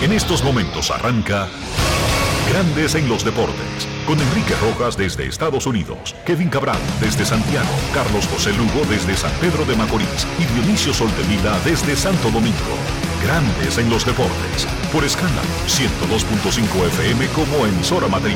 En estos momentos arranca Grandes en los Deportes, con Enrique Rojas desde Estados Unidos, Kevin Cabral desde Santiago, Carlos José Lugo desde San Pedro de Macorís y Dionisio Soltevila desde Santo Domingo. Grandes en los Deportes, por Escándalo 102.5 FM como emisora matriz.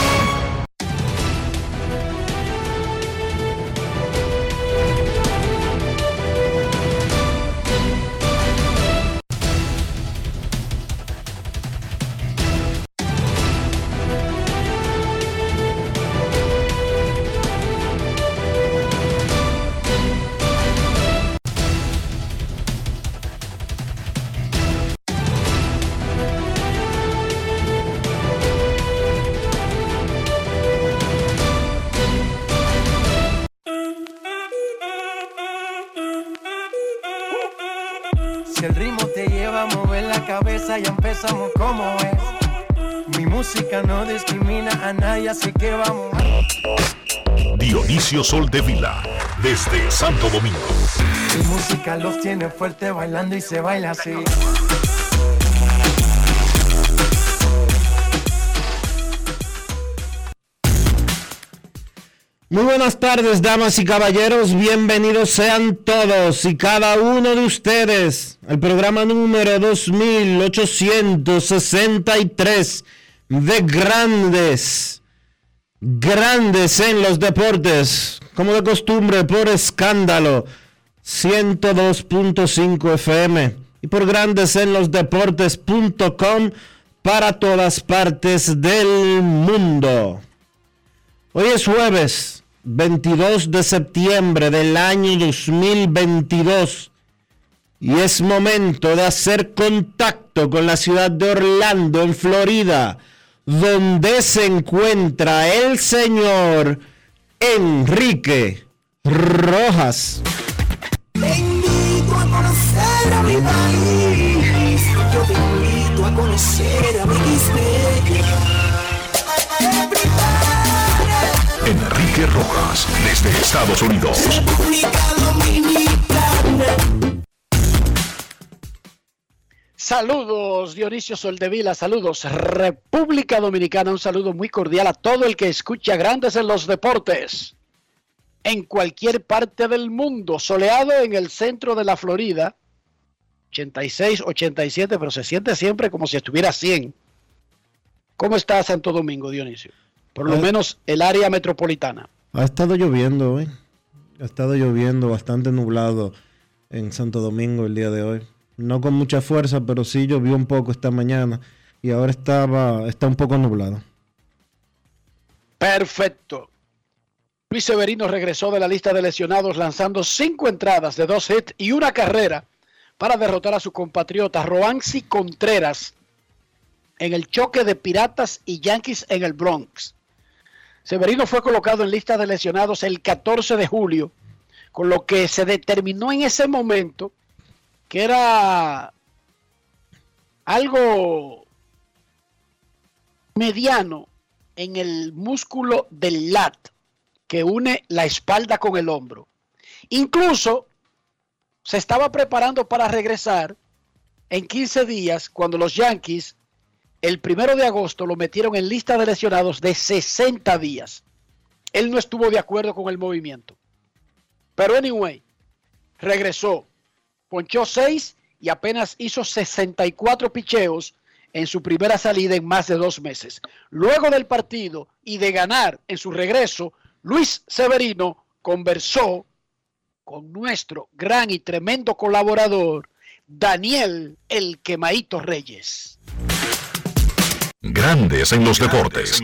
Si el ritmo te lleva a mover la cabeza, ya empezamos como es. Mi música no discrimina a nadie, así que vamos. Dionisio Soltevila, desde Santo Domingo. Mi música los tiene fuerte bailando y se baila así. Muy buenas tardes, damas y caballeros, bienvenidos sean todos y cada uno de ustedes al programa número 2863 de Grandes en los Deportes, como de costumbre por Escándalo 102.5 FM y por grandesenlosdeportes.com para todas partes del mundo. Hoy es jueves 22 de septiembre del año 2022 y es momento de hacer contacto con la ciudad de Orlando, en Florida, donde se encuentra el señor Enrique Rojas. Te invito a conocer a mi país, yo te invito a conocer a mi Quispeya. Enrique Rojas, desde Estados Unidos. República Dominicana. Saludos, Dionisio Soldevila, saludos, República Dominicana, un saludo muy cordial a todo el que escucha Grandes en los Deportes. En cualquier parte del mundo, soleado en el centro de la Florida, 86, 87, pero se siente siempre como si estuviera a 100. ¿Cómo está Santo Domingo, Dionisio? Por lo menos el área metropolitana. Ha estado lloviendo hoy. Ha estado lloviendo, bastante nublado en Santo Domingo el día de hoy. No con mucha fuerza, pero sí llovió un poco esta mañana y ahora está un poco nublado. Perfecto. Luis Severino regresó de la lista de lesionados lanzando 5 entradas de 2 hits y 1 carrera para derrotar a su compatriota Roansy Contreras en el choque de Piratas y Yankees en el Bronx. Severino fue colocado en lista de lesionados el 14 de julio, con lo que se determinó en ese momento que era algo mediano en el músculo del lat que une la espalda con el hombro. Incluso se estaba preparando para regresar en 15 días cuando los Yankees el 1 de agosto lo metieron en lista de lesionados de 60 días. Él no estuvo de acuerdo con el movimiento. Pero anyway, regresó. Ponchó 6 y apenas hizo 64 picheos en su primera salida en más de 2 meses. Luego del partido y de ganar en su regreso, Luis Severino conversó con nuestro gran y tremendo colaborador, Daniel El Quemaito Reyes. Grandes en los Deportes.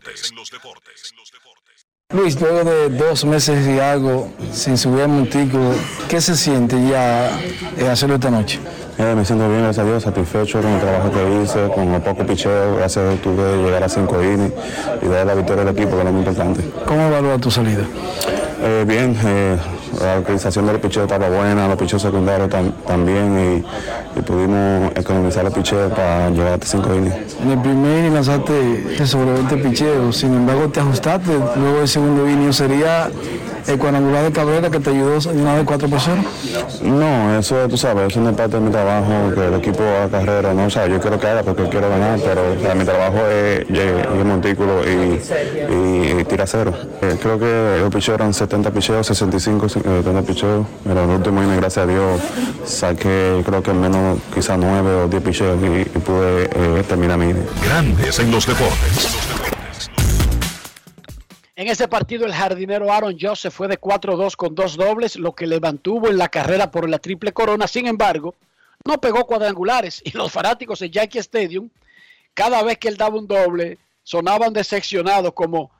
Luis, luego de 2 meses y algo sin subir al montículo, ¿qué se siente ya hacerlo esta noche? Me siento bien, gracias a Dios, satisfecho con el trabajo que hice, con los pocos picheos, gracias a Dios tuve llegar a 5 innings y dar la victoria al equipo, que es lo muy importante. ¿Cómo evalúas tu salida? Bien, la organización del picheo estaba buena, los picheos secundarios también y pudimos economizar el picheo para llegar a 5 innings. En el primer inning lanzaste sobre 20 picheos, sin embargo te ajustaste, luego el segundo inning sería el cuadrangular de Cabrera que te ayudó de una vez 4-0? No, eso tú sabes, eso no es parte de mi trabajo, que el equipo haga carrera, no, o sea, yo quiero que haga porque quiero ganar, pero o sea, mi trabajo es ir montículo y tira cero. Creo que los picheos eran 70 picheos, 65, 70 picheos, pero en el último inning, gracias a Dios, saqué creo que menos quizás 9 o 10 picheos y pude terminar mi inning. Grandes en los deportes. En ese partido el jardinero Aaron Judge fue de 4-2 con 2 dobles, lo que le mantuvo en la carrera por la triple corona. Sin embargo, no pegó cuadrangulares y los fanáticos en Yankee Stadium, cada vez que él daba un doble, sonaban decepcionados como,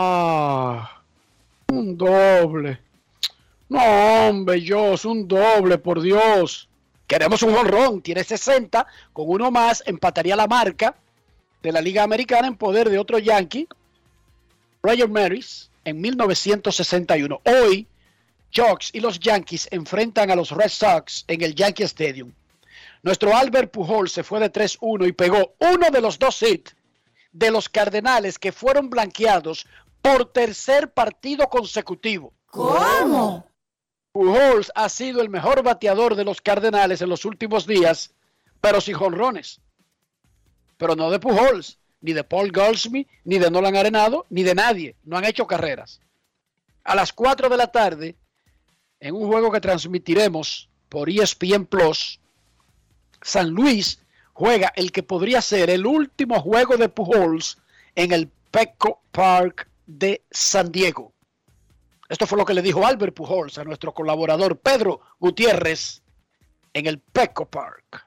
un doble. No, hombre, Judge, un doble, por Dios. Queremos un jonrón, tiene 60, con uno más empataría la marca de la Liga Americana en poder de otro Yankee, Roger Maris, en 1961. Hoy, Judge y los Yankees enfrentan a los Red Sox en el Yankee Stadium. Nuestro Albert Pujols se fue de 3-1 y pegó uno de los 2 hits de los Cardenales que fueron blanqueados por tercer partido consecutivo. ¿Cómo? Pujols ha sido el mejor bateador de los Cardenales en los últimos días, pero sin jonrones. Pero no de Pujols, ni de Paul Goldschmidt, ni de Nolan Arenado, ni de nadie. No han hecho carreras. A las 4 de la tarde, en un juego que transmitiremos por ESPN Plus, San Luis juega el que podría ser el último juego de Pujols en el Petco Park de San Diego. Esto fue lo que le dijo Albert Pujols a nuestro colaborador Pedro Gutiérrez en el Petco Park.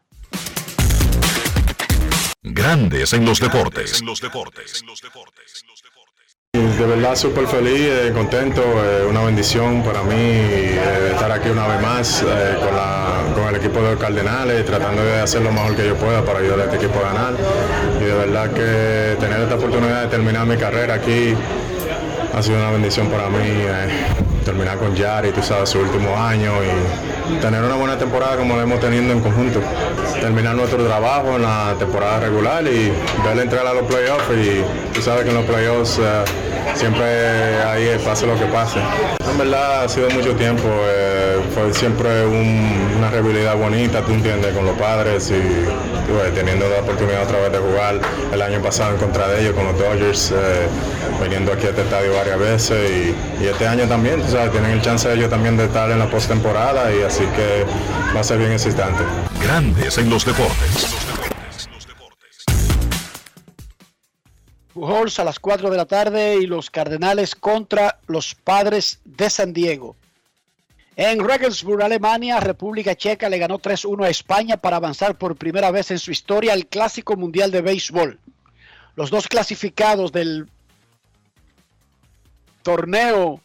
Grandes en los deportes. De verdad súper feliz, contento, una bendición para mí estar aquí una vez más con el equipo de los Cardenales, tratando de hacer lo mejor que yo pueda para ayudar a este equipo a ganar. Y de verdad que tener esta oportunidad de terminar mi carrera aquí ha sido una bendición para mí, terminar con Yari, tú sabes, su último año y tener una buena temporada como la hemos tenido en conjunto. Terminar nuestro trabajo en la temporada regular y verle entrar a los playoffs y tú sabes que en los playoffs siempre ahí pase lo que pase. En verdad ha sido mucho tiempo, fue siempre una rivalidad bonita, tú entiendes, con los padres y teniendo la oportunidad otra vez de jugar el año pasado en contra de ellos con los Dodgers, viniendo aquí a este estadio varias veces y este año también, tú sabes, tienen el chance ellos también de estar en la postemporada y así que va a ser bien ese instante. Grandes en los deportes. Pujols a las 4 de la tarde y los Cardenales contra los Padres de San Diego. En Regensburg, Alemania, República Checa le ganó 3-1 a España para avanzar por primera vez en su historia al Clásico Mundial de Béisbol. Los dos clasificados del torneo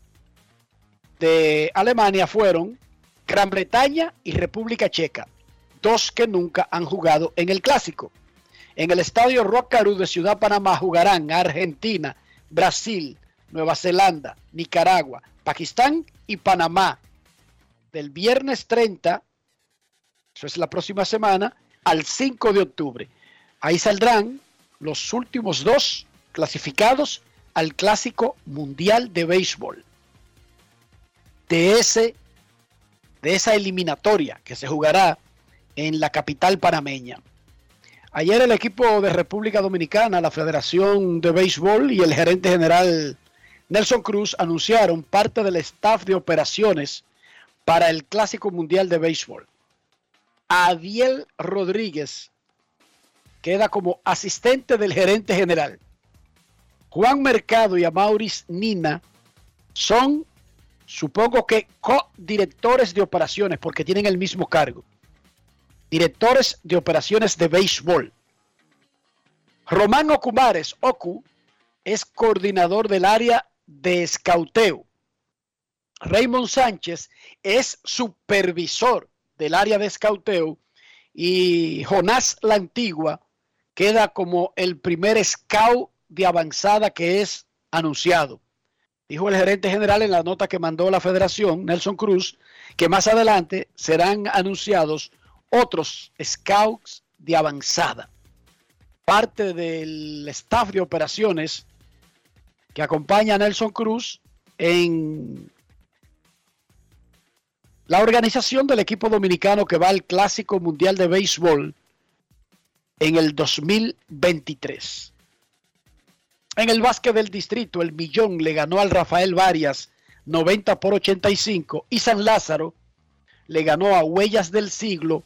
de Alemania fueron Gran Bretaña y República Checa, dos que nunca han jugado en el Clásico. En el estadio Rockaru de Ciudad Panamá jugarán Argentina, Brasil, Nueva Zelanda, Nicaragua, Pakistán y Panamá. Del viernes 30, eso es la próxima semana, al 5 de octubre. Ahí saldrán los últimos dos clasificados al Clásico Mundial de Béisbol. De esa eliminatoria que se jugará en la capital panameña. Ayer el equipo de República Dominicana, la Federación de Béisbol y el gerente general Nelson Cruz anunciaron parte del staff de operaciones para el Clásico Mundial de Béisbol. Adiel Rodríguez queda como asistente del gerente general. Juan Mercado y Amauris Nina son, supongo que, co-directores de operaciones porque tienen el mismo cargo. Directores de operaciones de béisbol. Román Ocumares, Ocu, es coordinador del área de escauteo. Raymond Sánchez es supervisor del área de escauteo y Jonás La Antigua queda como el primer scout de avanzada que es anunciado. Dijo el gerente general en la nota que mandó la federación, Nelson Cruz, que más adelante serán anunciados otros scouts de avanzada. Parte del staff de operaciones que acompaña a Nelson Cruz en la organización del equipo dominicano que va al Clásico Mundial de Béisbol en el 2023. En el básquet del distrito, el Millón le ganó al Rafael Varias 90-85 y San Lázaro le ganó a Huellas del Siglo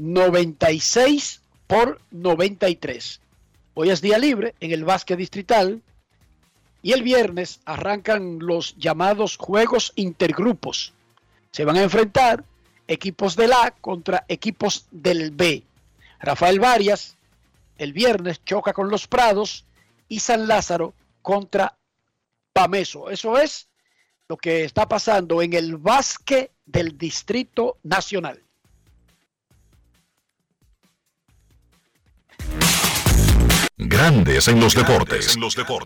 96-93. Hoy es día libre en el básquet distrital y el viernes arrancan los llamados juegos intergrupos. Se van a enfrentar equipos del A contra equipos del B. Rafael Varias el viernes choca con Los Prados y San Lázaro contra Pameso. Eso es lo que está pasando en el básquet del Distrito Nacional. Grandes en los deportes.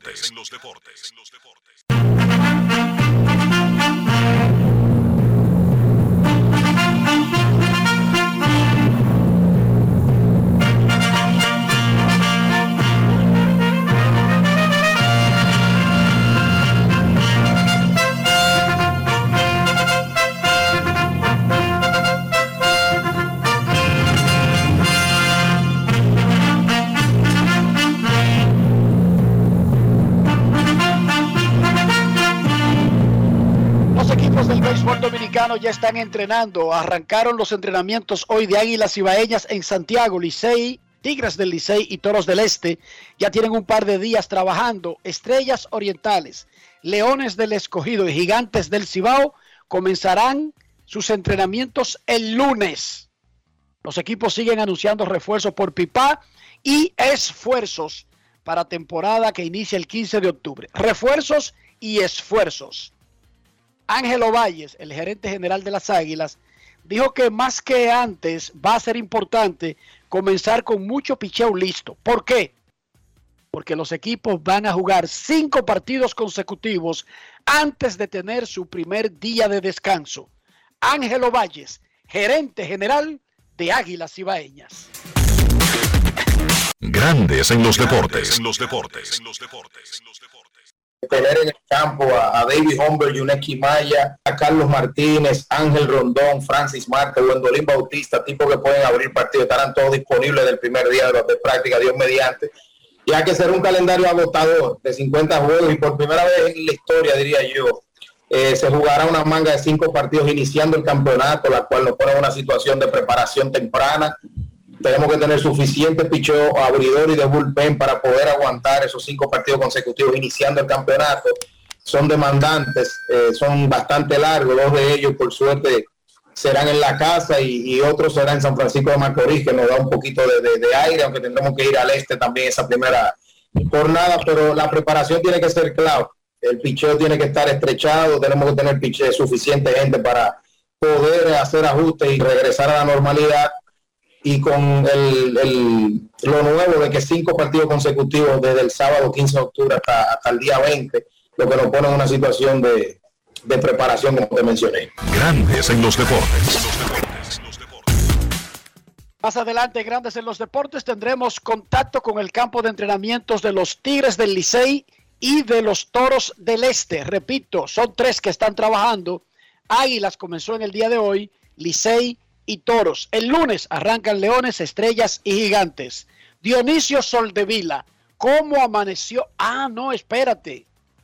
Del béisbol dominicano ya están entrenando. Arrancaron los entrenamientos hoy de Águilas Cibaeñas en Santiago. Licey, Tigres del Licey y Toros del Este ya tienen un par de días trabajando. Estrellas Orientales, Leones del Escogido y Gigantes del Cibao comenzarán sus entrenamientos el lunes. Los equipos siguen anunciando refuerzos por Pipá y esfuerzos para temporada que inicia el 15 de octubre. Refuerzos y esfuerzos. Ángelo Valles, el gerente general de las Águilas, dijo que más que antes va a ser importante comenzar con mucho picheo listo. ¿Por qué? Porque los equipos van a jugar 5 partidos consecutivos antes de tener su primer día de descanso. Ángelo Valles, gerente general de Águilas Cibaeñas. Grandes en los deportes. Tener en el campo a David Humber, Yuneki Maya, a Carlos Martínez, Ángel Rondón, Francis Marte, Wendolín Bautista, tipos que pueden abrir partidos, estarán todos disponibles del primer día de los de práctica, Dios mediante, ya que será un calendario agotador de 50 juegos y por primera vez en la historia, diría yo, se jugará una manga de 5 partidos iniciando el campeonato, la cual nos pone en una situación de preparación temprana. Tenemos que tener suficiente picheo abridor y de bullpen para poder aguantar esos 5 partidos consecutivos iniciando el campeonato. Son demandantes, son bastante largos, 2 de ellos por suerte serán en la casa y otros serán en San Francisco de Macorís, que nos da un poquito de aire, aunque tendremos que ir al este también esa primera jornada, pero la preparación tiene que ser clave. El picheo tiene que estar estrechado, tenemos que tener picheo suficiente gente para poder hacer ajustes y regresar a la normalidad. Y con lo nuevo de que 5 partidos consecutivos desde el sábado 15 de octubre hasta el día 20, lo que nos pone en una situación de preparación, como te mencioné. Grandes en los deportes. Más adelante, Grandes en los Deportes, tendremos contacto con el campo de entrenamientos de los Tigres del Licey y de los Toros del Este. Repito, son 3 que están trabajando. Águilas comenzó en el día de hoy, Licey y Toros. El lunes arrancan Leones, Estrellas y Gigantes. Dionisio Soldevila, ¿cómo amaneció? No, espérate.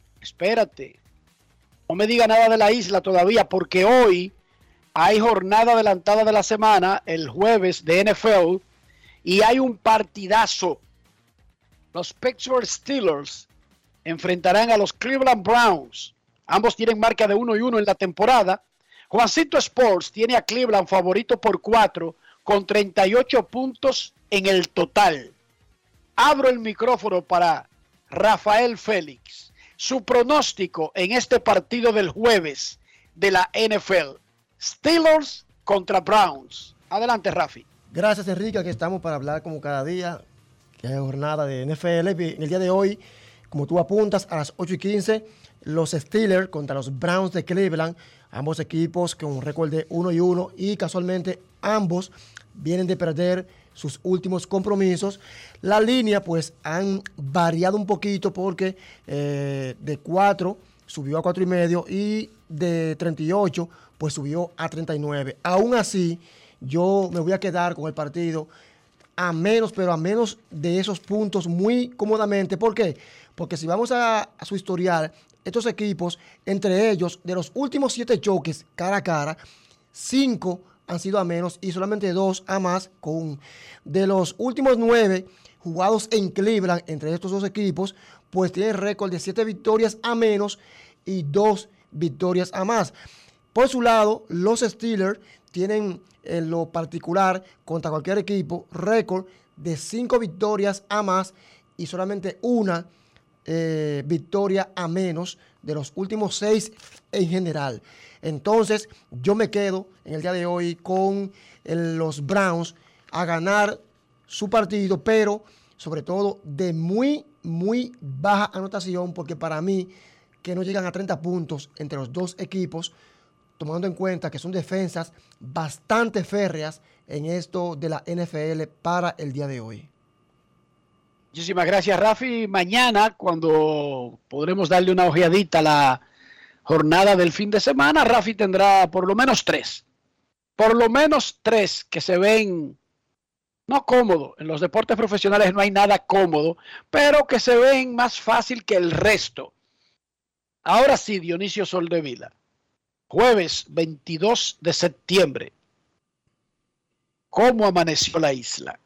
No me diga nada de la isla todavía, porque hoy hay jornada adelantada de la semana, el jueves de NFL, y hay un partidazo. Los Pittsburgh Steelers enfrentarán a los Cleveland Browns. Ambos tienen marca de 1-1 en la temporada. Juancito Sports tiene a Cleveland favorito por 4 con 38 puntos en el total. Abro el micrófono para Rafael Félix. Su pronóstico en este partido del jueves de la NFL. Steelers contra Browns. Adelante, Rafi. Gracias, Enrique. Aquí estamos para hablar como cada día, que hay jornada de NFL. En el día de hoy, como tú apuntas, a las 8:15, los Steelers contra los Browns de Cleveland. Ambos equipos con un récord de 1-1 y casualmente ambos vienen de perder sus últimos compromisos. La línea pues han variado un poquito porque de 4 subió a 4.5 y de 38 pues subió a 39. Aún así, yo me voy a quedar con el partido a menos de esos puntos muy cómodamente. ¿Por qué? Porque si vamos a su historial, estos equipos, entre ellos, de los últimos 7 choques cara a cara, 5 han sido a menos y solamente 2 a más. De los últimos 9 jugados en Cleveland, entre estos dos equipos, pues tiene récord de 7 victorias a menos y 2 victorias a más. Por su lado, los Steelers tienen en lo particular contra cualquier equipo récord de 5 victorias a más y solamente 1 victoria a menos de los últimos 6 en general. Entonces, yo me quedo en el día de hoy con los Browns a ganar su partido, pero sobre todo de muy, muy baja anotación, porque para mí que no llegan a 30 puntos entre los dos equipos, tomando en cuenta que son defensas bastante férreas en esto de la NFL para el día de hoy. Muchísimas gracias, Rafi. Mañana, cuando podremos darle una ojeadita a la jornada del fin de semana, Rafi tendrá por lo menos 3. Por lo menos 3 que se ven no cómodos. En los deportes profesionales no hay nada cómodo, pero que se ven más fácil que el resto. Ahora sí, Dionisio Soldevila. Jueves 22 de septiembre. ¿Cómo amaneció la isla?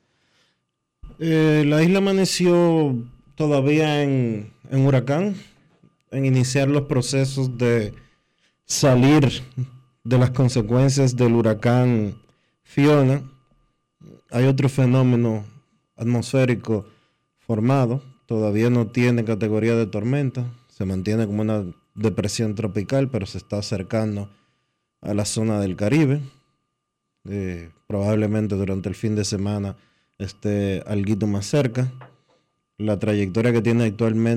La isla amaneció todavía en huracán, en iniciar los procesos de salir de las consecuencias del huracán Fiona. Hay otro fenómeno atmosférico formado, todavía no tiene categoría de tormenta, se mantiene como una depresión tropical, pero se está acercando a la zona del Caribe. Probablemente durante el fin de semana esté alguito más cerca. Con la trayectoria que tiene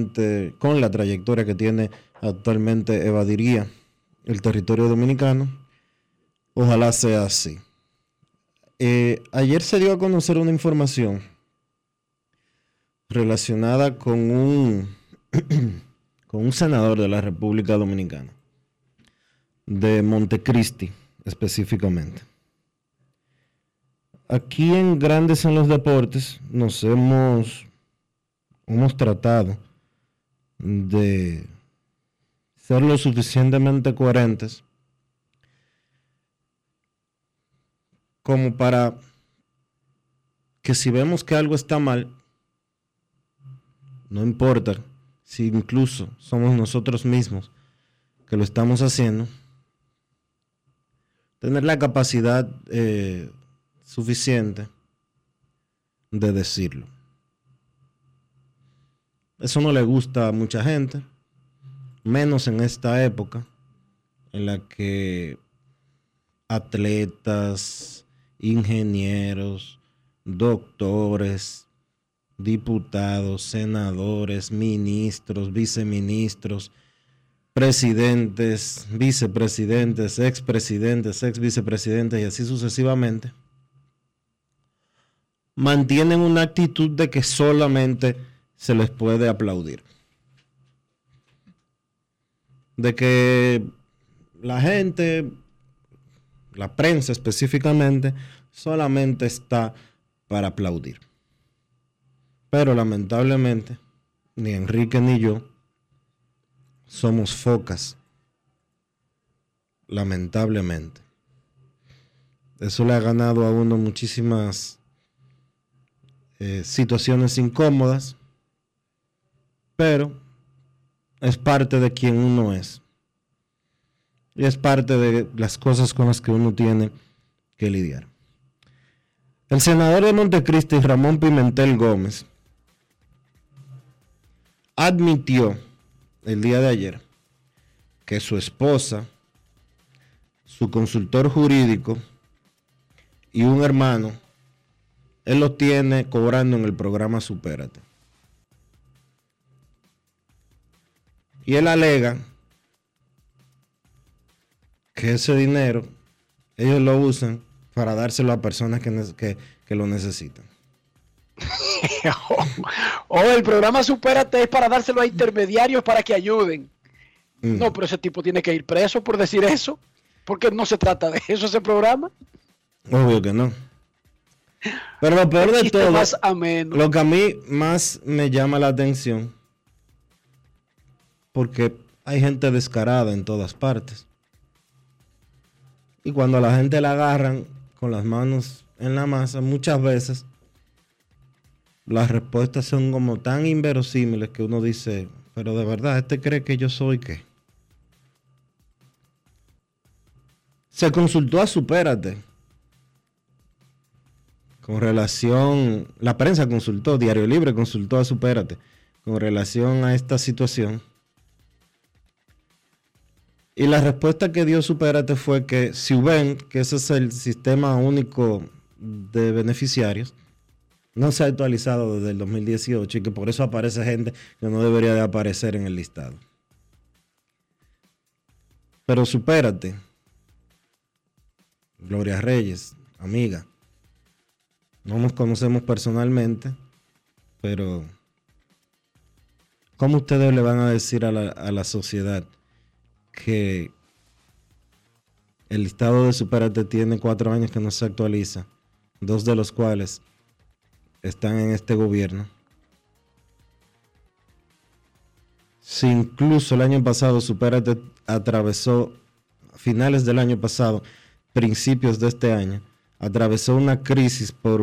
actualmente evadiría el territorio dominicano. Ojalá sea así. Ayer se dio a conocer una información relacionada con un senador de la República Dominicana, de Montecristi específicamente. Aquí en Grandes en los Deportes nos hemos tratado de ser lo suficientemente coherentes como para que si vemos que algo está mal, no importa si incluso somos nosotros mismos que lo estamos haciendo, tener la capacidad suficiente de decirlo. Eso no le gusta a mucha gente, menos en esta época en la que atletas, ingenieros, doctores, diputados, senadores, ministros, viceministros, presidentes, vicepresidentes, expresidentes, exvicepresidentes y así sucesivamente, mantienen una actitud de que solamente se les puede aplaudir. De que la gente, la prensa específicamente, solamente está para aplaudir. Pero lamentablemente, ni Enrique ni yo somos focas. Lamentablemente. Eso le ha ganado a uno muchísimas situaciones incómodas, pero es parte de quien uno es. Y es parte de las cosas con las que uno tiene que lidiar. El senador de Montecristi, Ramón Pimentel Gómez, admitió el día de ayer que su esposa, su consultor jurídico y un hermano, él los tiene cobrando en el programa Supérate. Y él alega que ese dinero ellos lo usan para dárselo a personas que lo necesitan. El programa Supérate es para dárselo a intermediarios para que ayuden. No, pero ese tipo tiene que ir preso por decir eso, porque no se trata de eso ese programa. Obvio que no. Pero lo peor de todo, más ameno. lo que a mí más me llama la atención, porque hay gente descarada en todas partes. Y cuando a la gente la agarran con las manos en la masa, muchas veces las respuestas son como tan inverosímiles que uno dice, pero de verdad, ¿este cree que yo soy qué? Se consultó a Supérate con relación, la prensa consultó, Diario Libre consultó a Supérate con relación a esta situación. Y la respuesta que dio Supérate fue que si ven que ese es el sistema único de beneficiarios, no se ha actualizado desde el 2018 y que por eso aparece gente que no debería de aparecer en el listado. Pero Supérate, Gloria Reyes, amiga, no nos conocemos personalmente, pero ¿cómo ustedes le van a decir a la sociedad que el listado de Supérate tiene 4 años que no se actualiza, 2 de los cuales están en este gobierno? Si incluso el año pasado Supérate atravesó, a finales del año pasado, principios de este año, atravesó una crisis por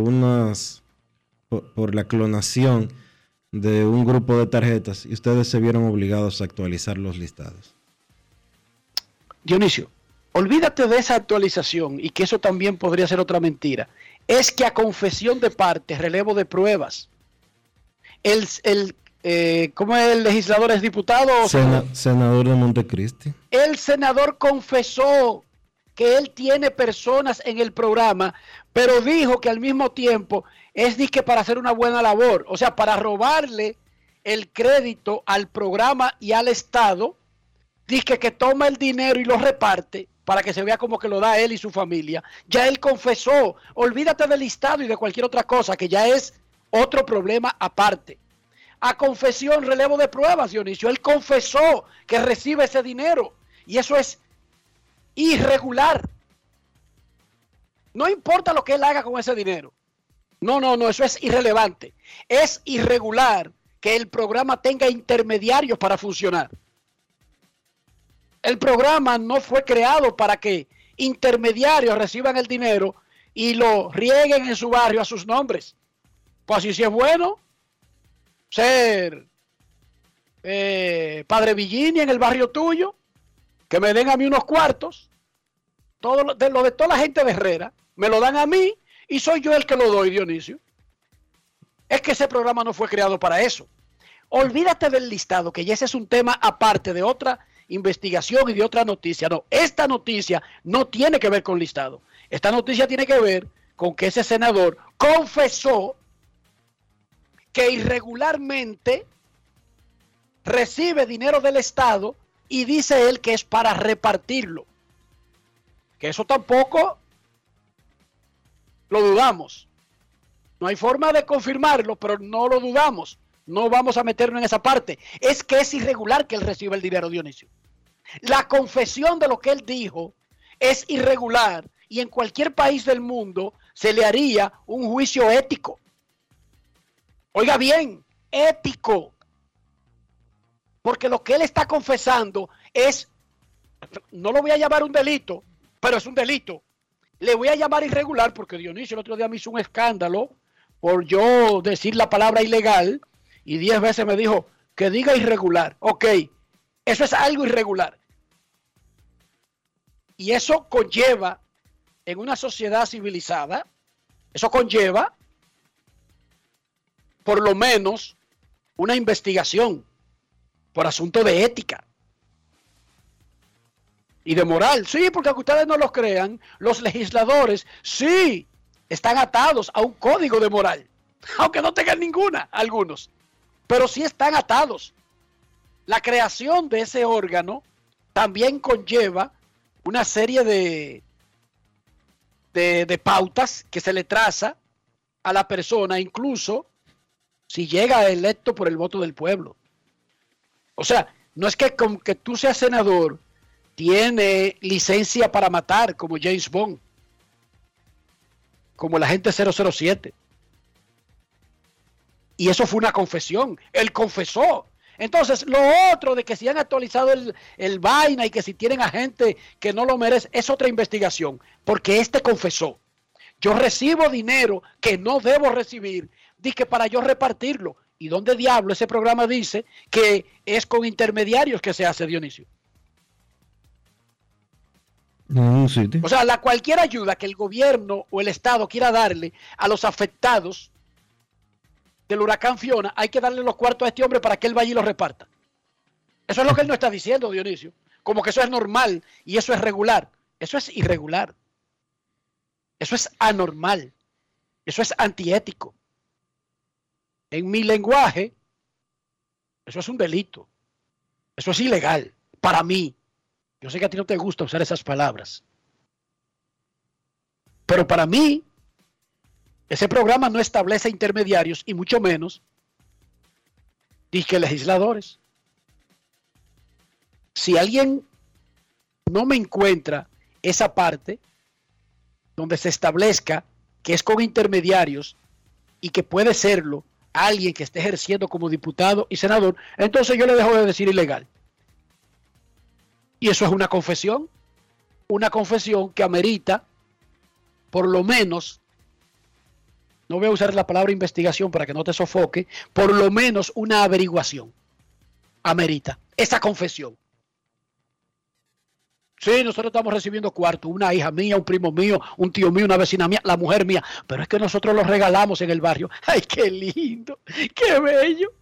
la clonación de un grupo de tarjetas y ustedes se vieron obligados a actualizar los listados. Dionisio, olvídate de esa actualización y que eso también podría ser otra mentira. Es que a confesión de parte, relevo de pruebas, ¿cómo es el legislador? ¿Es diputado o senador de Montecristi? El senador confesó que él tiene personas en el programa, pero dijo que al mismo tiempo es disque para hacer una buena labor, o sea, para robarle el crédito al programa y al Estado, disque que toma el dinero y lo reparte para que se vea como que lo da él y su familia. Ya él confesó, olvídate del listado y de cualquier otra cosa, que ya es otro problema aparte. A confesión, relevo de pruebas, Dionisio, él confesó que recibe ese dinero y eso es irregular. No importa lo que él haga con ese dinero. No, eso es irrelevante. Es irregular que el programa tenga intermediarios para funcionar. El programa no fue creado para que intermediarios reciban el dinero y lo rieguen en su barrio a sus nombres. Pues si es bueno ser Padre Villini en el barrio tuyo, que me den a mí unos cuartos, todo lo de toda la gente de Herrera, me lo dan a mí y soy yo el que lo doy, Dionisio. Es que ese programa no fue creado para eso. Olvídate del listado, que ya ese es un tema aparte de otra investigación y de otra noticia. No, esta noticia no tiene que ver con listado. Esta noticia tiene que ver con que ese senador confesó que irregularmente recibe dinero del Estado y dice él que es para repartirlo. Que eso tampoco lo dudamos. No hay forma de confirmarlo, pero no lo dudamos. No vamos a meternos en esa parte. Es que es irregular que él reciba el dinero, Dionisio. La confesión de lo que él dijo es irregular y en cualquier país del mundo se le haría un juicio ético. Oiga bien, ético. Porque lo que él está confesando es, no lo voy a llamar un delito, pero es un delito. Le voy a llamar irregular porque Dionisio el otro día me hizo un escándalo por yo decir la palabra ilegal y 10 veces me dijo que diga irregular. Ok, eso es algo irregular. Y eso conlleva, en una sociedad civilizada, eso conlleva por lo menos una investigación por asunto de ética y de moral. Sí, porque aunque ustedes no lo crean, los legisladores sí están atados a un código de moral, aunque no tengan ninguna, algunos, pero sí están atados. La creación de ese órgano también conlleva una serie de pautas que se le traza a la persona, incluso si llega electo por el voto del pueblo. O sea, No es que con que tú seas senador tiene licencia para matar como James Bond, como el agente 007. Y eso fue una confesión. Él confesó. Entonces, lo otro de que si han actualizado el vaina y que si tienen a gente que no lo merece, es otra investigación. Porque este confesó. Yo recibo dinero que no debo recibir, dije para yo repartirlo. ¿Y dónde diablo ese programa dice que es con intermediarios que se hace, Dionisio? Sitio. O sea, cualquier ayuda que el gobierno o el Estado quiera darle a los afectados del huracán Fiona, hay que darle los cuartos a este hombre para que él vaya y los reparta. Eso es lo que él no está diciendo, Dionisio. Como que eso es normal y eso es regular. Eso es irregular. Eso es anormal. Eso es antiético. En mi lenguaje, eso es un delito. Eso es ilegal. Para mí. Yo sé que a ti no te gusta usar esas palabras. Pero para mí, ese programa no establece intermediarios y mucho menos disque legisladores. Si alguien no me encuentra esa parte donde se establezca que es con intermediarios y que puede serlo alguien que esté ejerciendo como diputado y senador, entonces yo le dejo de decir ilegal. Y eso es una confesión que amerita, por lo menos, no voy a usar la palabra investigación para que no te sofoque, por lo menos una averiguación. Amerita esa confesión. Sí, nosotros estamos recibiendo cuarto, una hija mía, un primo mío, un tío mío, una vecina mía, la mujer mía, pero es que nosotros los regalamos en el barrio. ¡Ay, qué lindo! ¡Qué bello!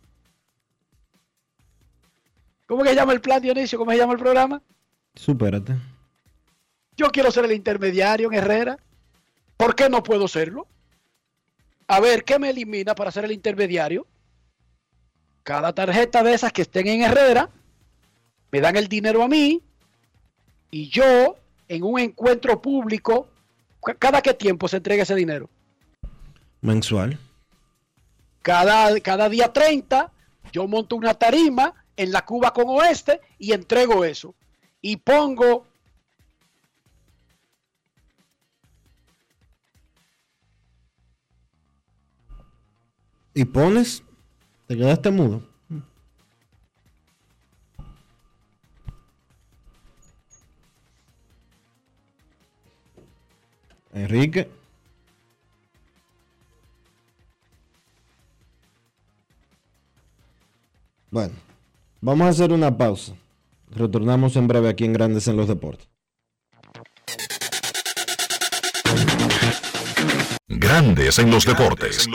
¿Cómo que se llama el plan, Dionisio? ¿Cómo se llama el programa? Supérate. Yo quiero ser el intermediario en Herrera. ¿Por qué no puedo serlo? A ver, ¿qué me elimina para ser el intermediario? Cada tarjeta de esas que estén en Herrera, me dan el dinero a mí y yo, en un encuentro público, ¿cada qué tiempo se entrega ese dinero? Mensual. Cada día 30, yo monto una tarima en la Cuba con Oeste y entrego eso. Y pongo y pones, te quedaste mudo. Enrique. Bueno, vamos a hacer una pausa. Retornamos en breve aquí en Grandes en los Deportes. Grandes en los deportes.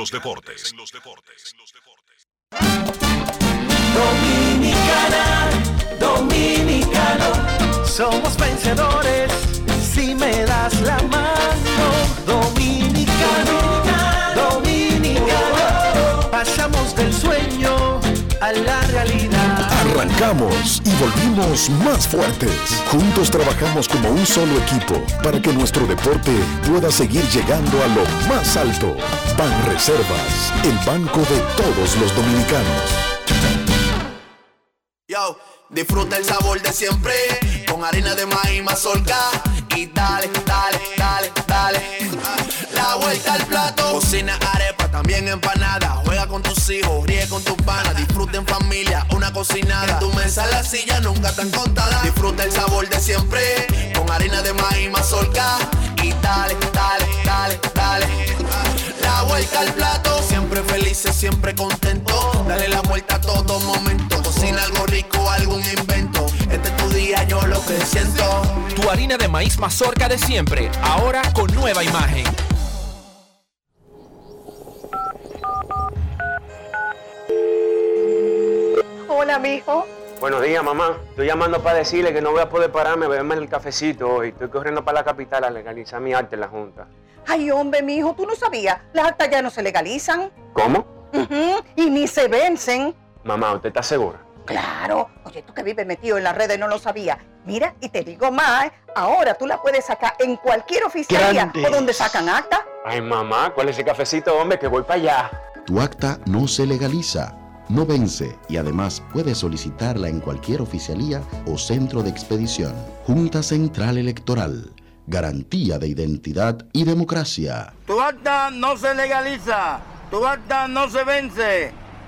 Dominicana, dominicano, somos vencedores si me das la mano. Dominicano, dominicano, pasamos del sueño a la realidad. Arrancamos y volvimos más fuertes. Juntos trabajamos como un solo equipo para que nuestro deporte pueda seguir llegando a lo más alto. Banreservas, el banco de todos los dominicanos. Yo, disfruta el sabor de siempre con harina de maíz mazorca y dale, dale, dale, dale. La vuelta al plato. Cocina arepa, también empanada. Juega con tus hijos, ríe con tus panas. Disfruta en familia, una cocinada. En tu mesa, la silla nunca tan contada. Disfruta el sabor de siempre con harina de maíz mazorca y dale, dale, dale, dale. La vuelta al plato. Siempre felices, siempre contentos. Dale la vuelta a todo momento. Cocina algo rico, algún invento. Este es tu día, yo lo que siento. Tu harina de maíz mazorca de siempre, ahora con nueva imagen. Hola, mijo. Buenos días, mamá. Estoy llamando para decirle que no voy a poder pararme a beberme el cafecito hoy. Estoy corriendo para la capital a legalizar mi acta en la Junta. Ay, hombre, mijo, ¿tú no sabías? Las actas ya no se legalizan. ¿Cómo? Y ni se vencen. Mamá, ¿usted está segura? Claro. Oye, tú que vives metido en las redes no lo sabías. Mira, y te digo más, ahora tú la puedes sacar en cualquier oficialía o donde sacan acta. Ay, mamá, ¿cuál es ese cafecito, hombre? Que voy para allá. Tu acta no se legaliza. No vence y además puede solicitarla en cualquier oficialía o centro de expedición. Junta Central Electoral. Garantía de identidad y democracia. Tu acta no se legaliza. Tu acta no se vence.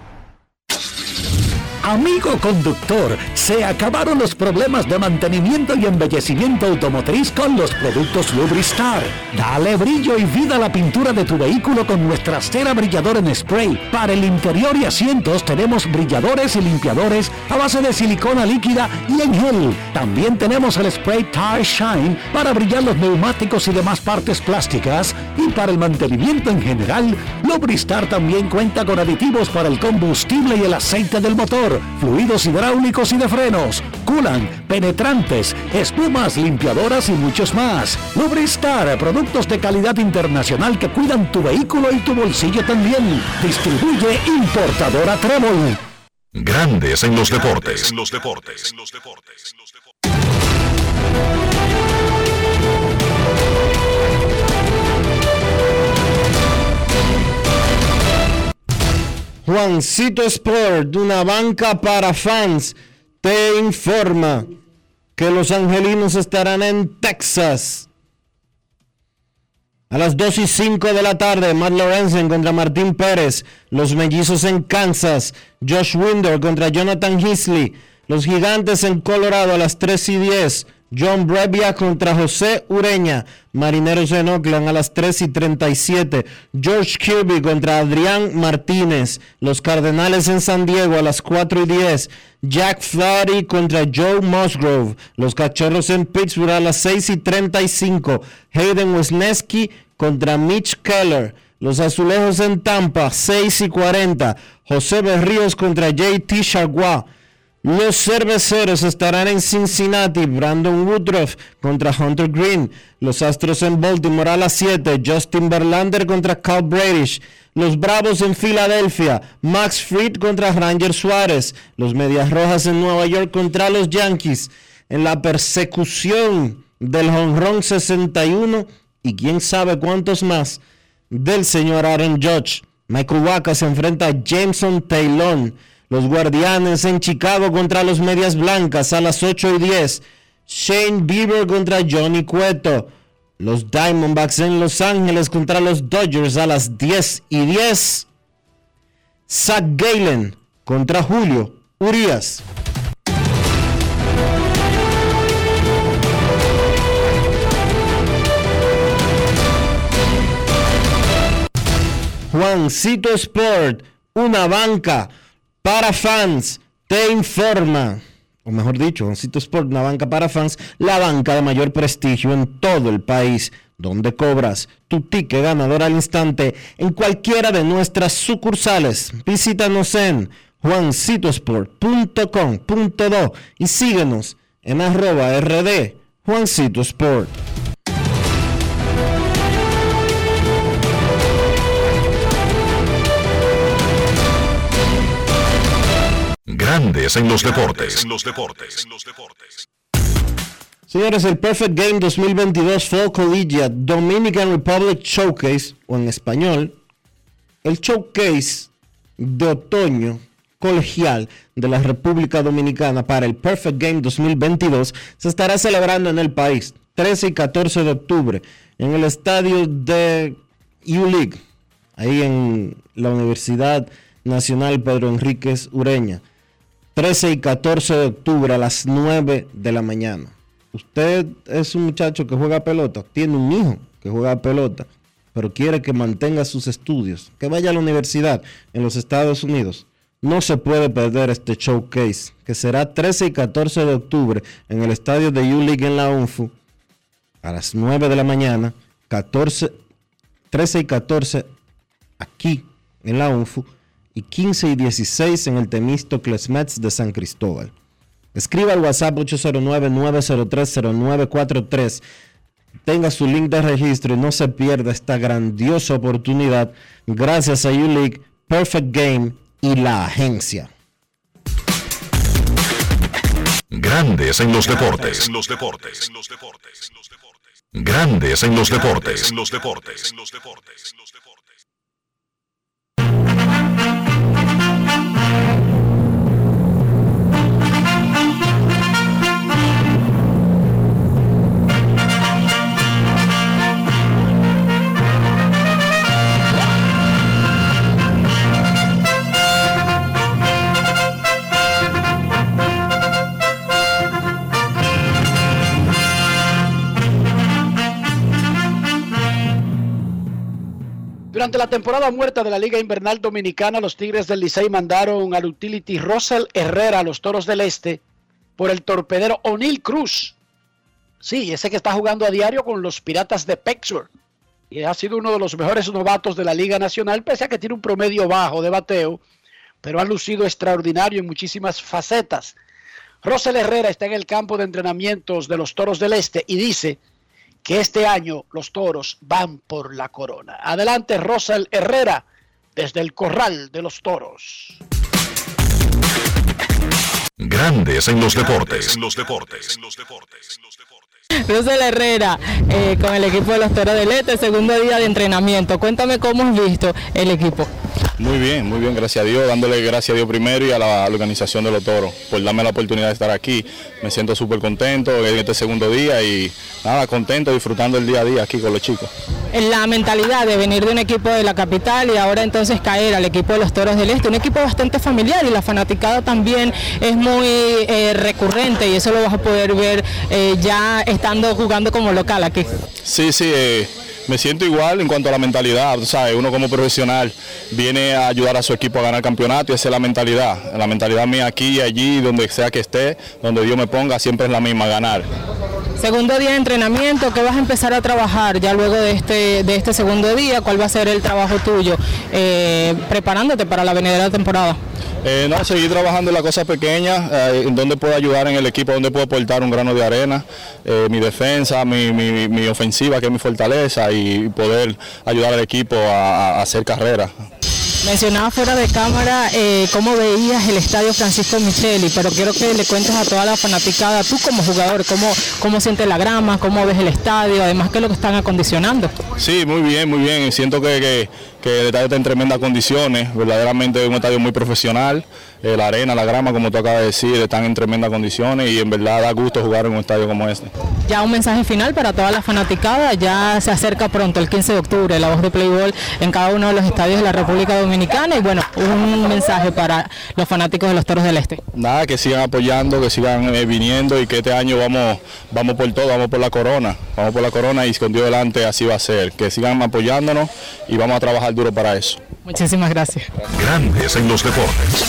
Amigo conductor, se acabaron los problemas de mantenimiento y embellecimiento automotriz con los productos Lubristar. Dale brillo y vida a la pintura de tu vehículo con nuestra cera brilladora en spray. Para el interior y asientos tenemos brilladores y limpiadores a base de silicona líquida y en gel. También tenemos el spray Tire Shine para brillar los neumáticos y demás partes plásticas. Y para el mantenimiento en general, Lubristar también cuenta con aditivos para el combustible y el aceite del motor, fluidos hidráulicos y de frenos, culan, penetrantes, espumas, limpiadoras y muchos más. Lubristar, productos de calidad internacional que cuidan tu vehículo y tu bolsillo también. Distribuye importadora Trébol. Grandes en los deportes. Juancito Sport, una banca para fans, te informa que los angelinos estarán en Texas a las 2:05 de la tarde. Matt Lorenzen contra Martín Pérez. Los mellizos en Kansas. Josh Winder contra Jonathan Heasley. Los gigantes en Colorado a las 3:10. John Brebbia contra José Ureña. Marineros en Oakland a las 3:37. George Kirby contra Adrián Martínez. Los Cardenales en San Diego a las 4:10. Jack Flaherty contra Joe Musgrove. Los Cachorros en Pittsburgh a las 6:35. Hayden Wesneski contra Mitch Keller. Los Azulejos en Tampa 6:40. José Berríos contra JT Chargois. Los Cerveceros estarán en Cincinnati. Brandon Woodruff contra Hunter Green. Los Astros en Baltimore a las 7. Justin Verlander contra Cal Bradish. Los Bravos en Filadelfia. Max Fried contra Ranger Suárez. Los Medias Rojas en Nueva York contra los Yankees. En la persecución del jonrón 61 y quién sabe cuántos más del señor Aaron Judge. Michael Wacha se enfrenta a Jameson Taillon. Los Guardianes en Chicago contra los Medias Blancas a las 8:10. Shane Bieber contra Johnny Cueto. Los Diamondbacks en Los Ángeles contra los Dodgers a las 10:10. Zach Gallen contra Julio Urias. Juancito Sport, una banca para fans, te informa, o mejor dicho, Juancito Sport, una banca para fans, la banca de mayor prestigio en todo el país, donde cobras tu ticket ganador al instante en cualquiera de nuestras sucursales. Visítanos en juancitosport.com.do y síguenos en @RD Juancito Sport. Grandes en los deportes. Señores, el Perfect Game 2022 Fall Collegiate Dominican Republic Showcase, o en español, el Showcase de otoño colegial de la República Dominicana para el Perfect Game 2022, se estará celebrando en el país 13 y 14 de octubre en el estadio de U-League, ahí en la Universidad Nacional Pedro Enríquez Ureña. 13 y 14 de octubre a las 9 de la mañana. Usted es un muchacho que juega pelota, tiene un hijo que juega pelota, pero quiere que mantenga sus estudios, que vaya a la universidad en los Estados Unidos. No se puede perder este showcase, que será 13 y 14 de octubre en el estadio de U-League en la UNFU a las 9 de la mañana, 13 y 14 aquí en la UNFU, y 15 y 16 en el Temístocles Mets de San Cristóbal. Escriba al WhatsApp 809-903-0943. Tenga su link de registro y no se pierda esta grandiosa oportunidad gracias a U-League, Perfect Game y la agencia. Grandes en los deportes. Grandes en los deportes. Durante la temporada muerta de la Liga Invernal Dominicana, los Tigres del Licey mandaron al utility Rosell Herrera a los Toros del Este por el torpedero O'Neill Cruz. Sí, ese que está jugando a diario con los Piratas de Pittsburgh. Y ha sido uno de los mejores novatos de la Liga Nacional, pese a que tiene un promedio bajo de bateo, pero ha lucido extraordinario en muchísimas facetas. Rosell Herrera está en el campo de entrenamientos de los Toros del Este y dice que este año los Toros van por la corona. Adelante, Rosell Herrera, desde el Corral de los Toros. Grandes en los deportes. Rosell Herrera, con el equipo de los Toros del Este, segundo día de entrenamiento. Cuéntame cómo has visto el equipo. Muy bien, gracias a Dios, dándole gracias a Dios primero y a la organización de los Toros por darme la oportunidad de estar aquí. Me siento súper contento en este segundo día y nada, contento, disfrutando el día a día aquí con los chicos. La mentalidad de venir de un equipo de la capital y ahora entonces caer al equipo de los Toros del Este, un equipo bastante familiar y la fanaticada también es muy recurrente y eso lo vas a poder ver ya estando jugando como local aquí. Sí, me siento igual en cuanto a la mentalidad, ¿sabes? Uno como profesional viene a ayudar a su equipo a ganar campeonato y esa es la mentalidad mía aquí y allí, donde sea que esté, donde Dios me ponga, siempre es la misma, ganar. Segundo día de entrenamiento, ¿qué vas a empezar a trabajar ya luego de este segundo día? ¿Cuál va a ser el trabajo tuyo preparándote para la venidera temporada? Seguir trabajando en las cosas pequeñas, en donde puedo ayudar en el equipo, donde puedo aportar un grano de arena, mi defensa, mi ofensiva, que es mi fortaleza, y poder ayudar al equipo a hacer carrera. Mencionaba fuera de cámara cómo veías el estadio Francisco Micheli, pero quiero que le cuentes a toda la fanaticada, tú como jugador, cómo sientes la grama, cómo ves el estadio, además que es lo que están acondicionando. Sí, muy bien, siento que el estadio está en tremendas condiciones, verdaderamente es un estadio muy profesional, la arena, la grama, como tú acabas de decir, están en tremendas condiciones y en verdad da gusto jugar en un estadio como este. Ya un mensaje final para toda la fanaticada, ya se acerca pronto el 15 de octubre, la voz de Play Ball en cada uno de los estadios de la República Dominicana y bueno, un mensaje para los fanáticos de los Toros del Este. Nada, que sigan apoyando, que sigan viniendo y que este año vamos por todo, vamos por la corona y con Dios delante así va a ser, que sigan apoyándonos y vamos a trabajar duro para eso. Muchísimas gracias. Grandes en los deportes.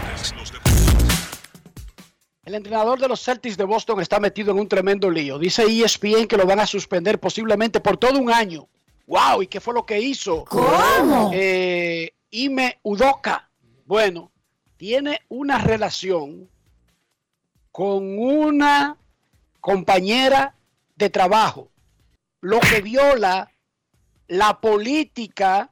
El entrenador de los Celtics de Boston está metido en un tremendo lío. Dice ESPN que lo van a suspender posiblemente por todo un año. ¡Wow! ¿Y qué fue lo que hizo? ¿Cómo? Ime Udoka. Bueno, tiene una relación con una compañera de trabajo, lo que viola la política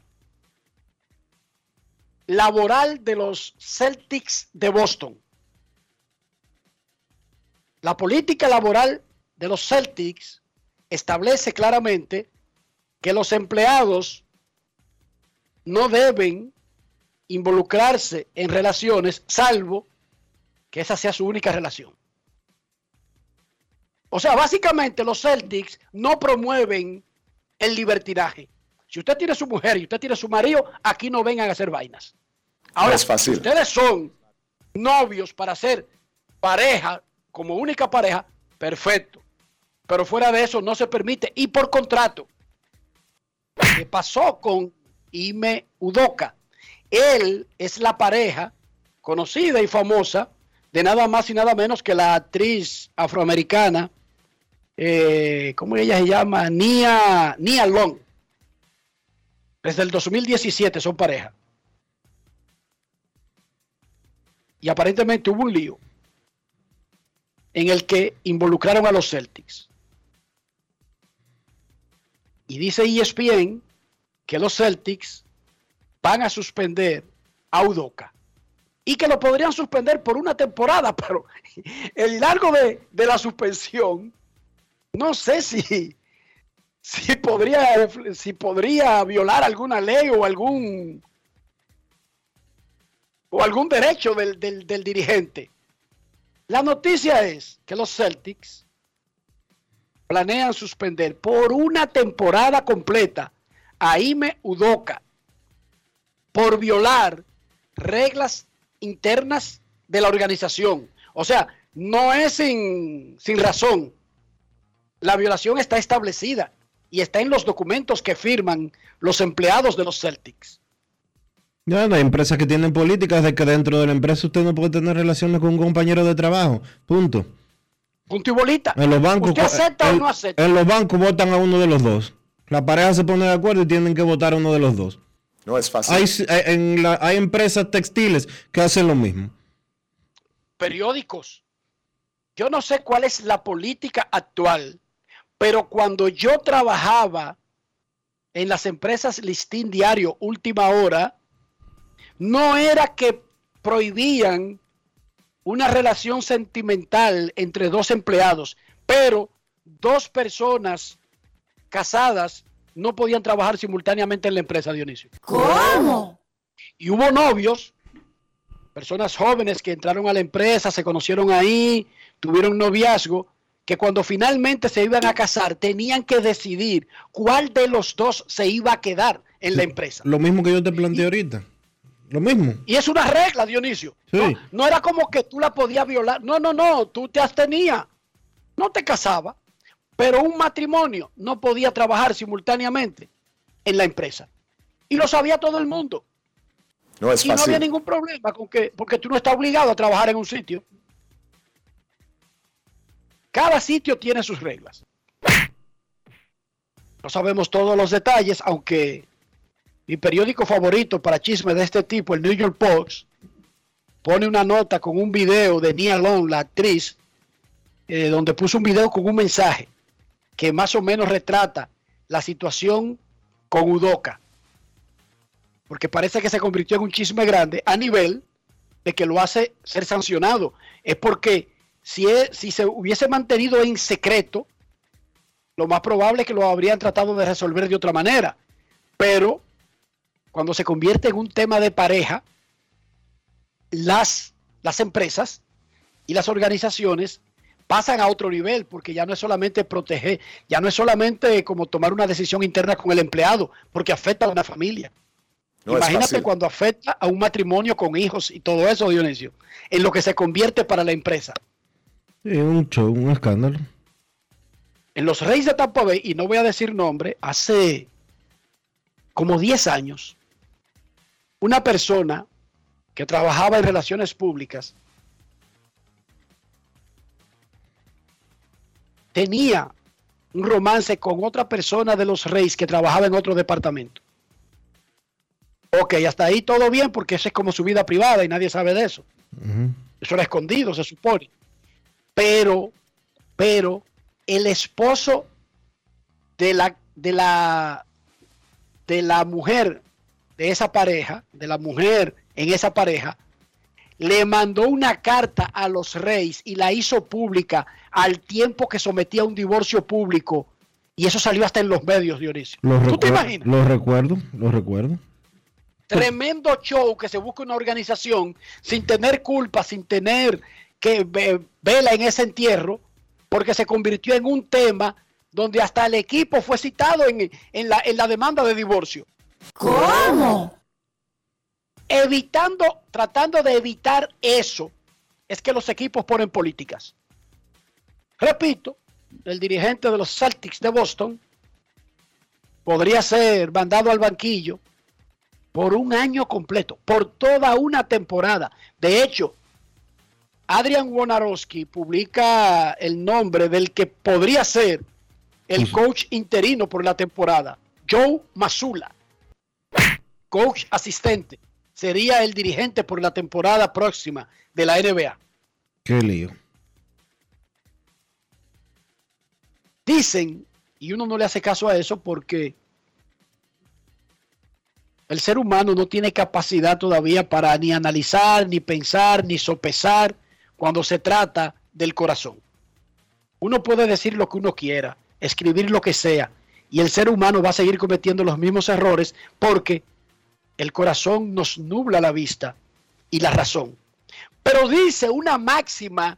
laboral de los Celtics de Boston. La política laboral de los Celtics establece claramente que los empleados no deben involucrarse en relaciones, salvo que esa sea su única relación. O sea, básicamente los Celtics no promueven el libertinaje. Si usted tiene su mujer y usted tiene su marido, aquí no vengan a hacer vainas. Ahora, es fácil. Si ustedes son novios para ser pareja, como única pareja, perfecto. Pero fuera de eso no se permite. Y por contrato, ¿qué pasó con Ime Udoka? Él es la pareja conocida y famosa de nada más y nada menos que la actriz afroamericana, ¿cómo ella se llama? Nia Long. Desde el 2017 son pareja. Y aparentemente hubo un lío en el que involucraron a los Celtics. Y dice ESPN que los Celtics van a suspender a Udoka. Y que lo podrían suspender por una temporada, pero el largo de la suspensión, no sé si podría violar alguna ley o algún derecho del dirigente. La noticia es que los Celtics planean suspender por una temporada completa a Ime Udoka por violar reglas internas de la organización. O sea, no es sin razón. La violación está establecida. y está en los documentos que firman los empleados de los Celtics. Ya, no hay empresas que tienen políticas de que dentro de la empresa usted no puede tener relaciones con un compañero de trabajo. Punto. Punto y bolita. En los bancos, ¿usted acepta o no acepta? En los bancos votan a uno de los dos. La pareja se pone de acuerdo y tienen que votar a uno de los dos. No es fácil. Hay empresas textiles que hacen lo mismo. Periódicos. Yo no sé cuál es la política actual, pero cuando yo trabajaba en las empresas Listín Diario, Última Hora, no era que prohibían una relación sentimental entre dos empleados, pero dos personas casadas no podían trabajar simultáneamente en la empresa, Dionisio. ¿Cómo? Y hubo novios, personas jóvenes que entraron a la empresa, se conocieron ahí, tuvieron noviazgo, que cuando finalmente se iban a casar tenían que decidir cuál de los dos se iba a quedar en la empresa. Lo mismo que yo te planteé ahorita. Lo mismo. Y es una regla, Dionisio. Sí. No era como que tú la podías violar. No, tú te abstenías. No te casabas. Pero un matrimonio no podía trabajar simultáneamente en la empresa. Y lo sabía todo el mundo. No es y fácil. no había ningún problema con que, porque tú no estás obligado a trabajar en un sitio. Cada sitio tiene sus reglas. No sabemos todos los detalles, aunque mi periódico favorito para chismes de este tipo, el New York Post, pone una nota con un video de Nia Long, la actriz, donde puso un video con un mensaje que más o menos retrata la situación con Udoka. Porque parece que se convirtió en un chisme grande a nivel de que lo hace ser sancionado. Es porque si se hubiese mantenido en secreto, lo más probable es que lo habrían tratado de resolver de otra manera. Pero cuando se convierte en un tema de pareja, las empresas y las organizaciones pasan a otro nivel, porque ya no es solamente proteger, ya no es solamente como tomar una decisión interna con el empleado, porque afecta a una familia. No imagínate cuando afecta a un matrimonio con hijos y todo eso, Dionisio, en lo que se convierte para la empresa. Sí, un show, un escándalo. En los Reyes de Tampa Bay, y no voy a decir nombre, hace como 10 años, una persona que trabajaba en relaciones públicas tenía un romance con otra persona de los Reyes que trabajaba en otro departamento. Ok, hasta ahí todo bien, porque eso es como su vida privada y nadie sabe de eso. Eso era escondido, se supone. Pero el esposo de la mujer de esa pareja, de la mujer en esa pareja, le mandó una carta a los Reyes y la hizo pública al tiempo que sometía a un divorcio público. Y eso salió hasta en los medios, Dionisio. ¿Tú te imaginas? Lo recuerdo. Tremendo show que se busca una organización sin tener culpa, sin tener que vela en ese entierro, porque se convirtió en un tema donde hasta el equipo fue citado en la demanda de divorcio. ¿Cómo? Tratando de evitar eso, es que los equipos ponen políticas. Repito, el dirigente de los Celtics de Boston podría ser mandado al banquillo por un año completo, por toda una temporada. De hecho, Adrian Wojnarowski publica el nombre del que podría ser el coach interino por la temporada, Joe Mazzulla, coach asistente. Sería el dirigente por la temporada próxima de la NBA. Qué lío. Dicen, y uno no le hace caso a eso porque el ser humano no tiene capacidad todavía para ni analizar, ni pensar, ni sopesar cuando se trata del corazón. Uno puede decir lo que uno quiera, escribir lo que sea, y el ser humano va a seguir cometiendo los mismos errores porque el corazón nos nubla la vista y la razón. Pero dice una máxima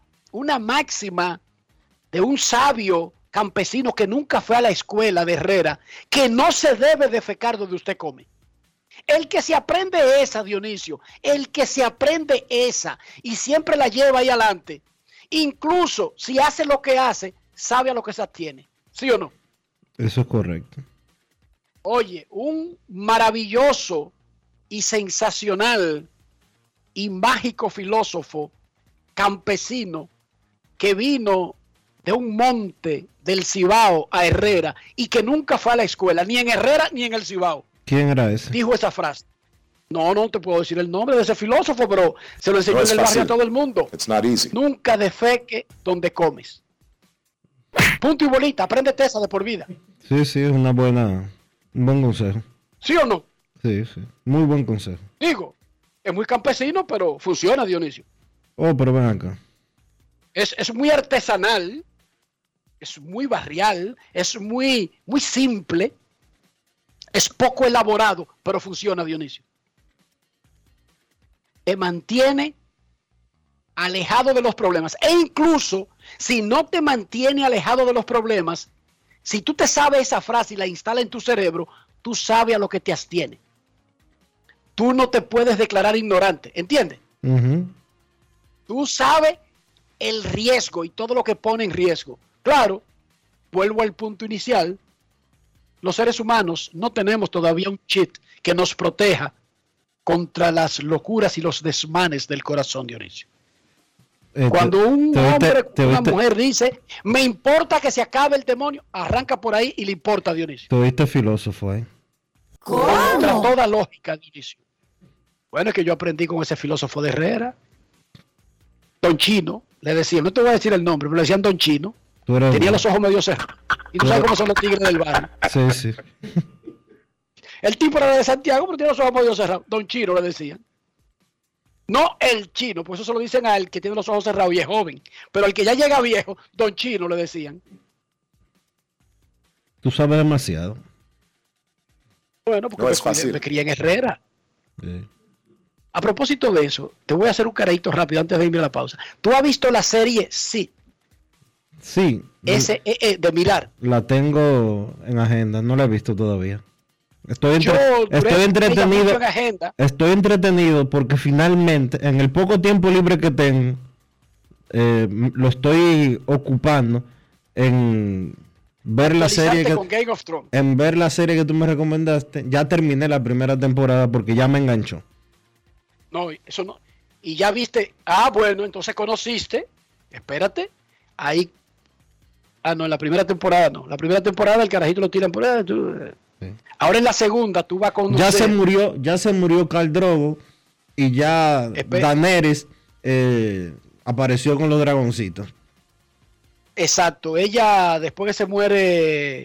de un sabio campesino que nunca fue a la escuela de Herrera, que no se debe defecar donde usted come. El que se aprende esa, Dionisio, el que se aprende esa y siempre la lleva ahí adelante, incluso si hace lo que hace, sabe a lo que se atiene. ¿Sí o no? Eso es correcto. Oye, un maravilloso y sensacional y mágico filósofo campesino que vino de un monte del Cibao a Herrera y que nunca fue a la escuela, ni en Herrera ni en el Cibao. ¿Quién era ese? Dijo esa frase. No te puedo decir el nombre de ese filósofo, pero se lo enseñó en el barrio a todo el mundo. Nunca defeque donde comes. Punto y bolita, apréndete esa de por vida. Sí, es un buen consejo. ¿Sí o no? Sí, muy buen consejo. Digo, es muy campesino, pero funciona, Dionisio. Oh, pero ven acá. Es muy artesanal, es muy barrial, es muy simple, es poco elaborado, pero funciona, Dionisio. Te mantiene alejado de los problemas. E incluso, si no te mantiene alejado de los problemas, si tú te sabes esa frase y la instalas en tu cerebro, tú sabes a lo que te abstiene. Tú no te puedes declarar ignorante, ¿entiendes? Uh-huh. Tú sabes el riesgo y todo lo que pone en riesgo. Claro, vuelvo al punto inicial. Los seres humanos no tenemos todavía un chip que nos proteja contra las locuras y los desmanes del corazón, Dionisio. Cuando un hombre, una mujer dice, me importa que se acabe el demonio, arranca por ahí y le importa a Dionisio. Tú viste filósofo, ¿eh? Contra toda lógica, Dionisio. Bueno, es que yo aprendí con ese filósofo de Herrera. Don Chino, le decían, no te voy a decir el nombre, pero le decían Don Chino. Tenía los ojos medio cerrados. Y tú sabes cómo son los tigres del barrio. Sí. El tipo era de Santiago, pero tiene los ojos medio cerrados. Don Chino le decían. No el chino, pues eso se lo dicen a él que tiene los ojos cerrados y es joven. Pero al que ya llega viejo, Don Chino le decían. Tú sabes demasiado. Bueno, porque me crié en Herrera. Sí. A propósito de eso, te voy a hacer un carajito rápido antes de irme a la pausa. ¿Tú has visto la serie Sí? Sí. De mirar. La tengo en agenda, no la he visto todavía. Estoy entretenido. Estoy entretenido porque finalmente, en el poco tiempo libre que tengo, lo estoy ocupando en ver la serie en ver la serie que tú me recomendaste. Ya terminé la primera temporada porque ya me enganchó. No, eso no. Y ya viste, bueno, entonces conociste, espérate, ahí. No, en la primera temporada no. La primera temporada el carajito lo tiran por ahí. Sí. Ahora en la segunda tú vas a conocer. Ya se murió Khal Drogo y ya Daenerys apareció con los dragoncitos. Exacto. Ella, después que se muere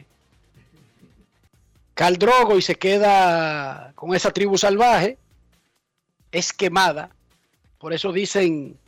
Khal Drogo y se queda con esa tribu salvaje, es quemada. Por eso dicen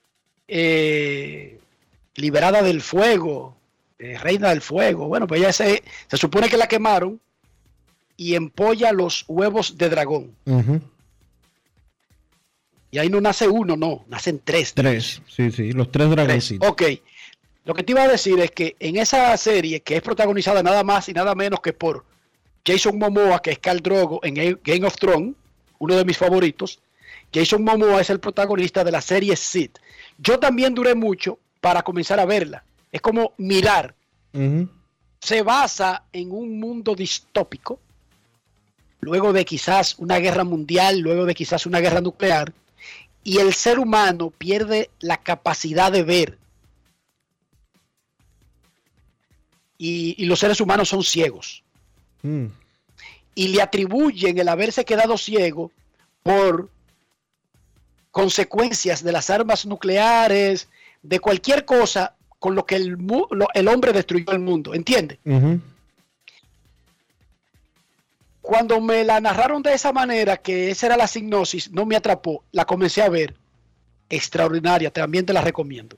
liberada del fuego, reina del fuego. Bueno, pues ella se supone que la quemaron y empolla los huevos de dragón. Uh-huh. Y ahí no nace uno, no, nacen tres. Sí, los tres dragoncitos. Ok, lo que te iba a decir es que en esa serie, que es protagonizada nada más y nada menos que por Jason Momoa, que es Khal Drogo en Game of Thrones, uno de mis favoritos. Jason Momoa es el protagonista de la serie Sid. Yo también duré mucho para comenzar a verla. Es como mirar. Uh-huh. Se basa en un mundo distópico. Luego de quizás una guerra mundial, luego de quizás una guerra nuclear, y el ser humano pierde la capacidad de ver. Y los seres humanos son ciegos. Y le atribuyen el haberse quedado ciego por consecuencias de las armas nucleares, de cualquier cosa con lo que el hombre destruyó el mundo. ¿Entiendes? Uh-huh. Cuando me la narraron de esa manera, que esa era la sinopsis, no me atrapó, la comencé a ver. Extraordinaria, también te la recomiendo.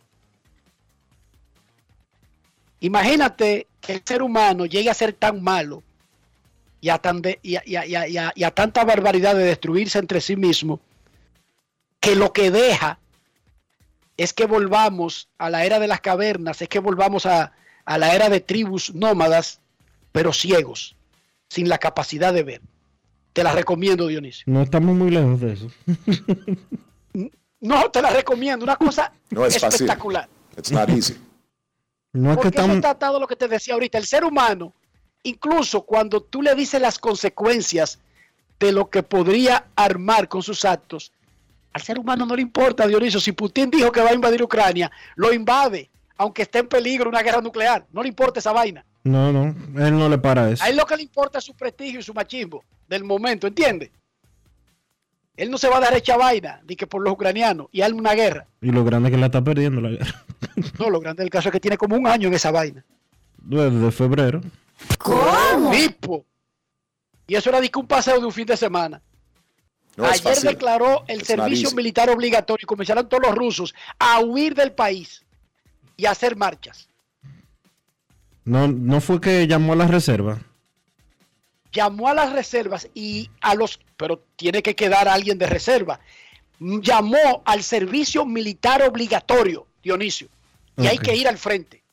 Imagínate que el ser humano llegue a ser tan malo y a tanta barbaridad de destruirse entre sí mismo, que lo que deja es que volvamos a la era de las cavernas, es que volvamos a la era de tribus nómadas, pero ciegos, sin la capacidad de ver. Te la recomiendo, Dionisio. No estamos muy lejos de eso. No, te la recomiendo, una cosa espectacular. It's not easy. No es porque que estamos... eso está atado a lo que te decía ahorita. El ser humano incluso cuando tú le dices las consecuencias de lo que podría armar con sus actos, al ser humano no le importa, Dionisio. Si Putin dijo que va a invadir Ucrania, lo invade, aunque esté en peligro una guerra nuclear. No le importa esa vaina. No, él no le para eso. A él lo que le importa es su prestigio y su machismo del momento, ¿entiendes? Él no se va a dar hecha vaina, ni que por los ucranianos, y arma una guerra. Y lo grande es que la está perdiendo la guerra. No, lo grande del caso es que tiene como un año en esa vaina. Desde febrero. ¿Cómo? Tipo. Y eso era de que un paseo de un fin de semana. No es Ayer fácil. declaró el servicio militar obligatorio y comenzaron todos los rusos a huir del país y a hacer marchas. No fue que llamó a la reserva. Llamó a las reservas y pero tiene que quedar alguien de reserva. Llamó al servicio militar obligatorio, Dionisio, y hay que ir al frente.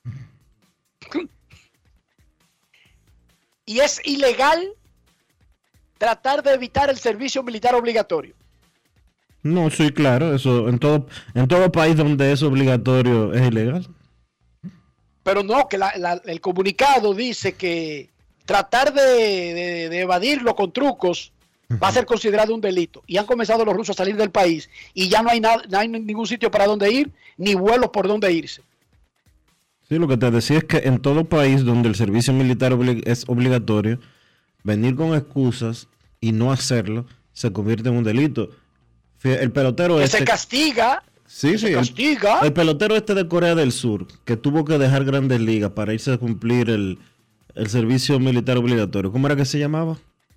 Y es ilegal tratar de evitar el servicio militar obligatorio. No, sí, claro, eso en todo país donde es obligatorio es ilegal. Pero no, que el comunicado dice que tratar de evadirlo con trucos va a ser considerado un delito. Y han comenzado los rusos a salir del país y ya no hay ningún sitio para donde ir, ni vuelos por donde irse. Sí, lo que te decía es que en todo país donde el servicio militar es obligatorio, venir con excusas y no hacerlo se convierte en un delito. El pelotero se castiga. Sí, castiga. El pelotero de Corea del Sur, que tuvo que dejar Grandes Ligas para irse a cumplir el servicio militar obligatorio. ¿Cómo era que se llamaba?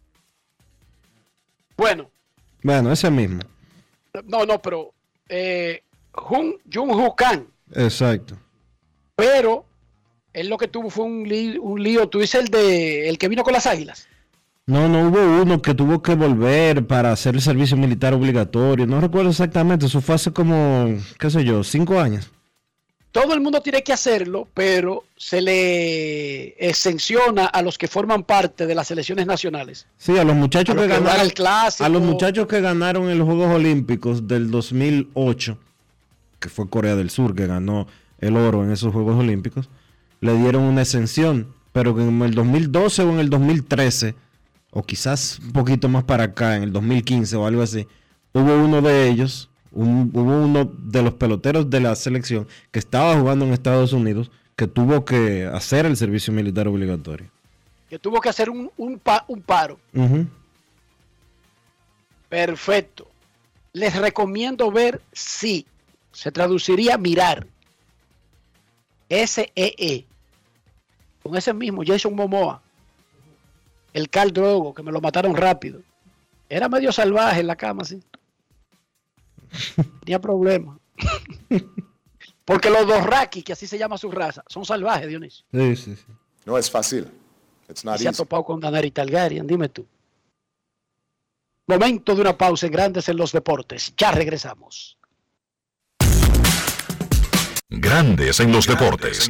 Bueno, ese mismo. No, pero Jung-Hoo Kang. Exacto. Pero él lo que tuvo fue un lío. Tú dices el que vino con las Águilas. No hubo uno que tuvo que volver para hacer el servicio militar obligatorio. No recuerdo exactamente, eso fue hace como, 5 años. Todo el mundo tiene que hacerlo, pero se le exenciona a los que forman parte de las selecciones nacionales. Sí, a los muchachos que ganaron el clásico. A los muchachos que ganaron en los Juegos Olímpicos del 2008, que fue Corea del Sur que ganó el oro en esos Juegos Olímpicos, le dieron una exención, pero que en el 2012 o en el 2013, o quizás un poquito más para acá, en el 2015 o algo así, hubo uno de ellos, hubo uno de los peloteros de la selección que estaba jugando en Estados Unidos, que tuvo que hacer el servicio militar obligatorio. Que tuvo que hacer un paro. Uh-huh. Perfecto. Les recomiendo ver, sí, se traduciría mirar. SEE. Con ese mismo, Jason Momoa. El Khal Drogo, que me lo mataron rápido. Era medio salvaje en la cama, sí. Tenía problemas. Porque los Dothraki, que así se llama su raza, son salvajes, Dionisio. Sí. No es fácil. It's not y se ha easy. topado con Daenerys Targaryen, dime tú. Momento de una pausa en Grandes en los Deportes. Ya regresamos. Grandes en los deportes.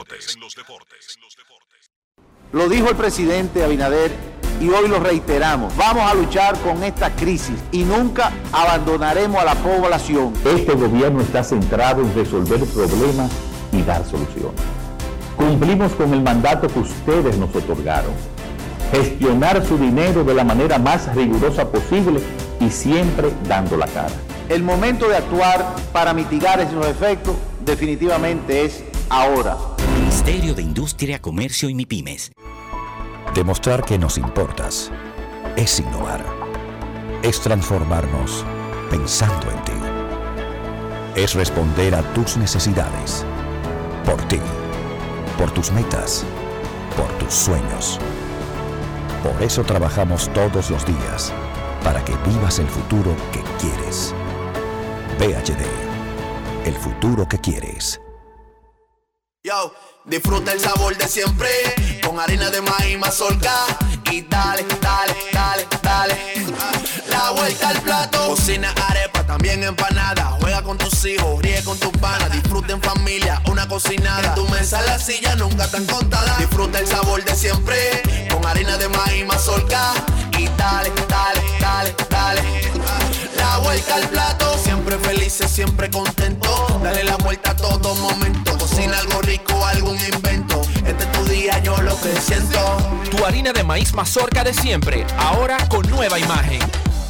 Lo dijo el presidente Abinader y hoy lo reiteramos. Vamos a luchar con esta crisis y nunca abandonaremos a la población. Este gobierno está centrado en resolver problemas y dar soluciones. Cumplimos con el mandato que ustedes nos otorgaron. Gestionar su dinero de la manera más rigurosa posible y siempre dando la cara. El momento de actuar para mitigar esos efectos definitivamente es ahora. Ministerio de Industria, Comercio y MIPYMES. Demostrar que nos importas es innovar. Es transformarnos pensando en ti. Es responder a tus necesidades. Por ti. Por tus metas. Por tus sueños. Por eso trabajamos todos los días. Para que vivas el futuro que quieres. PHD. El futuro que quieres. Yo, disfruta el sabor de siempre con harina de maíz mazorca y dale, dale, dale, dale. La vuelta al plato. Cocina arepa, también empanada. Juega con tus hijos, ríe con tus panas. Disfruta en familia, una cocinada. En tu mesa, la silla nunca tan contada. Disfruta el sabor de siempre con harina de maíz mazorca y dale, dale, dale, dale. La vuelta al plato. Siempre felices, siempre contentos. Dale la vuelta a todo momento. Cocina algo rico, algún invento. Este es tu día, yo lo que siento. Tu harina de maíz mazorca de siempre, ahora con nueva imagen.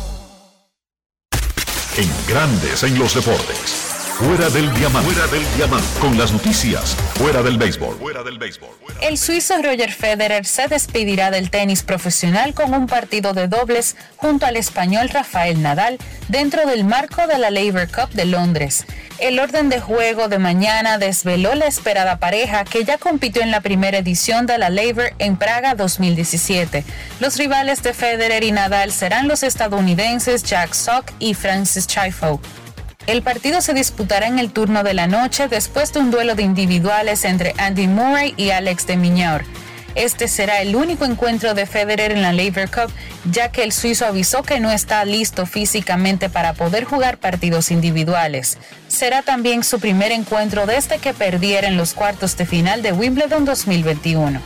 En Grandes en los Deportes. Fuera del diamante. Fuera del diamante. Con las noticias. Fuera del béisbol. Fuera del béisbol. El suizo Roger Federer se despedirá del tenis profesional con un partido de dobles junto al español Rafael Nadal dentro del marco de la Laver Cup de Londres. El orden de juego de mañana desveló la esperada pareja que ya compitió en la primera edición de la Laver en Praga 2017. Los rivales de Federer y Nadal serán los estadounidenses Jack Sock y Francis Tiafoe. El partido se disputará en el turno de la noche después de un duelo de individuales entre Andy Murray y Alex de Minaur. Este será el único encuentro de Federer en la Laver Cup, ya que el suizo avisó que no está listo físicamente para poder jugar partidos individuales. Será también su primer encuentro desde que perdiera en los cuartos de final de Wimbledon 2021.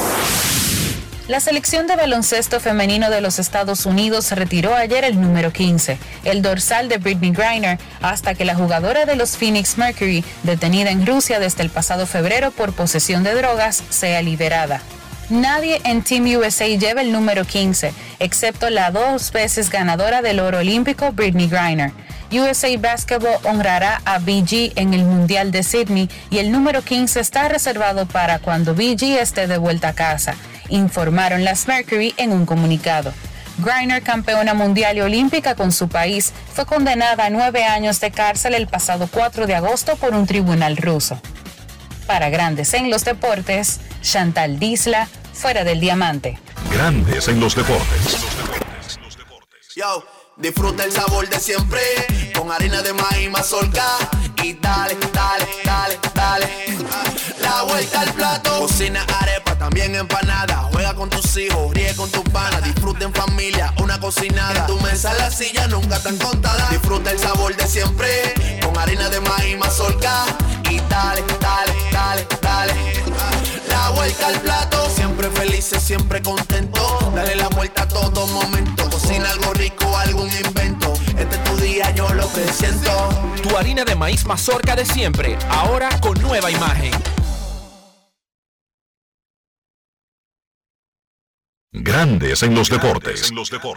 La selección de baloncesto femenino de los Estados Unidos retiró ayer el número 15, el dorsal de Brittney Griner, hasta que la jugadora de los Phoenix Mercury, detenida en Rusia desde el pasado febrero por posesión de drogas, sea liberada. Nadie en Team USA lleva el número 15, excepto la 2 veces ganadora del oro olímpico Brittney Griner. USA Basketball honrará a BG en el Mundial de Sydney y el número 15 está reservado para cuando BG esté de vuelta a casa, informaron las Mercury en un comunicado. Griner, campeona mundial y olímpica con su país, fue condenada a 9 años de cárcel el pasado 4 de agosto por un tribunal ruso. Para Grandes en los Deportes, Chantal Disla, Fuera del Diamante. Grandes en los Deportes. Yo, disfruta el sabor de siempre, con harina de maíz mazorca, y dale, dale, dale, dale, la vuelta al plato. Cocina arepa, también empanada, juega con tus hijos, ríe con tus panas, disfruta en familia, una cocinada, en tu mesa la silla nunca tan contada. Disfruta el sabor de siempre, con harina de maíz mazorca, y dale, dale, dale, dale, la vuelta al plato. Siempre felices, siempre contento, dale la vuelta a todo momento. Cocina algo rico, algún invento, este es tu día, yo lo que siento. Tu harina de maíz mazorca de siempre, ahora con nueva imagen. Grandes en los Deportes.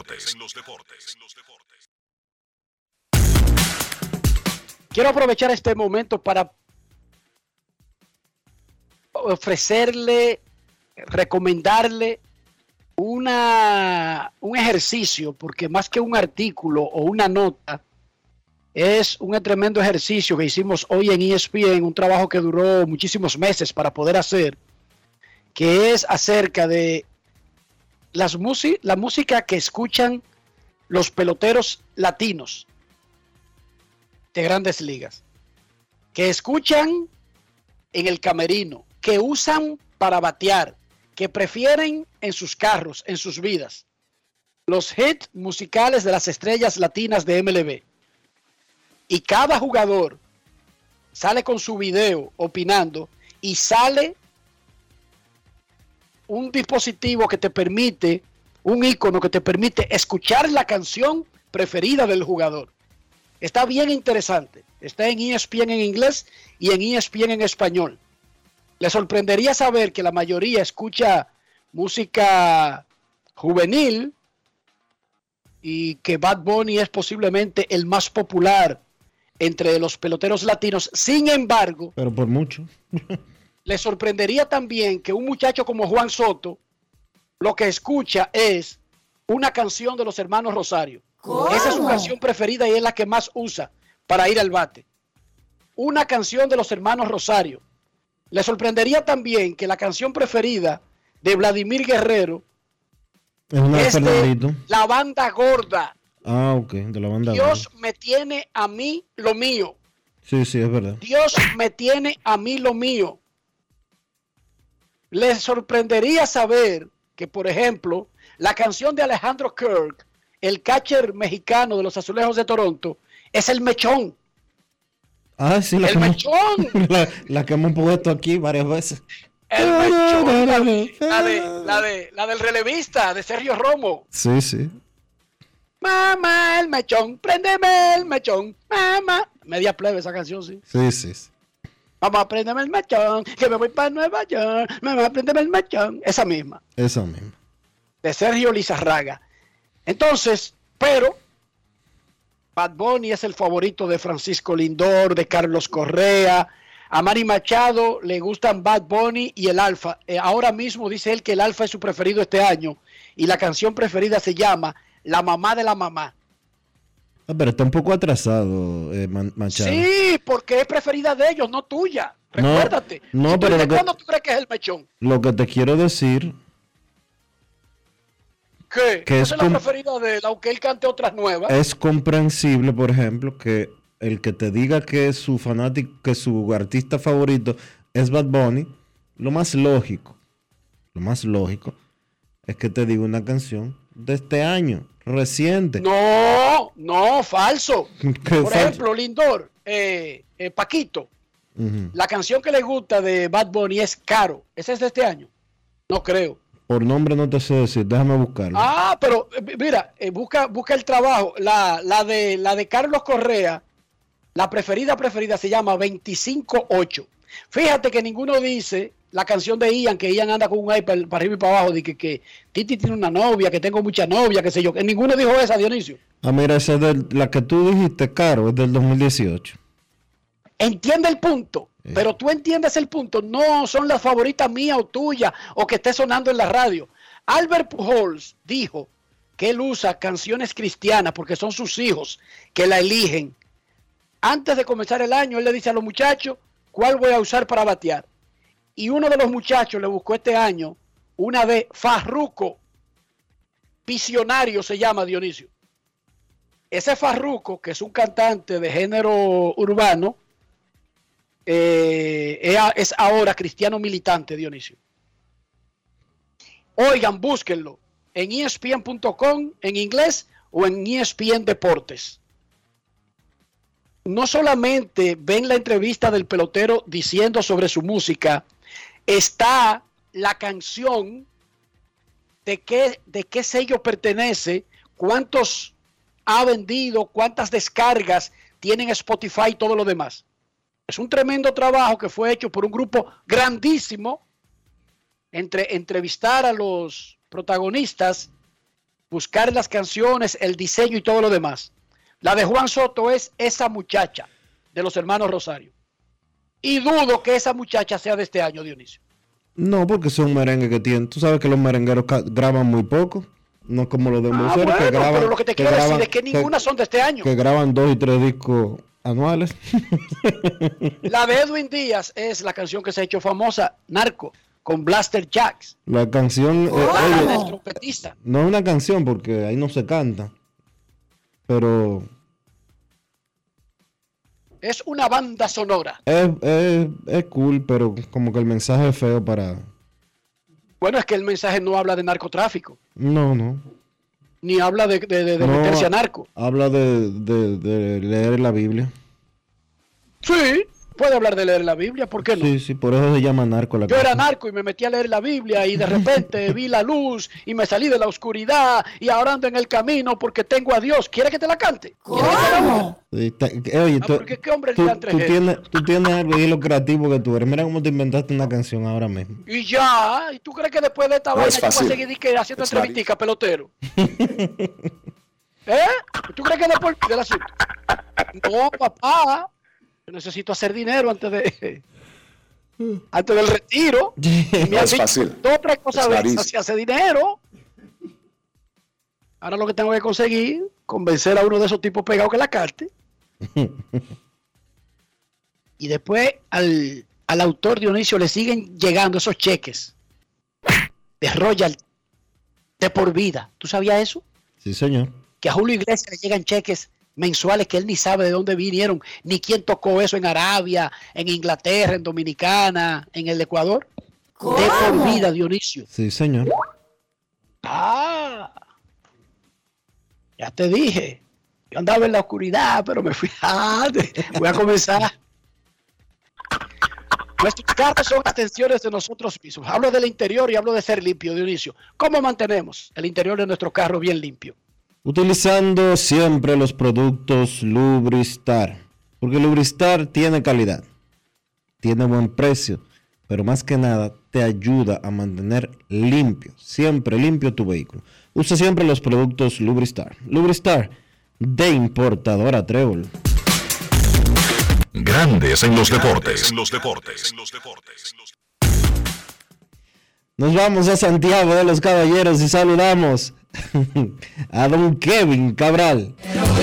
Quiero aprovechar este momento para ofrecerle, recomendarle un ejercicio, porque más que un artículo o una nota, es un tremendo ejercicio que hicimos hoy en ESPN, un trabajo que duró muchísimos meses para poder hacer, que es acerca de la música que escuchan los peloteros latinos de Grandes Ligas, que escuchan en el camerino, que usan para batear, que prefieren en sus carros, en sus vidas. Los hits musicales de las estrellas latinas de MLB. Y cada jugador sale con su video opinando y sale un dispositivo que te permite, un icono que te permite escuchar la canción preferida del jugador. Está bien interesante. Está en ESPN en inglés y en ESPN en español. Le sorprendería saber que la mayoría escucha música juvenil y que Bad Bunny es posiblemente el más popular entre los peloteros latinos. Sin embargo, pero por mucho. Le sorprendería también que un muchacho como Juan Soto lo que escucha es una canción de los hermanos Rosario. ¿Cómo? Esa es su canción preferida y es la que más usa para ir al bate. Una canción de los hermanos Rosario. Le sorprendería también que la canción preferida de Vladimir Guerrero es de la banda gorda. Ah, ok, de la banda Dios gorda. me tiene a mí lo mío. Sí, sí, es verdad. Dios me tiene a mí lo mío. Les sorprendería saber que, por ejemplo, la canción de Alejandro Kirk, el catcher mexicano de los Azulejos de Toronto, es El Mechón. Ah, sí, El Mechón. La que hemos puesto aquí varias veces. El Mechón. La del relevista de Sergio Romo. Sí, sí. Mamá, el mechón, préndeme el mechón, mamá. Media plebe esa canción, sí. Sí, sí, sí. Vamos a prenderme el mechón, que me voy para Nueva York, vamos a prenderme el mechón. Esa misma. De Sergio Lizarraga. Entonces, pero Bad Bunny es el favorito de Francisco Lindor, de Carlos Correa. A Manny Machado le gustan Bad Bunny y el Alfa. Ahora mismo dice él que el Alfa es su preferido este año y la canción preferida se llama La Mamá de la Mamá. Pero está un poco atrasado, Machado. Sí, porque es preferida de ellos, no tuya. Recuérdate. No, pero ¿cuándo tú crees que es el mechón? Lo que te quiero decir... ¿Qué? Que es la preferida de él, aunque él cante otras nuevas. Es comprensible, por ejemplo, que el que te diga que su fanático, que su artista favorito es Bad Bunny, lo más lógico es que te diga una canción de este año, reciente. No, falso. Por ejemplo, Lindor, Paquito, la canción que le gusta de Bad Bunny es Caro. ¿Esa es de este año? No creo. Por nombre no te sé decir, déjame buscarlo. Pero mira, busca el trabajo. La de Carlos Correa, la preferida se llama 25-8. Fíjate que ninguno dice la canción de Ian, que Ian anda con un iPad para arriba y para abajo, de que Titi tiene una novia, que tengo mucha novia, qué sé yo. Ninguno dijo esa, Dionisio. Mira, esa es la que tú dijiste, Caro, es del 2018. Entiende el punto. Pero tú entiendes el punto, no son las favoritas mías o tuyas o que esté sonando en la radio. Albert Pujols dijo que él usa canciones cristianas porque son sus hijos que la eligen. Antes de comenzar el año, él le dice a los muchachos cuál voy a usar para batear. Y uno de los muchachos le buscó este año una de Farruko, Visionario se llama, Dionisio. Ese Farruko, que es un cantante de género urbano, es ahora cristiano militante, Dionisio. Oigan, búsquenlo en ESPN.com en inglés o en ESPN Deportes. No solamente ven la entrevista del pelotero diciendo sobre su música, está la canción de qué sello pertenece, cuántos ha vendido, cuántas descargas tienen Spotify y todo lo demás. Es un tremendo trabajo que fue hecho por un grupo grandísimo, entre entrevistar a los protagonistas, buscar las canciones, el diseño y todo lo demás. La de Juan Soto es Esa Muchacha, de los hermanos Rosario. Y dudo que esa muchacha sea de este año, Dionisio. No, porque son merengues que tienen. Tú sabes que los merengueros graban muy poco. No como los de mujeres que graban. Pero lo que te quiero decir es que ninguna son de este año. Que graban 2 y 3 discos anuales. La de Edwin Díaz es la canción que se ha hecho famosa, Narco, con Blaster Jacks. La canción del trompetista. No es una canción porque ahí no se canta, pero es una banda sonora. Es cool, pero como que el mensaje es feo para... Bueno, es que el mensaje no habla de narcotráfico. No. Ni habla de meterse a narco. Habla de leer la Biblia. Sí, puede hablar de leer la Biblia, ¿por qué no? Sí, por eso se llama narco la Yo era narco y me metí a leer la Biblia y de repente vi la luz y me salí de la oscuridad y ahora ando en el camino porque tengo a Dios. ¿Quiere que te la cante? ¿Cómo? Oye, porque qué hombre tú tienes algo y lo creativo que tú eres. Mira cómo te inventaste una canción ahora mismo. Y ya, ¿y tú crees que después de esta vaina yo voy a seguir haciendo entrevistica, pelotero? ¿Tú crees que después del asunto? No, papá. Yo necesito hacer dinero antes del retiro. No es fácil. Otra cosa si hace dinero. Ahora lo que tengo que conseguir, convencer a uno de esos tipos pegados que la carte. Y después al autor Dionisio le siguen llegando esos cheques de royalty de por vida. ¿Tú sabías eso? Sí, señor. Que a Julio Iglesias le llegan cheques mensuales que él ni sabe de dónde vinieron, ni quién tocó eso en Arabia, en Inglaterra, en Dominicana, en el Ecuador. ¿Cómo? De por vida, Dionisio. Sí, señor. Ya te dije. Yo andaba en la oscuridad, pero me fui. Voy a comenzar. Nuestros carros son extensiones de nosotros mismos. Hablo del interior y hablo de ser limpio, Dionisio. ¿Cómo mantenemos el interior de nuestro carro bien limpio? Utilizando siempre los productos Lubristar, porque Lubristar tiene calidad. tiene buen precio, pero más que nada te ayuda a mantener limpio, siempre limpio tu vehículo. Usa siempre los productos Lubristar. Lubristar de importadora Trébol. Grandes en los deportes. Nos vamos a Santiago de los Caballeros y saludamos a don Kevin Cabral.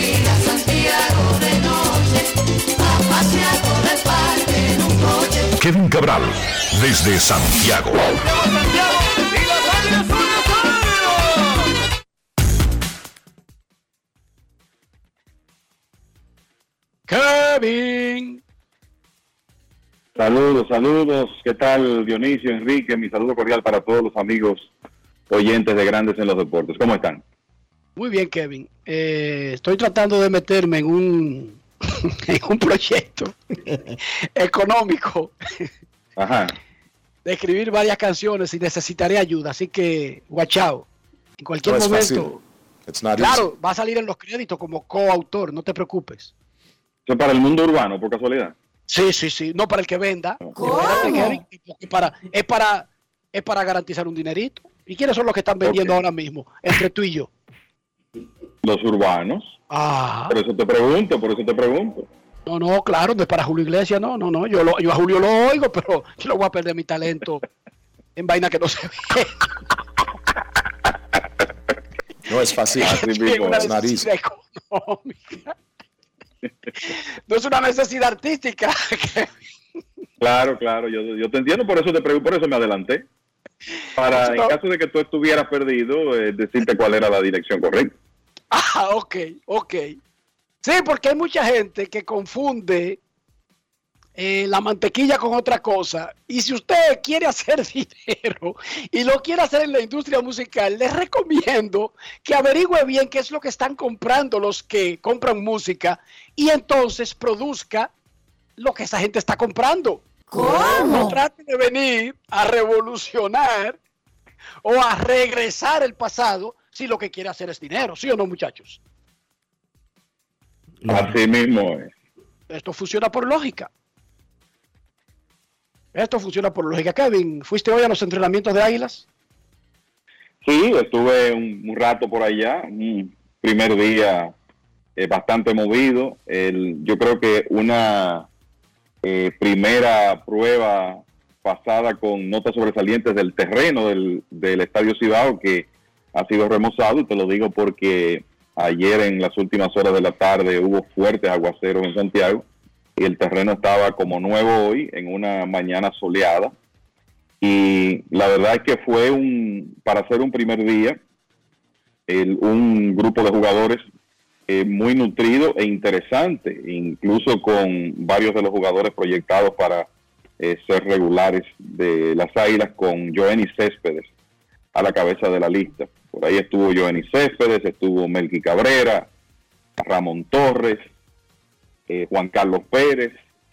Kevin Cabral, desde Santiago. Kevin. Saludos. ¿Qué tal, Dionisio, Enrique? Mi saludo cordial para todos los amigos oyentes de Grandes en los Deportes. ¿Cómo están? Muy bien, Kevin. Estoy tratando de meterme en un proyecto económico. Ajá. De escribir varias canciones y necesitaré ayuda. Así que, guachao. En cualquier momento. Claro, va a salir en los créditos como coautor, no te preocupes. ¿Eso es para el mundo urbano, por casualidad? Sí. No para el que venda. Es para garantizar un dinerito. ¿Y quiénes son los que están vendiendo ahora mismo? Entre tú y yo. Los urbanos. Por eso te pregunto. No, claro, no es para Julio Iglesias, no. Yo a Julio lo oigo, pero yo no voy a perder mi talento en vaina que no se ve. No es fácil. Es nariz económica. No es una necesidad artística. Claro, yo te entiendo, por eso te pregunto, por eso me adelanté. Para, en caso de que tú estuvieras perdido, decirte cuál era la dirección correcta. Ok. Sí, porque hay mucha gente que confunde la mantequilla con otra cosa. Y si usted quiere hacer dinero y lo quiere hacer en la industria musical, les recomiendo que averigüe bien qué es lo que están comprando los que compran música y entonces produzca lo que esa gente está comprando. ¿Cómo? No trate de venir a revolucionar o a regresar el pasado si lo que quiere hacer es dinero, ¿sí o no, muchachos? Así mismo es. Esto funciona por lógica. Kevin, ¿fuiste hoy a los entrenamientos de Águilas? Sí, estuve un rato por allá. Un primer día bastante movido. Yo creo que una primera prueba pasada con notas sobresalientes del terreno del Estadio Cibao, que ha sido remozado, y te lo digo porque ayer en las últimas horas de la tarde hubo fuertes aguaceros en Santiago y el terreno estaba como nuevo hoy en una mañana soleada, y la verdad es que fue para hacer un primer día un grupo de jugadores muy nutrido e interesante, incluso con varios de los jugadores proyectados para ser regulares de las Águilas, con Joenny Céspedes a la cabeza de la lista. Por ahí estuvo Joenny Céspedes, estuvo Melky Cabrera, Ramón Torres, Juan Carlos Pérez,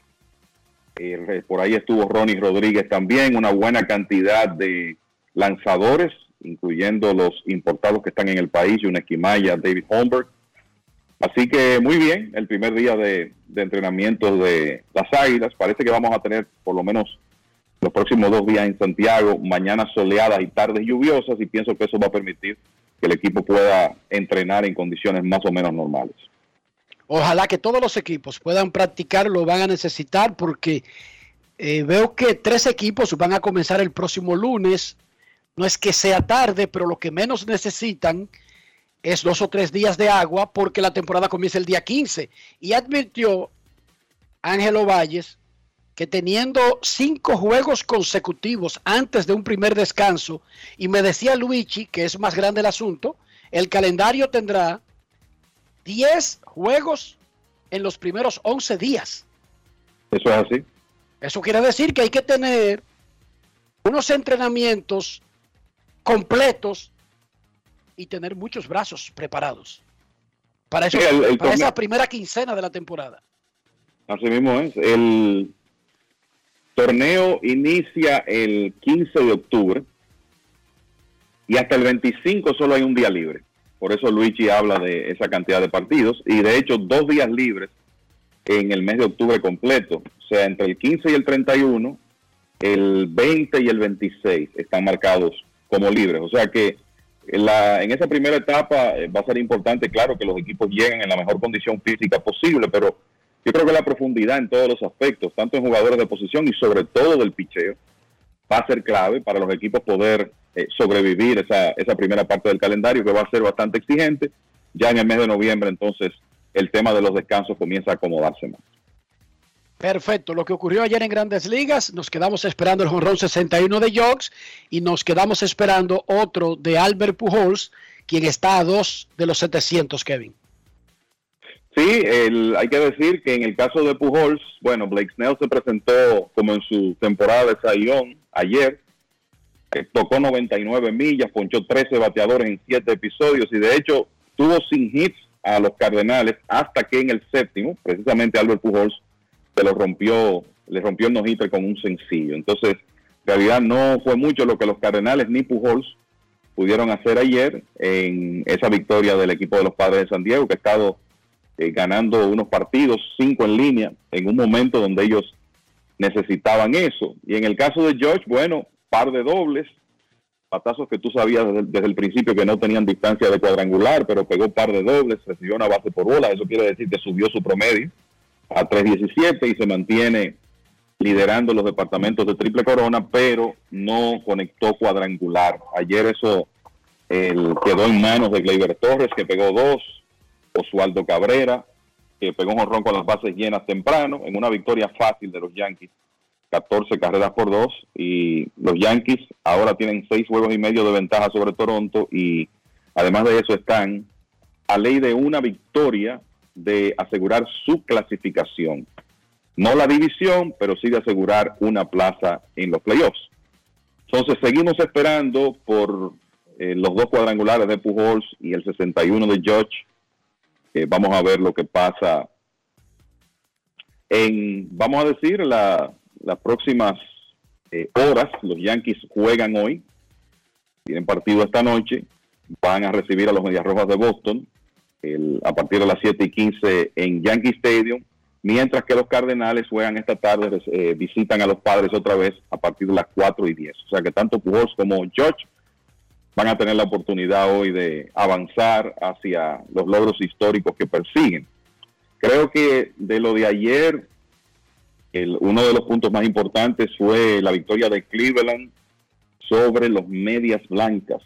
por ahí estuvo Ronnie Rodríguez también, una buena cantidad de lanzadores, incluyendo los importados que están en el país, Jun Esquimaya, David Holmberg. Así que muy bien, el primer día de entrenamiento de las Águilas. Parece que vamos a tener por lo menos los próximos 2 días en Santiago, mañanas soleadas y tardes lluviosas, y pienso que eso va a permitir que el equipo pueda entrenar en condiciones más o menos normales. Ojalá que todos los equipos puedan practicar, lo van a necesitar, porque veo que 3 equipos van a comenzar el próximo lunes. No es que sea tarde, pero lo que menos necesitan es 2 o 3 días de agua, porque la temporada comienza el día 15. Y advirtió Ángelo Valles que teniendo 5 juegos consecutivos antes de un primer descanso, y me decía Luigi, que es más grande el asunto, el calendario tendrá 10 juegos en los primeros 11 días. Eso es así. Eso quiere decir que hay que tener unos entrenamientos completos y tener muchos brazos preparados para eso, para esa primera quincena de la temporada. Así mismo es. El torneo inicia el 15 de octubre y hasta el 25 solo hay un día libre. Por eso Luigi habla de esa cantidad de partidos, y de hecho 2 días libres en el mes de octubre completo. O sea, entre el 15 y el 31, el 20 y el 26 están marcados como libres. O sea que en esa primera etapa va a ser importante, claro, que los equipos lleguen en la mejor condición física posible, pero yo creo que la profundidad en todos los aspectos, tanto en jugadores de posición y sobre todo del picheo, va a ser clave para los equipos poder sobrevivir esa primera parte del calendario, que va a ser bastante exigente. Ya en el mes de noviembre, entonces, el tema de los descansos comienza a acomodarse más. Perfecto. Lo que ocurrió ayer en Grandes Ligas, nos quedamos esperando el jonrón 61 de Jocks y nos quedamos esperando otro de Albert Pujols, quien está a 2 de los 700, Kevin. Sí, hay que decir que en el caso de Pujols, bueno, Blake Snell se presentó como en su temporada de Cy Young ayer, tocó 99 millas, ponchó 13 bateadores en 7 episodios y de hecho tuvo sin hits a los Cardenales hasta que en el séptimo, precisamente Albert Pujols, le rompió el no-hitter con un sencillo. Entonces, en realidad no fue mucho lo que los Cardenales ni Pujols pudieron hacer ayer en esa victoria del equipo de los Padres de San Diego, que ha estado ganando unos partidos, 5 en línea, en un momento donde ellos necesitaban eso. Y en el caso de George, bueno, par de dobles, patazos que tú sabías desde el principio que no tenían distancia de cuadrangular, pero pegó par de dobles, recibió una base por bola. Eso quiere decir que subió su promedio a 3.17 y se mantiene liderando los departamentos de Triple Corona, pero no conectó cuadrangular. Ayer eso quedó en manos de Gleyber Torres, que pegó 2, Oswaldo Cabrera, que pegó un jonrón con las bases llenas temprano, en una victoria fácil de los Yankees, 14 carreras por 2, y los Yankees ahora tienen 6 juegos y medio de ventaja sobre Toronto, y además de eso están a ley de una victoria de asegurar su clasificación. No la división, pero sí de asegurar una plaza en los playoffs. Entonces seguimos esperando por los 2 cuadrangulares de Pujols y el 61 de Judge. Vamos a ver lo que pasa vamos a decir, las próximas horas. Los Yankees juegan hoy, tienen partido esta noche, van a recibir a los Medias Rojas de Boston a partir de las 7:15 en Yankee Stadium, mientras que los Cardenales juegan esta tarde, visitan a los Padres otra vez a partir de las 4:10. O sea que tanto Pujols como Judge van a tener la oportunidad hoy de avanzar hacia los logros históricos que persiguen. Creo que de lo de ayer, uno de los puntos más importantes fue la victoria de Cleveland sobre los Medias Blancas.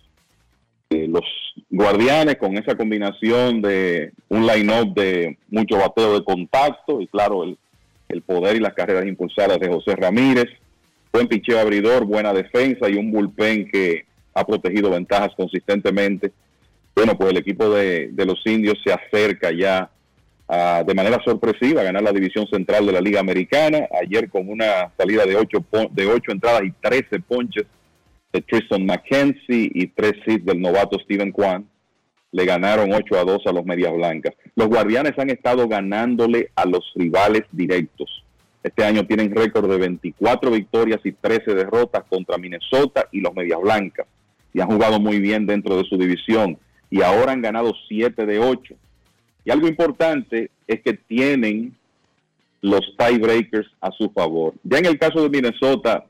Los Guardianes, con esa combinación de un line-up de mucho bateo de contacto y claro, el poder y las carreras impulsadas de José Ramírez, buen picheo abridor, buena defensa y un bullpen que ha protegido ventajas consistentemente. Bueno, pues el equipo de los Indios se acerca ya de manera sorpresiva a ganar la división central de la Liga Americana. Ayer con una salida de 8 entradas y 13 ponches de Tristan McKenzie y 3 hits del novato Steven Kwan, le ganaron 8-2 a los Medias Blancas. Los Guardianes han estado ganándole a los rivales directos. Este año tienen récord de 24 victorias y 13 derrotas contra Minnesota y los Medias Blancas. Y han jugado muy bien dentro de su división. Y ahora han ganado 7 de 8. Y algo importante es que tienen los tiebreakers a su favor. Ya en el caso de Minnesota,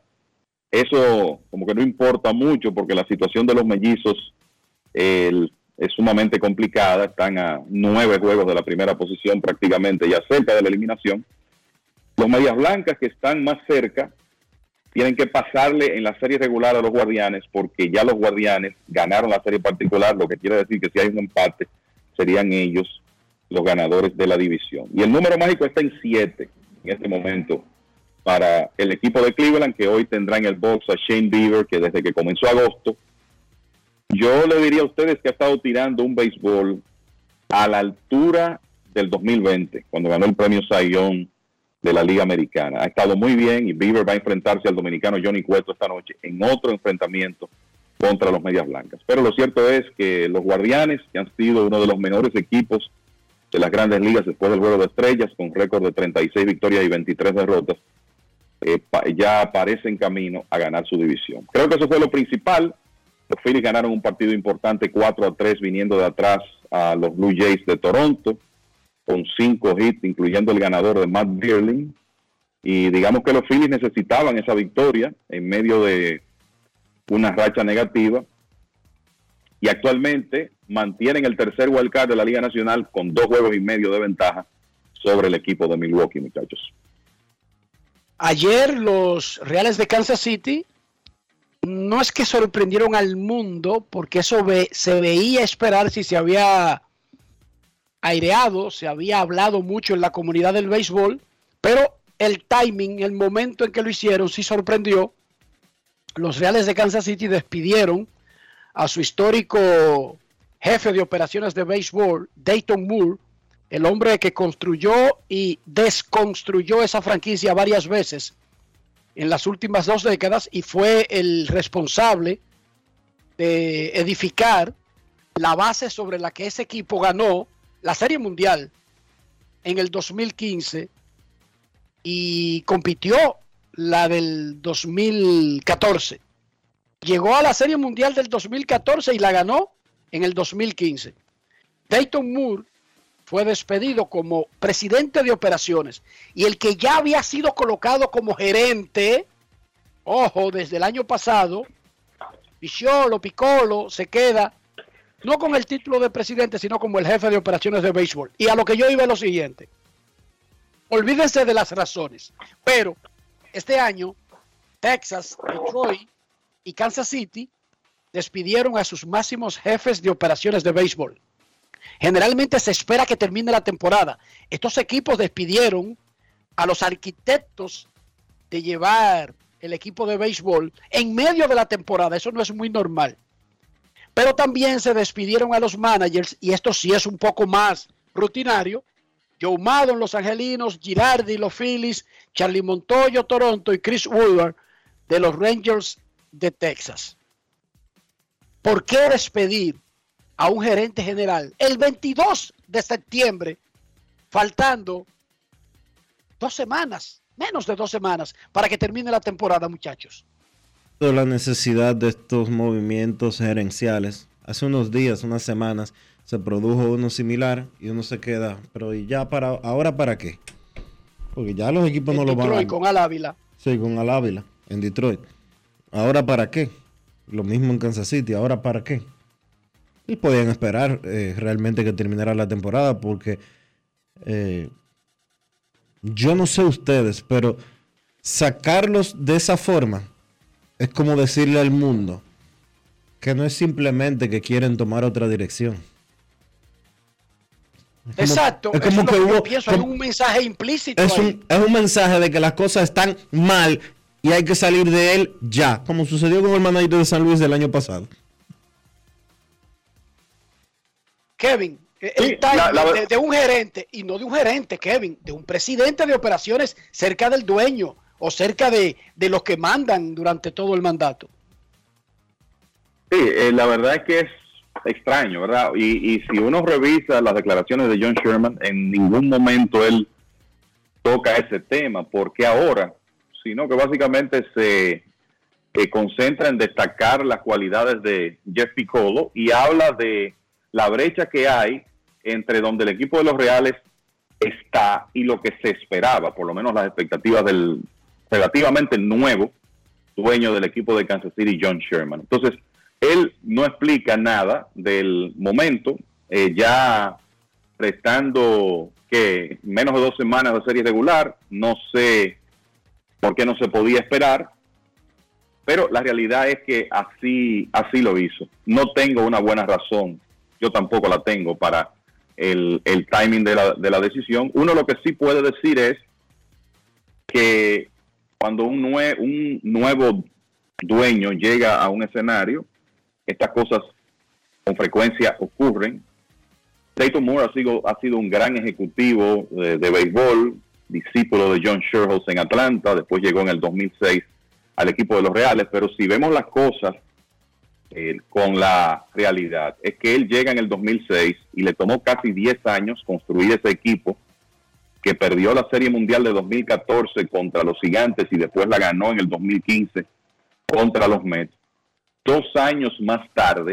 eso como que no importa mucho porque la situación de los mellizos es sumamente complicada. Están a 9 juegos de la primera posición prácticamente, ya cerca de la eliminación. Los Medias Blancas, que están más cerca, tienen que pasarle en la serie regular a los Guardianes porque ya los Guardianes ganaron la serie particular, lo que quiere decir que si hay un empate, serían ellos los ganadores de la división. Y el número mágico está en 7 en este momento para el equipo de Cleveland, que hoy tendrá en el box a Shane Bieber, que desde que comenzó agosto, yo le diría a ustedes que ha estado tirando un béisbol a la altura del 2020, cuando ganó el premio Cy Young de la Liga Americana. Ha estado muy bien y Bieber va a enfrentarse al dominicano Johnny Cueto esta noche en otro enfrentamiento contra los Medias Blancas. Pero lo cierto es que los Guardianes, que han sido uno de los mejores equipos de las Grandes Ligas después del Juego de Estrellas, con récord de 36 victorias y 23 derrotas, ya aparece en camino a ganar su división. Creo que eso fue lo principal. Los Phillies ganaron un partido importante 4-3 viniendo de atrás a los Blue Jays de Toronto. con 5 hits, incluyendo el ganador de Matt Vierling. Y digamos que los Phillies necesitaban esa victoria en medio de una racha negativa. Y actualmente mantienen el tercer wildcard de la Liga Nacional con 2 juegos y medio de ventaja sobre el equipo de Milwaukee, muchachos. Ayer los Reales de Kansas City no es que sorprendieron al mundo, porque eso se veía esperar si se había aireado, se había hablado mucho en la comunidad del béisbol, pero el timing, el momento en que lo hicieron, sí sorprendió. Los Reales de Kansas City despidieron a su histórico jefe de operaciones de béisbol, Dayton Moore, el hombre que construyó y desconstruyó esa franquicia varias veces en las últimas 2 décadas y fue el responsable de edificar la base sobre la que ese equipo ganó la Serie Mundial en el 2015 y compitió la del 2014. Llegó a la Serie Mundial del 2014 y la ganó en el 2015. Dayton Moore fue despedido como presidente de operaciones y el que ya había sido colocado como gerente, ojo, desde el año pasado, Piccolo, se queda no con el título de presidente, sino como el jefe de operaciones de béisbol. Y a lo que yo iba es lo siguiente. Olvídense de las razones, pero este año Texas, Detroit y Kansas City despidieron a sus máximos jefes de operaciones de béisbol. Generalmente se espera que termine la temporada. Estos equipos despidieron a los arquitectos de llevar el equipo de béisbol en medio de la temporada. Eso no es muy normal. Pero también se despidieron a los managers, y esto sí es un poco más rutinario. Joe Maddon, los Angelinos, Girardi, los Phillies, Charlie Montoyo, Toronto, y Chris Woodward de los Rangers de Texas. ¿Por qué despedir a un gerente general el 22 de septiembre, faltando 2 semanas, menos de 2 semanas, para que termine la temporada, muchachos? La necesidad de estos movimientos gerenciales. Hace unos días, unas semanas, se produjo uno similar y uno se queda, pero ¿y ya ahora para qué? Porque ya los equipos no lo van a... Detroit con Al Ávila. Sí, con Al Ávila, en Detroit. ¿Ahora para qué? Lo mismo en Kansas City, ¿ahora para qué? Y podían esperar realmente que terminara la temporada, porque yo no sé ustedes, pero sacarlos de esa forma es como decirle al mundo que no es simplemente que quieren tomar otra dirección. Exacto, es como que hubo, pienso, hay un mensaje implícito. Es un mensaje de que las cosas están mal y hay que salir de él ya, como sucedió con el manager de San Luis del año pasado. Kevin, el timing de un gerente, y no de un gerente, Kevin, de un presidente de operaciones cerca del dueño o cerca de los que mandan durante todo el mandato. Sí, la verdad es que es extraño, ¿verdad? Y si uno revisa las declaraciones de John Sherman, en ningún momento él toca ese tema. ¿Por qué ahora? Sino que básicamente se concentra en destacar las cualidades de Jeff Piccolo y habla de la brecha que hay entre donde el equipo de los Reales está y lo que se esperaba, por lo menos las expectativas del relativamente nuevo dueño del equipo de Kansas City, John Sherman. Entonces, él no explica nada del momento, ya restando que menos de 2 semanas de serie regular. No sé por qué no se podía esperar, pero la realidad es que así lo hizo. No tengo una buena razón, yo tampoco la tengo para el timing de la decisión. Uno lo que sí puede decir es que cuando un nuevo dueño llega a un escenario, estas cosas con frecuencia ocurren. Dayton Moore ha sido un gran ejecutivo de béisbol, discípulo de John Sherhouse en Atlanta, después llegó en el 2006 al equipo de los Reales, pero si vemos las cosas con la realidad, es que él llega en el 2006 y le tomó casi 10 años construir ese equipo que perdió la Serie Mundial de 2014 contra los Gigantes y después la ganó en el 2015 contra los Mets. 2 años más tarde,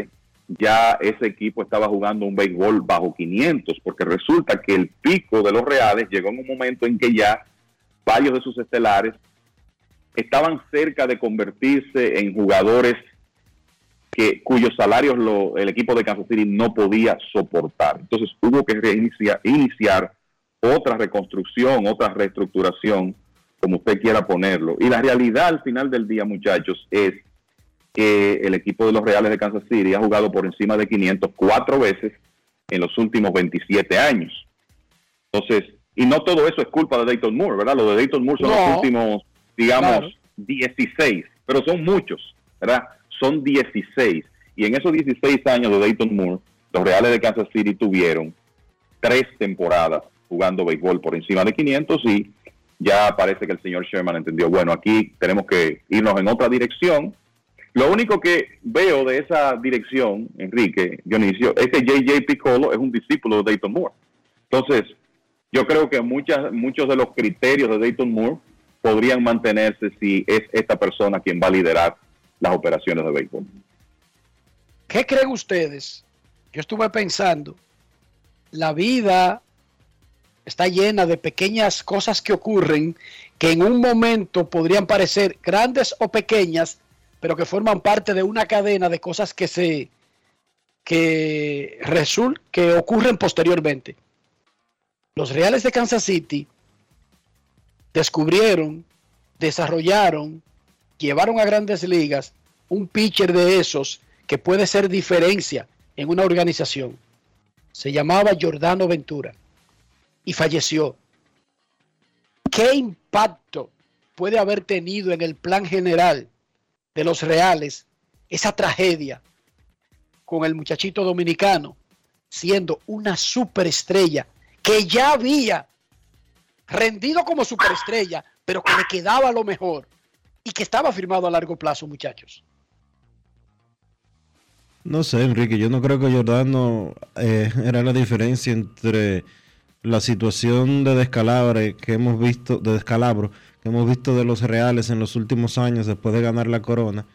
ya ese equipo estaba jugando un béisbol bajo 500, porque resulta que el pico de los Reales llegó en un momento en que ya varios de sus estelares estaban cerca de convertirse en jugadores cuyos salarios el equipo de Kansas City no podía soportar. Entonces hubo que iniciar otra reconstrucción, otra reestructuración, como usted quiera ponerlo. Y la realidad al final del día, muchachos, es que el equipo de los Reales de Kansas City ha jugado por encima de 500 4 veces en los últimos 27 años. Entonces, y no todo eso es culpa de Dayton Moore, ¿verdad? Lo de Dayton Moore son los últimos, digamos, 16, pero son muchos, ¿verdad? Son 16. Y en esos 16 años de Dayton Moore, los Reales de Kansas City tuvieron 3 temporadas jugando béisbol por encima de 500 y ya parece que el señor Sherman entendió, bueno, aquí tenemos que irnos en otra dirección. Lo único que veo de esa dirección, Enrique, Dionisio, es que J.J. Piccolo es un discípulo de Dayton Moore. Entonces, yo creo que muchos de los criterios de Dayton Moore podrían mantenerse si es esta persona quien va a liderar las operaciones de béisbol. ¿Qué creen ustedes? Yo estuve pensando, la vida está llena de pequeñas cosas que ocurren que en un momento podrían parecer grandes o pequeñas, pero que forman parte de una cadena de cosas que ocurren posteriormente. Los Reales de Kansas City descubrieron, desarrollaron, llevaron a Grandes Ligas un pitcher de esos que puede ser diferencia en una organización. Se llamaba Yordano Ventura y falleció. ¿Qué impacto puede haber tenido en el plan general de los Reales esa tragedia con el muchachito dominicano siendo una superestrella que ya había rendido como superestrella, pero que le quedaba lo mejor y que estaba firmado a largo plazo, muchachos? No sé, Enrique, yo no creo que Yordano era la diferencia entre la situación de descalabro que hemos visto de los Reales en los últimos años después de ganar la corona,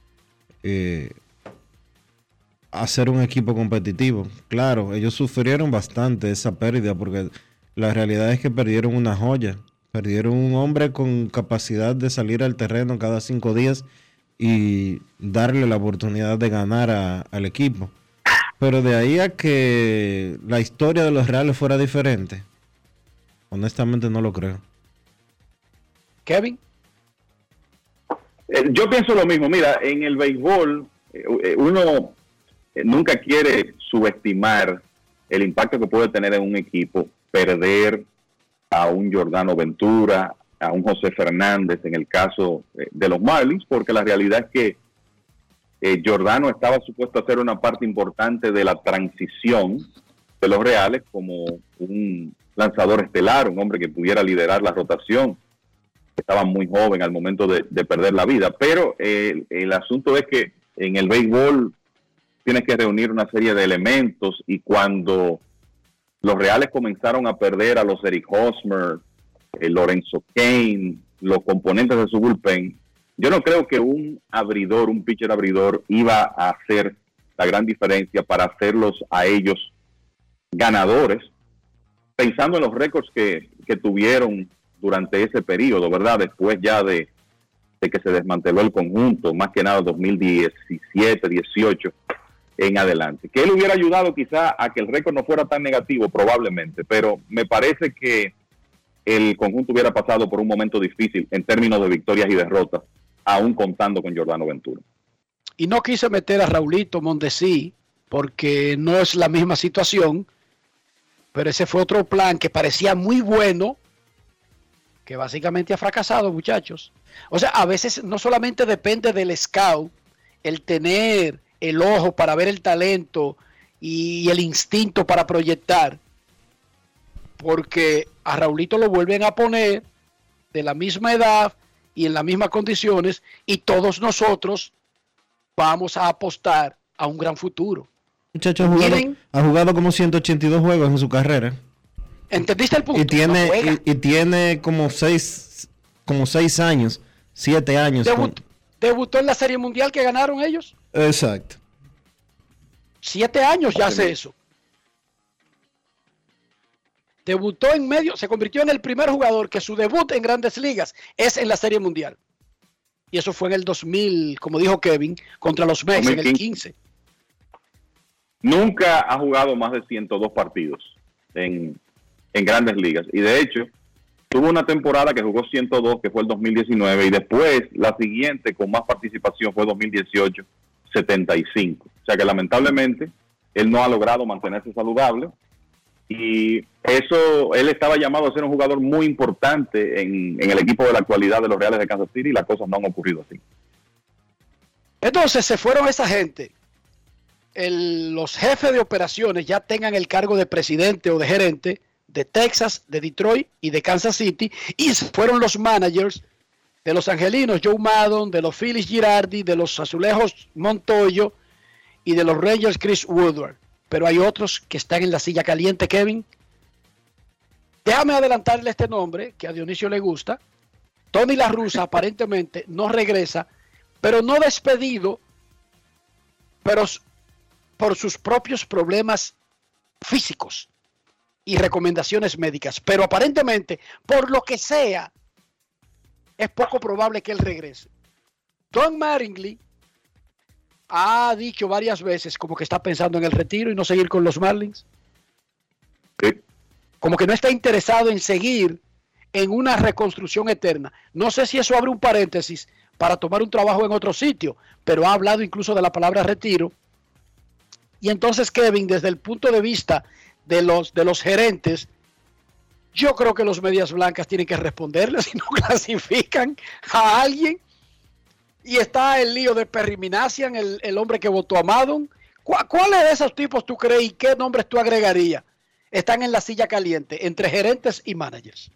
a ser un equipo competitivo. Claro, ellos sufrieron bastante esa pérdida porque la realidad es que perdieron una joya, perdieron un hombre con capacidad de salir al terreno cada 5 días y darle la oportunidad de ganar al equipo. Pero de ahí a que la historia de los Reales fuera diferente, honestamente no lo creo. Kevin. Yo pienso lo mismo. Mira, en el béisbol uno nunca quiere subestimar el impacto que puede tener en un equipo perder a un Yordano Ventura, a un José Fernández en el caso de los Marlins, porque la realidad es que Yordano estaba supuesto a ser una parte importante de la transición de los Reales como un lanzador estelar, un hombre que pudiera liderar la rotación. Estaba muy joven al momento de perder la vida, pero el asunto es que en el béisbol tienes que reunir una serie de elementos, y cuando los Reales comenzaron a perder a los Eric Hosmer, Lorenzo Cain, los componentes de su bullpen, yo no creo que un pitcher abridor iba a hacer la gran diferencia para hacerlos a ellos ganadores, pensando en los récords que tuvieron durante ese periodo, ¿verdad? Después ya de que se desmanteló el conjunto, más que nada 2017, 18 en adelante. Que él hubiera ayudado quizá a que el récord no fuera tan negativo, probablemente, pero me parece que el conjunto hubiera pasado por un momento difícil en términos de victorias y derrotas, aún contando con Yordano Ventura. Y no quise meter a Raulito Mondesi porque no es la misma situación, pero ese fue otro plan que parecía muy bueno, que básicamente ha fracasado, muchachos. O sea, a veces no solamente depende del scout, el tener el ojo para ver el talento y el instinto para proyectar, porque a Raulito lo vuelven a poner de la misma edad y en las mismas condiciones, y todos nosotros vamos a apostar a un gran futuro. Muchachos, ha jugado como 182 juegos en su carrera. ¿Entendiste el punto? Y tiene como 6 años, 7 años. Debutó en la Serie Mundial que ganaron ellos. Exacto. 7 años ya hace eso. Debutó en medio, se convirtió en el primer jugador que su debut en Grandes Ligas es en la Serie Mundial. Y eso fue en el 2000, como dijo Kevin, contra los Mets en el 15. Nunca ha jugado más de 102 partidos en Grandes Ligas. Y de hecho, tuvo una temporada que jugó 102, que fue el 2019, y después la siguiente con más participación fue 2018, 75. O sea que lamentablemente él no ha logrado mantenerse saludable. Y eso, él estaba llamado a ser un jugador muy importante en el equipo de la actualidad de los Reales de Kansas City, y las cosas no han ocurrido así. Entonces se fueron esa gente. Los jefes de operaciones ya tengan el cargo de presidente o de gerente de Texas, de Detroit y de Kansas City, y se fueron los managers de los Angelinos, Joe Maddon, de los Phillies Girardi, de los Azulejos Montoyo y de los Rangers Chris Woodward. Pero hay otros que están en la silla caliente, Kevin. Déjame adelantarle este nombre que a Dionisio le gusta. Tony La Russa aparentemente no regresa, pero no despedido, pero por sus propios problemas físicos y recomendaciones médicas. Pero aparentemente, por lo que sea, es poco probable que él regrese. Don Mattingly ha dicho varias veces como que está pensando en el retiro y no seguir con los Marlins. Sí. Como que no está interesado en seguir en una reconstrucción eterna. No sé si eso abre un paréntesis para tomar un trabajo en otro sitio, pero ha hablado incluso de la palabra retiro. Y entonces, Kevin, desde el punto de vista de los gerentes, yo creo que los Medias Blancas tienen que responderle si no clasifican a alguien. Y está el lío de Perry Minasian, el hombre que votó a Maddon. ¿Cuáles de esos tipos tú crees y qué nombres tú agregarías? Están en la silla caliente entre gerentes y managers.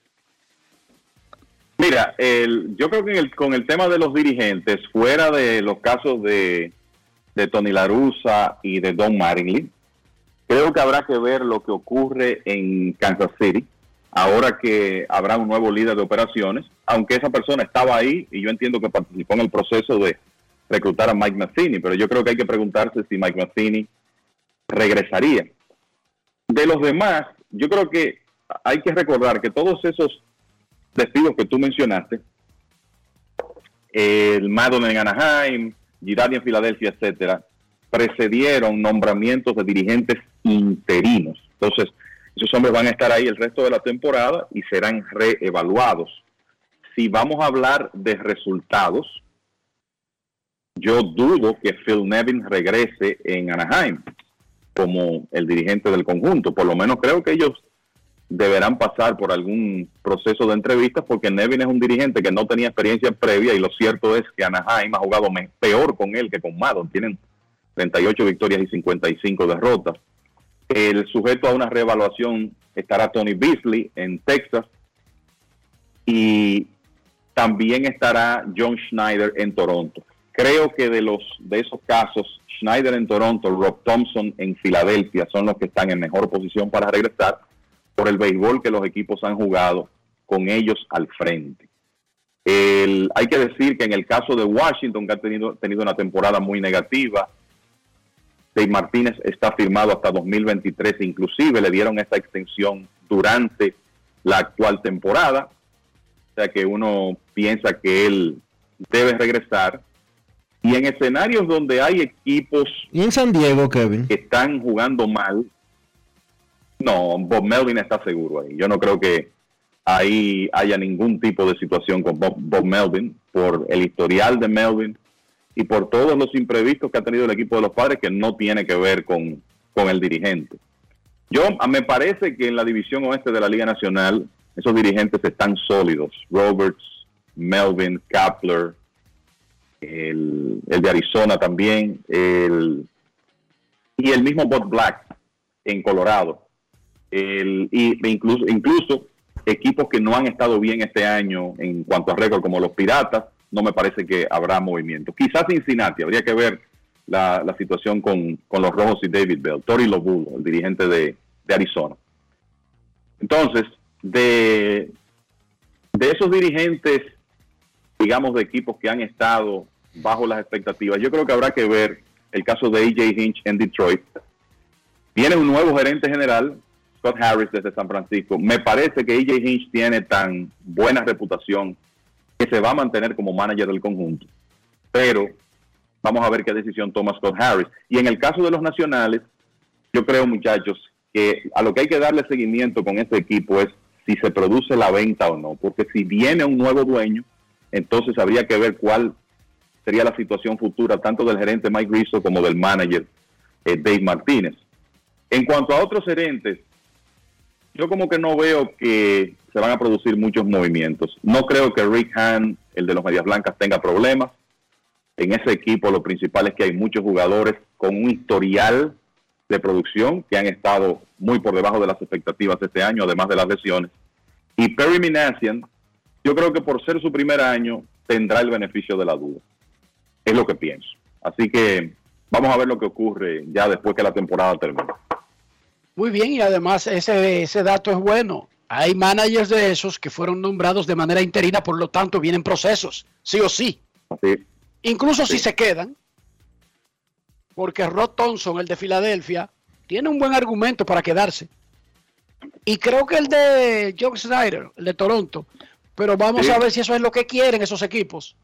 Mira, yo creo que con el tema de los dirigentes, fuera de los casos de Tony La Russa y de Don Mattingly, creo que habrá que ver lo que ocurre en Kansas City, ahora que habrá un nuevo líder de operaciones, aunque esa persona estaba ahí y yo entiendo que participó en el proceso de reclutar a Mike Matheny, pero yo creo que hay que preguntarse si Mike Matheny regresaría. De los demás, yo creo que hay que recordar que todos esos despidos que tú mencionaste, el Maddon en Anaheim, Girardi en Filadelfia, etcétera, precedieron nombramientos de dirigentes interinos. Entonces, esos hombres van a estar ahí el resto de la temporada y serán reevaluados. Si vamos a hablar de resultados, yo dudo que Phil Nevin regrese en Anaheim como el dirigente del conjunto. Por lo menos creo que ellos deberán pasar por algún proceso de entrevistas, porque Nevin es un dirigente que no tenía experiencia previa, y lo cierto es que Anaheim ha jugado peor con él que con Maddon. Tienen 38 victorias y 55 derrotas. El sujeto a una reevaluación estará Tony Beasley en Texas, y también estará John Schneider en Toronto. Creo que de esos casos, Schneider en Toronto, Rob Thompson en Filadelfia son los que están en mejor posición para regresar, por el béisbol que los equipos han jugado con ellos al frente. Hay que decir que en el caso de Washington, que ha tenido una temporada muy negativa, Dave Martínez está firmado hasta 2023, inclusive le dieron esta extensión durante la actual temporada, o sea que uno piensa que él debe regresar. Y en escenarios donde hay equipos... ¿Y en San Diego, Kevin? Que están jugando mal, no, Bob Melvin está seguro ahí. Yo no creo que ahí haya ningún tipo de situación con Bob Melvin, por el historial de Melvin y por todos los imprevistos que ha tenido el equipo de los Padres, que no tiene que ver con el dirigente. Me parece que en la división oeste de la Liga Nacional, esos dirigentes están sólidos. Roberts, Melvin, Kapler, el de Arizona también, y el mismo Bob Black en Colorado. Incluso equipos que no han estado bien este año en cuanto a récord, como los Piratas, no me parece que habrá movimiento. Quizás Cincinnati, habría que ver la situación con los Rojos y David Bell. Tori Lobulo, el dirigente de Arizona. Entonces, de esos dirigentes, digamos, de equipos que han estado bajo las expectativas, yo creo que habrá que ver el caso de A.J. Hinch en Detroit. Tiene un nuevo gerente general, Scott Harris, desde San Francisco. Me parece que A.J. Hinch tiene tan buena reputación que se va a mantener como manager del conjunto. Pero vamos a ver qué decisión toma Scott Harris. Y en el caso de los nacionales, yo creo, muchachos, que a lo que hay que darle seguimiento con este equipo es si se produce la venta o no. Porque si viene un nuevo dueño, entonces habría que ver cuál sería la situación futura, tanto del gerente Mike Rizzo como del manager Dave Martínez. En cuanto a otros gerentes, yo como que no veo que se van a producir muchos movimientos. No creo que Rick Hahn, el de los Medias Blancas, tenga problemas. En ese equipo lo principal es que hay muchos jugadores con un historial de producción que han estado muy por debajo de las expectativas este año, además de las lesiones. Y Perry Minasian, yo creo que por ser su primer año, tendrá el beneficio de la duda. Es lo que pienso. Así que vamos a ver lo que ocurre ya después que la temporada termine. Muy bien, y además ese dato es bueno. Hay managers de esos que fueron nombrados de manera interina, por lo tanto vienen procesos, sí o sí. Así. Incluso si se quedan, porque Rod Thompson, el de Filadelfia, tiene un buen argumento para quedarse. Y creo que el de John Schneider, el de Toronto, pero vamos a ver si eso es lo que quieren esos equipos.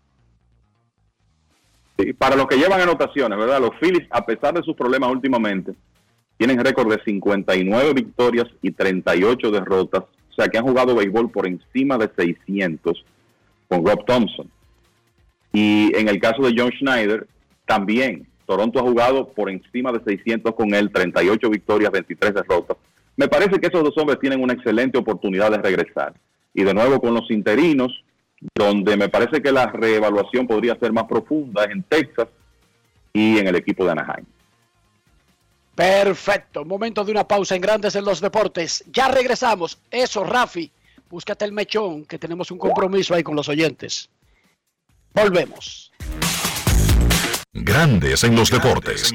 Sí, para los que llevan anotaciones, ¿verdad? Los Phillies, a pesar de sus problemas últimamente, tienen récord de 59 victorias y 38 derrotas. O sea, que han jugado béisbol por encima de 600 con Rob Thompson. Y en el caso de John Schneider, también Toronto ha jugado por encima de 600 con él, 38 victorias, 23 derrotas. Me parece que esos dos hombres tienen una excelente oportunidad de regresar. Y de nuevo con los interinos, donde me parece que la reevaluación podría ser más profunda en Texas y en el equipo de Anaheim. Perfecto, momento de una pausa en Grandes en los Deportes. Ya regresamos. Eso, Rafi, búscate el mechón, que tenemos un compromiso ahí con los oyentes. Volvemos. Grandes en los Deportes.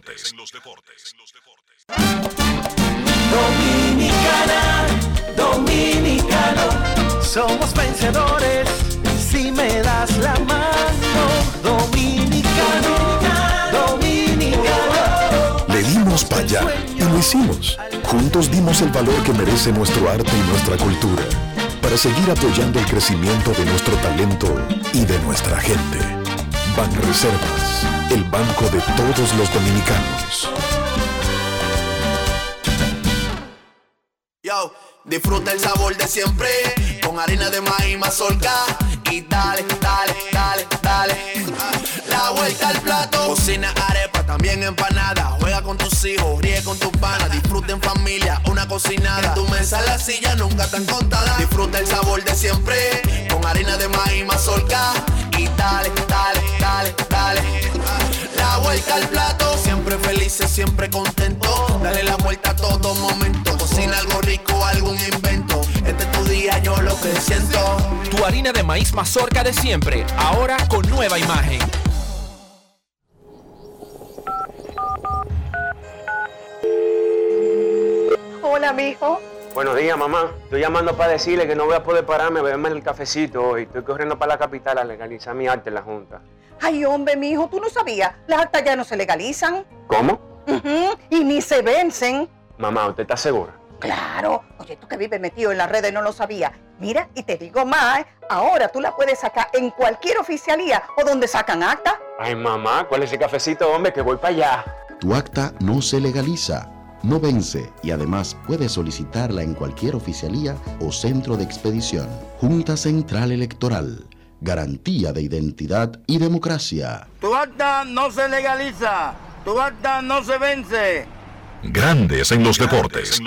Dominicana, dominicano, somos vencedores si me das la mano. Dominicano, dominicano. Le dimos para allá y lo hicimos. Juntos dimos el valor que merece nuestro arte y nuestra cultura para seguir apoyando el crecimiento de nuestro talento y de nuestra gente. Banreservas, el banco de todos los dominicanos. Yo, disfruta el sabor de siempre con harina de maíz mazorca y dale, dale, dale, dale. La vuelta al plato, cocina arepa, también empanada. Juega con tus hijos, ríe con tus panas, disfruta en familia, una cocinada. En tu mesa la silla nunca tan contada. Disfruta el sabor de siempre con harina de maíz mazorca y dale, dale, dale, dale. La vuelta al plato, siempre felices, siempre contentos. Dale la vuelta a todo momento. Cocina algo rico, algún invento. Este es tu día, yo lo que siento. Tu harina de maíz mazorca de siempre, ahora con nueva imagen. Hola, mijo. Buenos días, mamá. Estoy llamando para decirle que no voy a poder pararme a beberme el cafecito hoy. Estoy corriendo para la capital a legalizar mi arte en la Junta. Ay, hombre, mijo, tú no sabías. Las actas ya no se legalizan. ¿Cómo? Y ni se vencen. Mamá, ¿usted está segura? Claro. Oye, tú que vives metido en las redes no lo sabías. Mira, y te digo más, ahora tú la puedes sacar en cualquier oficialía o donde sacan acta. Ay, mamá, ¿cuál es ese cafecito, hombre? Que voy para allá. Tu acta no se legaliza, no vence y además puedes solicitarla en cualquier oficialía o centro de expedición. Junta Central Electoral. Garantía de identidad y democracia. Tu acta no se legaliza, tu acta no se vence. Grandes en los Deportes.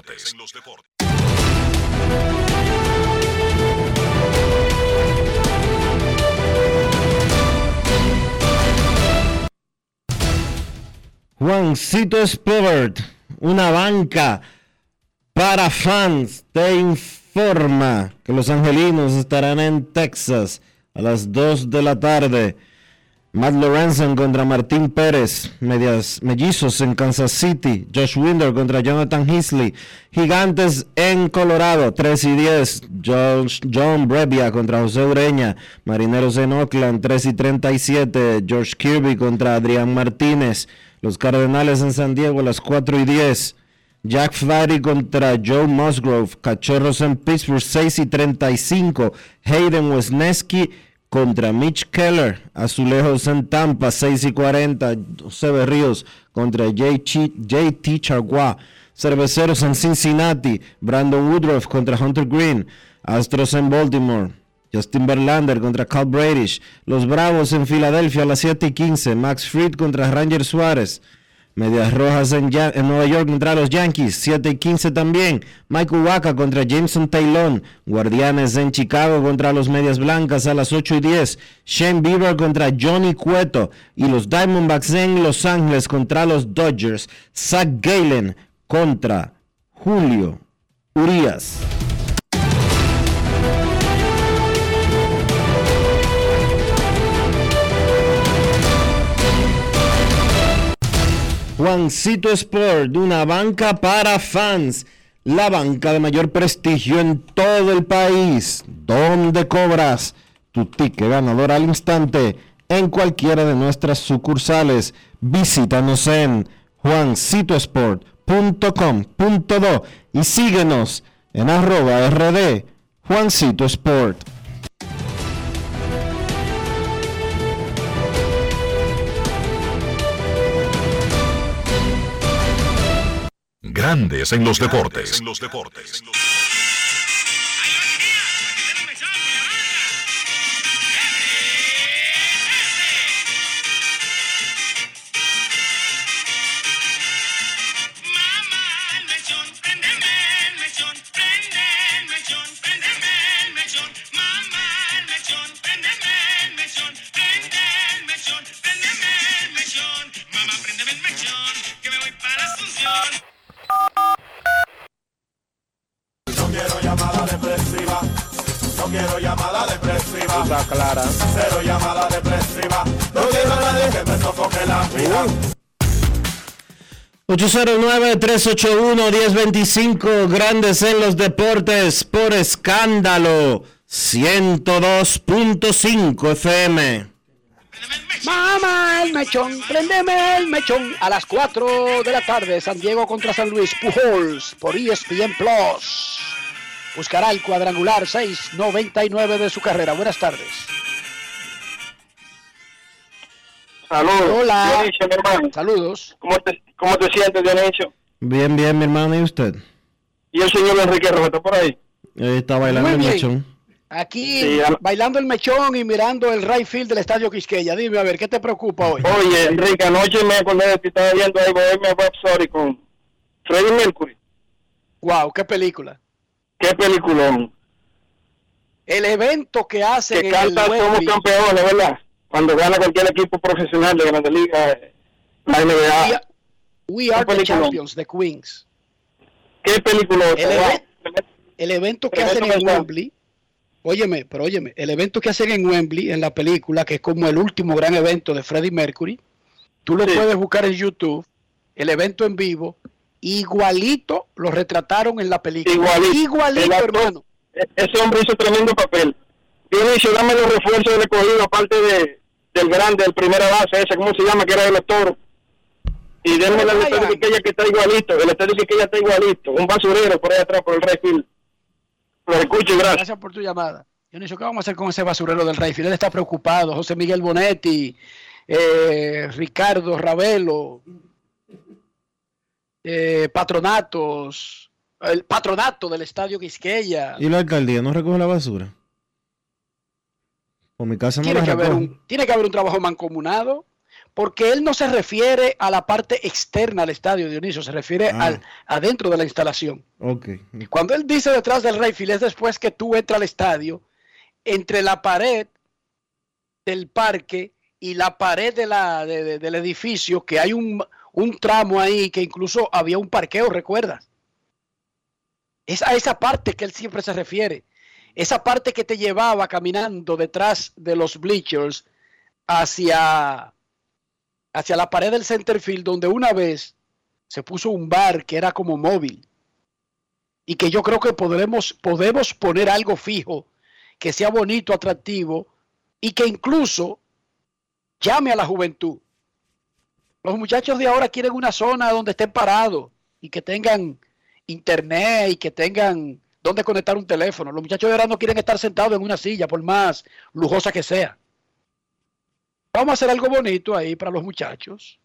Juancito Sport, una banca para fans, te informa que los angelinos estarán en Texas a las 2 de la tarde Matt Lorenzen contra Martín Pérez, mellizos en Kansas City. Josh Winder contra Jonathan Heasley. Gigantes en Colorado, 3-10. John Brebbia contra José Ureña. Marineros en Oakland, 3-37. George Kirby contra Adrián Martínez. Los Cardenales en San Diego a las 4-10. Jack Flaherty contra Joe Musgrove. Cachorros en Pittsburgh, 6-35. Hayden Wesneski contra Mitch Keller. Azulejos en Tampa, 6-40. José Berríos contra JT Chargois. Cerveceros en Cincinnati, Brandon Woodruff contra Hunter Green. Astros en Baltimore, Justin Verlander contra Cal Bradish. Los Bravos en Filadelfia a las 7:15. Max Fried contra Ranger Suárez. Medias Rojas en Nueva York contra los Yankees, 7:15 también. Michael Wacha contra Jameson Taillon. Guardianes en Chicago contra los Medias Blancas a las 8:10. Shane Bieber contra Johnny Cueto. Y los Diamondbacks en Los Ángeles contra los Dodgers. Zach Gallen contra Julio Urias. Juancito Sport, una banca para fans, la banca de mayor prestigio en todo el país, donde cobras tu ticket ganador al instante en cualquiera de nuestras sucursales. Visítanos en juancitosport.com.do y síguenos en @RD Juancito Sport. Grandes en los deportes. quiero llamada depresiva. Está clara. Cero llamada depresiva. No quiero a nadie que me sofoque la vida. 809-381-1025, Grandes en los Deportes, por Escándalo 102.5 FM. Mamá, el mechón, préndeme el mechón. A las 4 de la tarde, San Diego contra San Luis, Pujols, por ESPN Plus. Buscará el cuadrangular 699 de su carrera. Buenas tardes. Saludos. Hola. Dionisio, mi hermano. Saludos. ¿Cómo te sientes, Dionisio? Bien, bien, mi hermano, ¿y usted? ¿Y el señor Enrique Rojas está por ahí? Está bailando el mechón. Aquí, sí, bailando el mechón y mirando el right field del Estadio Quisqueya. Dime, a ver, ¿qué te preocupa hoy? Oye, Enrique, anoche me acordé de que estaba viendo ahí Bohemian Rhapsody con Freddie Mercury. Wow, qué película. Qué peliculón. El evento que hacen que canta Somos Campeones, ¿verdad? Cuando gana cualquier equipo profesional de Grandes Ligas, la NBA. We Are the Champions, the Queens. Qué peliculón. El evento que hacen en Wembley. Óyeme, el evento que hacen en Wembley, en la película, que es como el último gran evento de Freddie Mercury, tú lo puedes buscar en YouTube, el evento en vivo, igualito lo retrataron en la película. Igualito, hermano. Ese hombre hizo tremendo papel. Dionisio, dame los refuerzos del escogido, aparte del grande, del primera base, ese, ¿cómo se llama? Que era de los Toros. Y denme el estadio Quisqueya que está igualito, el estadio Quisqueya está igualito, un basurero por ahí atrás, por el Rayfield. Lo escucho y gracias. Gracias por tu llamada. Dionisio, ¿qué vamos a hacer con ese basurero del Rayfield? Él está preocupado. José Miguel Bonetti, Ricardo Ravelo, patronatos, el patronato del Estadio Quisqueya. ¿Y la alcaldía no recoge la basura? Por mi casa no la recoge. Tiene que haber un trabajo mancomunado, porque él no se refiere a la parte externa del estadio, Dionisio, se refiere adentro de la instalación. Okay. Cuando él dice detrás del Rayfield, es después que tú entras al estadio, entre la pared del parque y la pared del edificio, que hay un tramo ahí que incluso había un parqueo, ¿recuerdas? Es a esa parte que él siempre se refiere. Esa parte que te llevaba caminando detrás de los bleachers hacia la pared del center field, donde una vez se puso un bar que era como móvil, y que yo creo que podemos poner algo fijo, que sea bonito, atractivo, y que incluso llame a la juventud. Los muchachos de ahora quieren una zona donde estén parados y que tengan internet y que tengan donde conectar un teléfono. Los muchachos de ahora no quieren estar sentados en una silla, por más lujosa que sea. Vamos a hacer algo bonito ahí para los muchachos.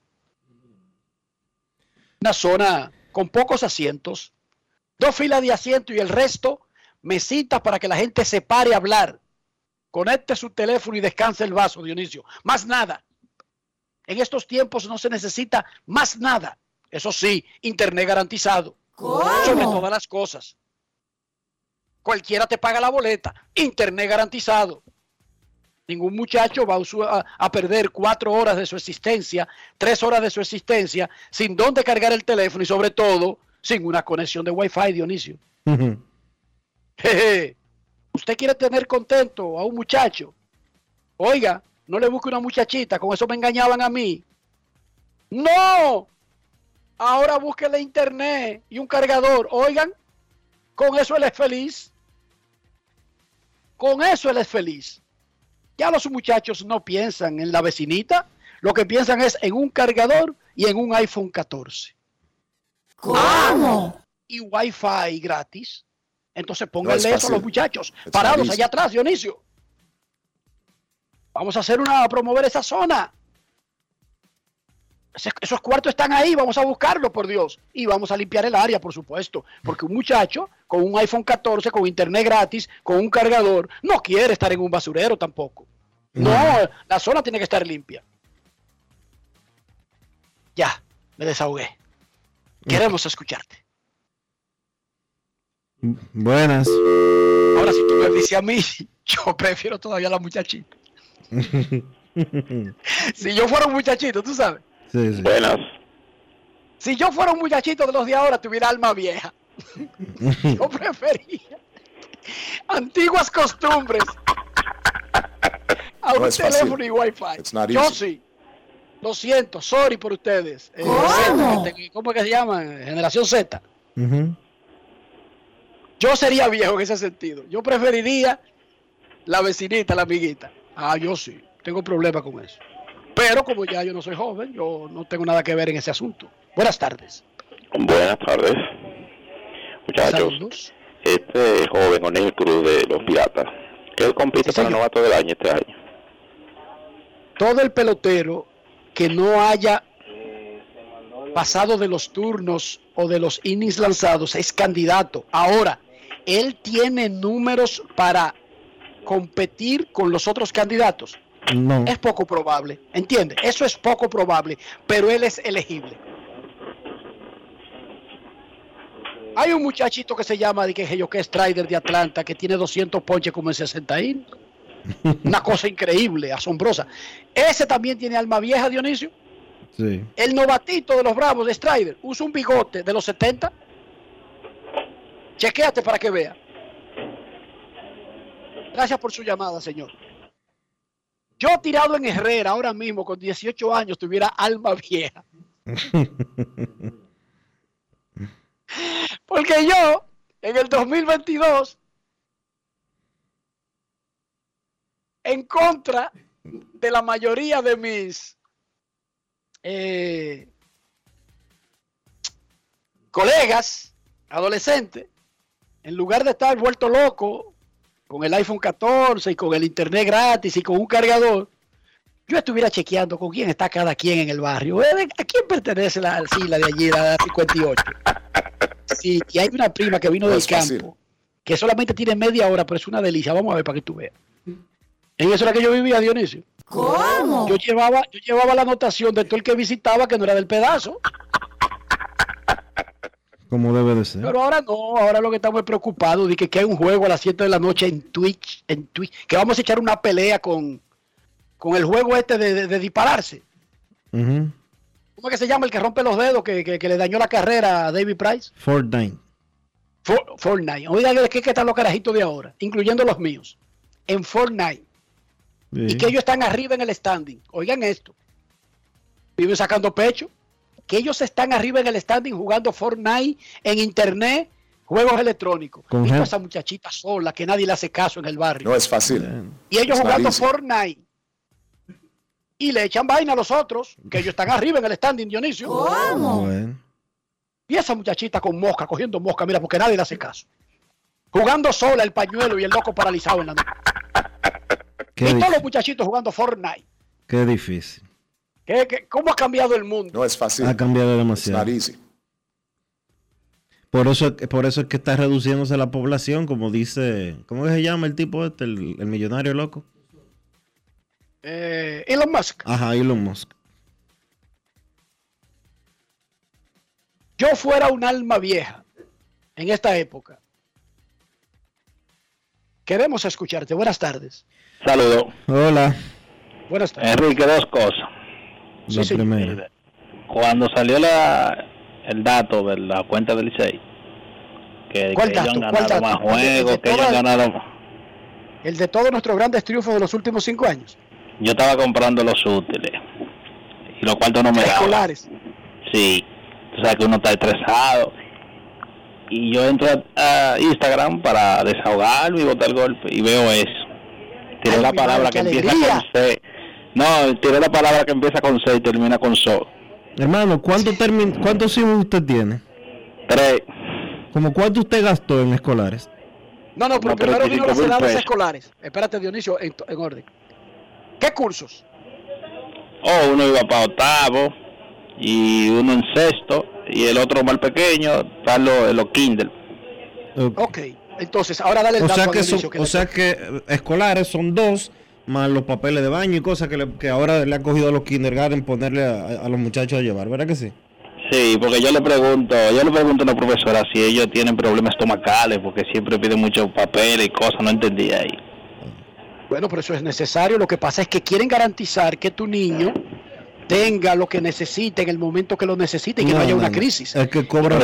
Una zona con pocos asientos, 2 filas de asientos y el resto mesitas para que la gente se pare a hablar. Conecte su teléfono y descanse el vaso, Dionisio. Más nada. En estos tiempos no se necesita más nada. Eso sí, internet garantizado. ¿Cómo? Sobre todas las cosas. Cualquiera te paga la boleta. Internet garantizado. Ningún muchacho va a perder 4 horas de su existencia, 3 horas de su existencia, sin dónde cargar el teléfono y sobre todo, sin una conexión de Wi-Fi, Dionisio. Jeje. Usted quiere tener contento a un muchacho. Oiga, no le busque una muchachita, con eso me engañaban a mí. ¡No! Ahora búsquele internet y un cargador. Oigan, con eso él es feliz. Con eso él es feliz. Ya los muchachos no piensan en la vecinita, lo que piensan es en un cargador y en un iPhone 14. ¿Cómo? Y Wi-Fi gratis. Entonces pónganle eso a los muchachos, parados allá atrás, Dionisio. Vamos a promover esa zona. Esos cuartos están ahí, vamos a buscarlos, por Dios. Y vamos a limpiar el área, por supuesto. Porque un muchacho con un iPhone 14, con internet gratis, con un cargador, no quiere estar en un basurero tampoco. No, la zona tiene que estar limpia. Ya, me desahogué. Queremos escucharte. Buenas. Ahora, si tú me dices a mí, yo prefiero todavía a la muchachita. Si yo fuera un muchachito, tú sabes. Sí, sí. Buenas. Si yo fuera un muchachito de los de ahora, tuviera alma vieja. Yo prefería antiguas costumbres a un teléfono y Wi-Fi. Yo sí. Lo siento, sorry por ustedes. ¿Cómo es que se llama? Generación Z. Yo sería viejo en ese sentido. Yo preferiría la vecinita, la amiguita. Yo sí, tengo problema con eso. Pero como ya yo no soy joven, yo no tengo nada que ver en ese asunto. Buenas tardes. Buenas tardes. Muchachos, saludos. Este joven O'Neal Cruz de los Piratas, él compite para novato del año este año. Todo el pelotero que no haya pasado de los turnos o de los innings lanzados es candidato. Ahora, él tiene números para competir con los otros candidatos. No. Es poco probable, ¿entiende? Eso es poco probable, pero él es elegible. Hay un muchachito que se llama que es Strider de Atlanta, que tiene 200 ponches como en 60 innings. Una cosa increíble, asombrosa. Ese también tiene alma vieja, Dionisio. Sí. El novatito de los Bravos de Strider usa un bigote de los 70. Chequéate para que vea. Gracias por su llamada, señor. Yo tirado en Herrera ahora mismo con 18 años tuviera alma vieja. Porque yo en el 2022 en contra de la mayoría de mis colegas adolescentes, en lugar de estar vuelto loco con el iPhone 14 y con el internet gratis y con un cargador, yo estuviera chequeando con quién está cada quien en el barrio. ¿A quién pertenece la silla de allí, la 58? Sí, y hay una prima que vino del campo, que solamente tiene media hora, pero es una delicia. Vamos a ver para que tú veas. En eso era que yo vivía, Dionisio. ¿Cómo? Yo llevaba la anotación de todo el que visitaba que no era del pedazo. Como debe de ser. Pero ahora no, ahora lo que estamos es preocupados de que hay un juego a las 7 de la noche en Twitch, que vamos a echar una pelea con el juego este de dispararse. ¿Cómo es que se llama el que rompe los dedos, que le dañó la carrera a David Price? Fortnite. Fortnite. Oigan, ¿qué están los carajitos de ahora? Incluyendo los míos. En Fortnite. y que ellos están arriba en el standing. Oigan esto. Viven sacando pecho. Que ellos están arriba en el standing jugando Fortnite en internet, juegos electrónicos. Y esa muchachita sola que nadie le hace caso en el barrio. No es fácil. Y ellos jugando Fortnite. Y le echan vaina a los otros, que ellos están arriba en el standing, Dionisio. ¿Cómo? Bueno. Y esa muchachita con mosca, cogiendo mosca, mira, porque nadie le hace caso. Jugando sola el pañuelo y el loco paralizado en la noche. Y todos los muchachitos jugando Fortnite. Qué difícil. ¿Cómo ha cambiado el mundo? No es fácil. Ha cambiado demasiado. Por eso es que está reduciéndose la población, como dice, ¿cómo se llama el tipo este, el millonario loco? Elon Musk. Ajá, Elon Musk. Yo fuera un alma vieja en esta época. Queremos escucharte. Buenas tardes. Saludos. Hola. Buenas tardes. Enrique, dos cosas. La primera. Cuando salió el dato de la cuenta del Licey, que ellos han ganado más juegos, que ellos han ganado más. El de todos nuestros grandes triunfos de los últimos 5 años. Yo estaba comprando los útiles y los cuartos no me daban. Escolares. Sí. O sea que uno está estresado. Y yo entro a Instagram para desahogarme y botar golpe y veo eso. Tiré la palabra que empieza con C. No, tiré la palabra que empieza con C y termina con SO. Hermano, ¿cuántos hijos usted tiene? 3. ¿Cómo cuánto usted gastó en escolares? No, pero primero vino las edades escolares. Espérate, Dionisio, en orden. ¿Qué cursos? Uno iba para octavo y uno en sexto y el otro más pequeño está en los Kindle. Ok, entonces ahora dale el dato a Dionisio. O sea que escolares son 2 más los papeles de baño y cosas que ahora le han cogido a los kindergarten ponerle a los muchachos a llevar, ¿verdad que sí? Sí, porque yo le pregunto a una profesora si ellos tienen problemas estomacales, porque siempre piden muchos papeles y cosas, no entendía ahí. Bueno, pero eso es necesario. Lo que pasa es que quieren garantizar que tu niño tenga lo que necesite en el momento que lo necesite y que no haya una crisis. Es que cobran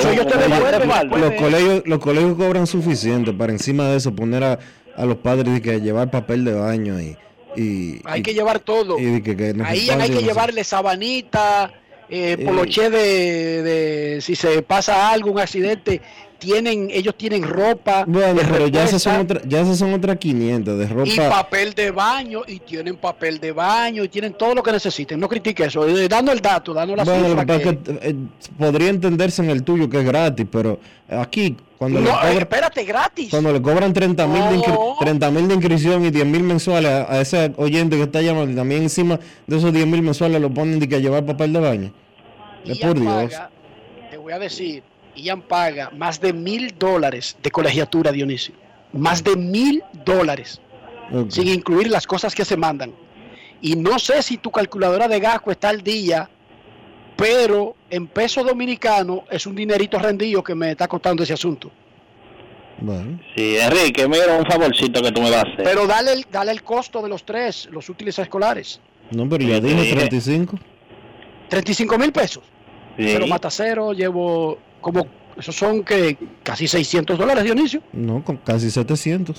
los colegios cobran suficiente para encima de eso poner a los padres que llevar papel de baño hay que llevar todo. Ahí hay que llevarle sabanita, poloché de si se pasa algo, un accidente. Ellos tienen ropa. Bueno, pero ya esas son otras 500 de ropa. Y papel de baño, y tienen papel de baño, y tienen todo lo que necesiten. No critique eso, dando el dato, dando la cifra. Podría entenderse en el tuyo que es gratis, pero aquí, cuando espérate, gratis. Cuando le cobran 30,000 de inscripción y 10,000 mensuales a ese oyente que está llamando, y también encima de esos 10,000 mensuales lo ponen de que llevar papel de baño. Por Dios. Te voy a decir, Ian paga más de $1,000 de colegiatura, Dionisio. Más de $1,000. Okay. Sin incluir las cosas que se mandan. Y no sé si tu calculadora de gastos está al día, pero en peso dominicano es un dinerito rendido que me está costando ese asunto. Bueno. Sí, Enrique, mira un favorcito que tú me vas a hacer. Pero dale el costo de los 3, los útiles escolares. No, pero ya dije 35. 35,000 pesos. Sí. Pero mata cero, llevo como, esos son que casi $600, Dionisio. No, con casi 700.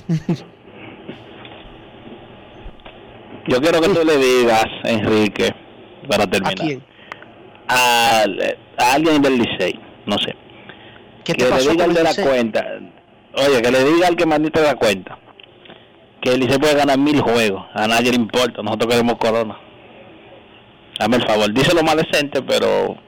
Yo quiero que tú le digas, Enrique, para terminar. ¿A quién? A alguien del Licey, no sé. ¿Qué que te pasó le diga con al de la Licey? cuenta. Oye, que le diga al que mandite la cuenta que el Licey puede ganar 1,000 juegos. A nadie le importa, nosotros queremos corona. Dame el favor, díselo más decente, pero...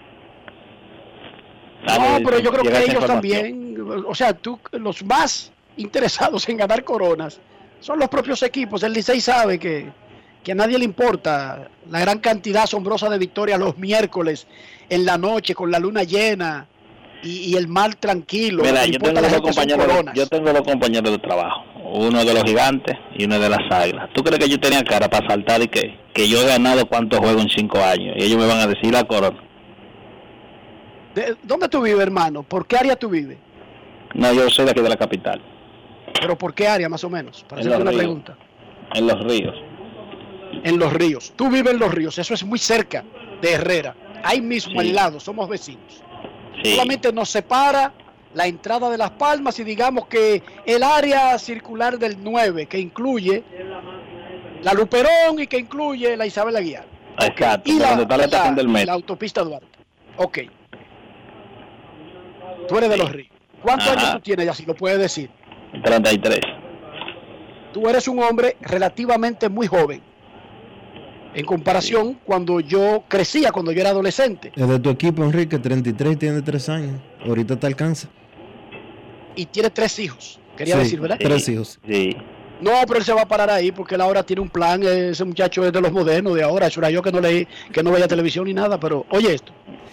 No, pero yo creo que ellos también, o sea, los más interesados en ganar coronas son los propios equipos. El Licey sabe que a nadie le importa la gran cantidad asombrosa de victorias los miércoles en la noche con la luna llena y el mar tranquilo. Mira, yo tengo dos compañeros de trabajo, uno de los Gigantes y uno de las Águilas. ¿Tú crees que yo tenía cara para saltar y que yo he ganado cuántos juegos en 5 años? Y ellos me van a decir la corona. ¿Dónde tú vives, hermano? ¿Por qué área tú vives? No, yo soy de aquí de la capital. ¿Pero por qué área más o menos? Para hacerte una pregunta. En Los Ríos. En Los Ríos. Tú vives en Los Ríos, eso es muy cerca de Herrera. Ahí mismo al lado, somos vecinos. Sí. Solamente nos separa la entrada de Las Palmas y digamos que el área circular del 9, que incluye La Luperón y que incluye la Isabel Aguiar. Exacto, Y donde está la estación del metro. la autopista Duarte. Ok. Tú eres de Los Ríos. ¿Cuántos años tú tienes ya, si lo puedes decir? 33. Tú eres un hombre relativamente muy joven. En comparación cuando yo crecía, cuando yo era adolescente. Es de tu equipo, Enrique, 33, tiene 3 años. Ahorita te alcanza. Y tiene 3 hijos. Quería Sí, decir, ¿verdad? 3 hijos. Sí. No, pero él se va a parar ahí porque él ahora tiene un plan. Ese muchacho es de los modernos de ahora. Eso era yo que no leí, que no veía televisión ni nada. Pero oye esto.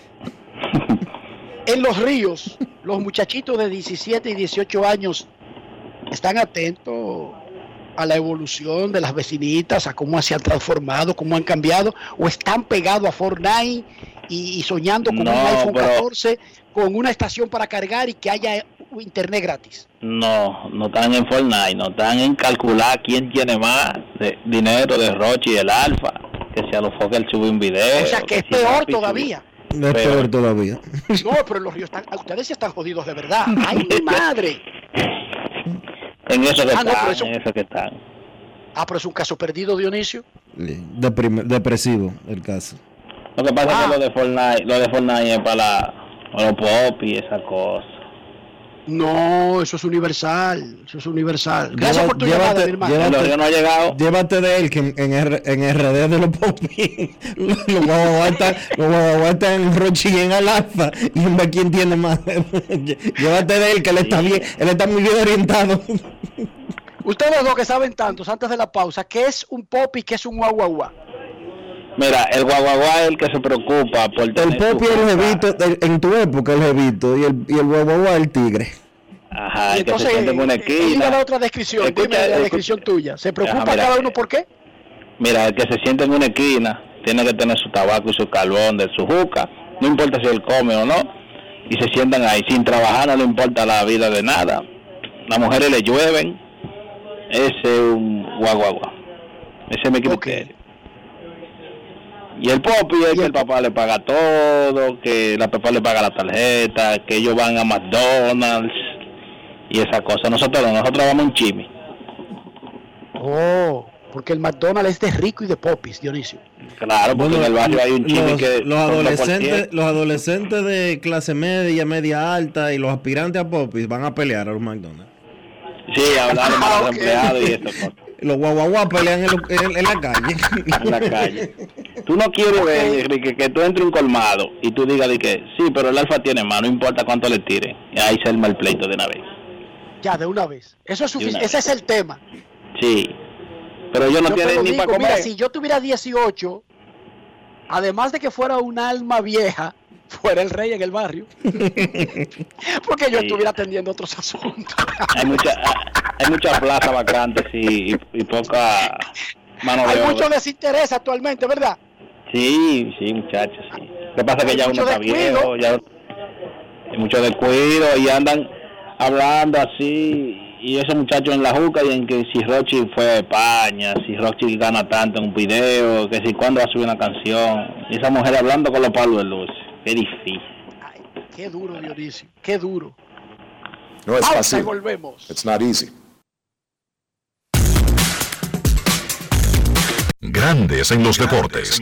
En Los Ríos, los muchachitos de 17 y 18 años están atentos a la evolución de las vecinitas, a cómo se han transformado, cómo han cambiado, o están pegados a Fortnite y soñando con un iPhone 14, con una estación para cargar y que haya internet gratis. No están en Fortnite, no están en calcular quién tiene más dinero de Rochi y del Alfa, que si a los Fokker sube un video. O sea que es peor todavía. No es peor todavía. No, pero en Los Ríos ustedes sí están jodidos de verdad. ¡Ay, mi madre! En eso que están, pero en eso que están. Pero es un caso perdido, Dionisio. Depresivo el caso. Lo que pasa es que lo de Fortnite es para los pop y esa cosa. No, eso es universal. Eso es universal. Gracias por tu llamada, mi hermano. No ha llegado. Llévate de él, que en RD de los popis los guaguaguas están en Rochi y en Alfa y en ver quién tiene más. Llévate de él, que él está bien, él está muy bien orientado. Ustedes dos que saben tantos, antes de la pausa, ¿qué es un popi y qué es un guaguaguá? Mira, el guaguaguá es el que se preocupa por tener el popi es el jevito, en tu época el jevito, y el guaguaguá el tigre. Ajá, y entonces, que se siente en una esquina. Dime la otra descripción, dime la descripción tuya. ¿Se preocupa cada uno por qué? Mira, el que se siente en una esquina tiene que tener su tabaco y su carbón de su juca, no importa si él come o no, y se sientan ahí sin trabajar, no le importa la vida de nada. Las mujeres le llueven, ese es un guaguaguá, ese es mi criterio. Y el popi es que el papá le paga todo, que la papá le paga la tarjeta, que ellos van a McDonald's y esa cosa. Nosotros vamos en chimi. Oh, porque el McDonald's es de rico y de popis, Dionisio. Claro, porque en el barrio hay un chimi que... Los adolescentes de clase media alta y los aspirantes a popis van a pelear a los McDonald's. Sí, hablar de los empleados y esas cosas. Los guaguaguas pelean en la calle. En la calle. Tú no quieres ver, Enrique, que tú entres un colmado y tú digas de que sí, pero el Alfa tiene más, no importa cuánto le tire. Y ahí se arma el pleito de una vez. Ya, de una vez. Eso es suficiente. Ese es el tema. Sí. Pero yo no tienen ni para comer. Mira, si yo tuviera 18, además de que fuera un alma vieja, fuera el rey en el barrio. Porque yo estuviera atendiendo otros asuntos. Hay mucha plaza vacante, sí, y poca mano de obra. Hay mucho desinterés actualmente, ¿verdad? Sí, muchachos, sí. Lo que pasa es que ya uno está viejo, ya hay mucho descuido y andan hablando así, y esos muchachos en la juca y en que si Rochi fue a España, si Rochi gana tanto en un video, que si cuándo va a subir una canción, y esa mujer hablando con los palos de luz. Qué difícil. Ay, qué duro, Dionisio. Qué duro. No es fácil. Volvemos. It's not easy. Grandes en los deportes.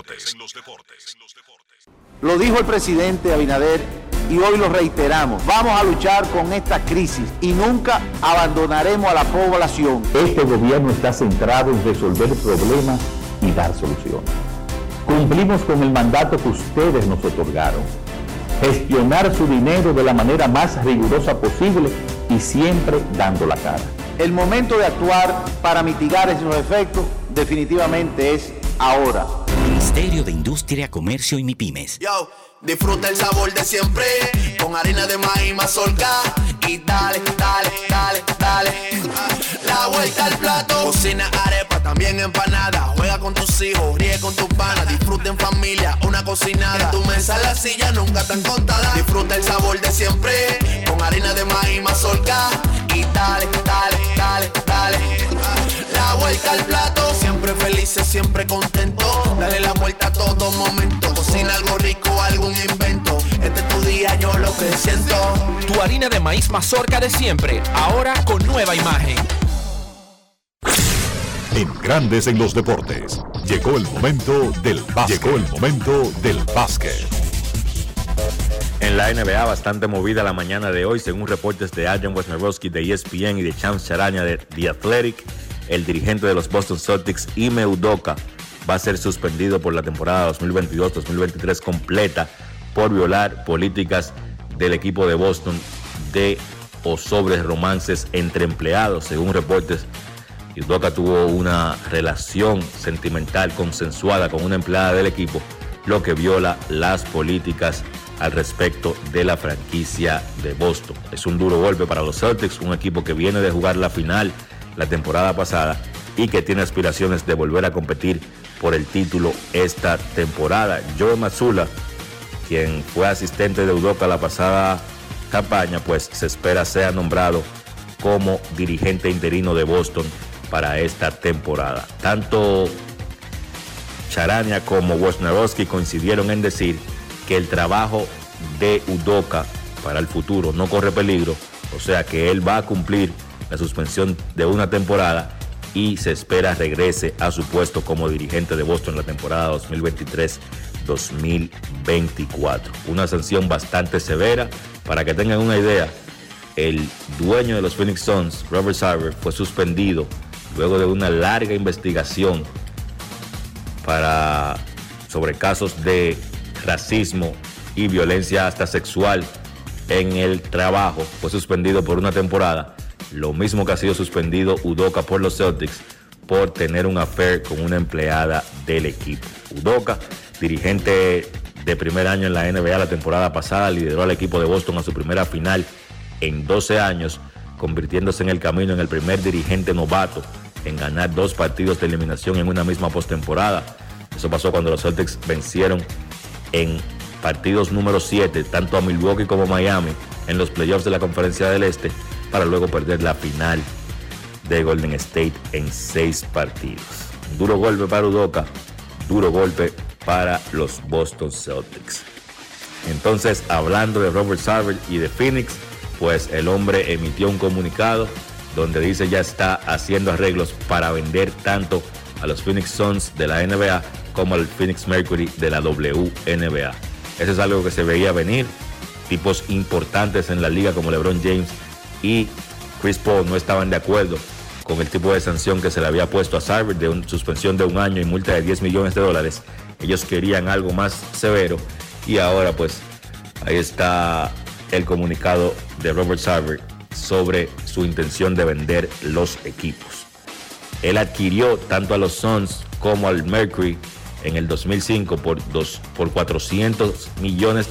Lo dijo el presidente Abinader y hoy lo reiteramos. Vamos a luchar con esta crisis y nunca abandonaremos a la población. Este gobierno está centrado en resolver problemas y dar soluciones. Cumplimos con el mandato que ustedes nos otorgaron. Gestionar su dinero de la manera más rigurosa posible y siempre dando la cara. El momento de actuar para mitigar esos efectos definitivamente es ahora. Ministerio de Industria, Comercio y MIPYMES. Yo, disfruta el sabor de siempre con harina de maíz mazorca y dale, dale, dale, dale. La vuelta al plato, cocina arepa, también empanada. Juega con tus hijos, ríe con tus panas. Disfruta en familia, una cocinada. En tu mesa la silla nunca tan contada. Disfruta el sabor de siempre con harina de maíz mazorca y dale, dale, dale, dale. La vuelta al plato, siempre felices, siempre contento. Dale la vuelta a todo momento. Cocina algo rico, algún invento. Este es tu día, yo lo que siento. Tu harina de maíz mazorca de siempre, ahora con nueva imagen. En Grandes en los Deportes. Llegó el momento del básquet. En la NBA, bastante movida la mañana de hoy, según reportes de Adrian Wojnarowski de ESPN y de Shams Charania de The Athletic. El dirigente de los Boston Celtics, Ime Udoka, va a ser suspendido por la temporada 2022-2023 completa por violar políticas del equipo de Boston de o sobre romances entre empleados. Según reportes, Udoka tuvo una relación sentimental consensuada con una empleada del equipo, lo que viola las políticas al respecto de la franquicia de Boston. Es un duro golpe para los Celtics, un equipo que viene de jugar la final la temporada pasada y que tiene aspiraciones de volver a competir por el título esta temporada. Joe Mazzulla, quien fue asistente de Udoka la pasada campaña, pues se espera sea nombrado como dirigente interino de Boston para esta temporada. Tanto Charania como Wojnarowski coincidieron en decir que el trabajo de Udoka para el futuro no corre peligro, o sea que él va a cumplir la suspensión de una temporada y se espera regrese a su puesto como dirigente de Boston en la temporada 2023-2024. Una sanción bastante severa. Para que tengan una idea, el dueño de los Phoenix Suns, Robert Sarver, fue suspendido luego de una larga investigación sobre casos de racismo y violencia hasta sexual en el trabajo. Fue suspendido por una temporada, lo mismo que ha sido suspendido Udoka por los Celtics por tener un affair con una empleada del equipo. Udoka, dirigente de primer año en la NBA la temporada pasada, lideró al equipo de Boston a su primera final en 12 años, convirtiéndose en el camino en el primer dirigente novato en ganar 2 partidos de eliminación en una misma postemporada. Eso pasó cuando los Celtics vencieron en partidos número 7 tanto a Milwaukee como a Miami en los playoffs de la Conferencia del Este, para luego perder la final de Golden State en 6 partidos. Un duro golpe para Udoka, duro golpe para los Boston Celtics. Entonces, hablando de Robert Sarver y de Phoenix, pues el hombre emitió un comunicado donde dice ya está haciendo arreglos para vender tanto a los Phoenix Suns de la NBA como al Phoenix Mercury de la WNBA. Eso es algo que se veía venir. Tipos importantes en la liga como LeBron James y Chris Paul no estaban de acuerdo con el tipo de sanción que se le había puesto a Sarver de una suspensión de 1 año y multa de $10 millones. Ellos querían algo más severo y ahora pues ahí está el comunicado de Robert Sarver sobre su intención de vender los equipos. Él adquirió tanto a los Suns como al Mercury en el 2005 por $400 millones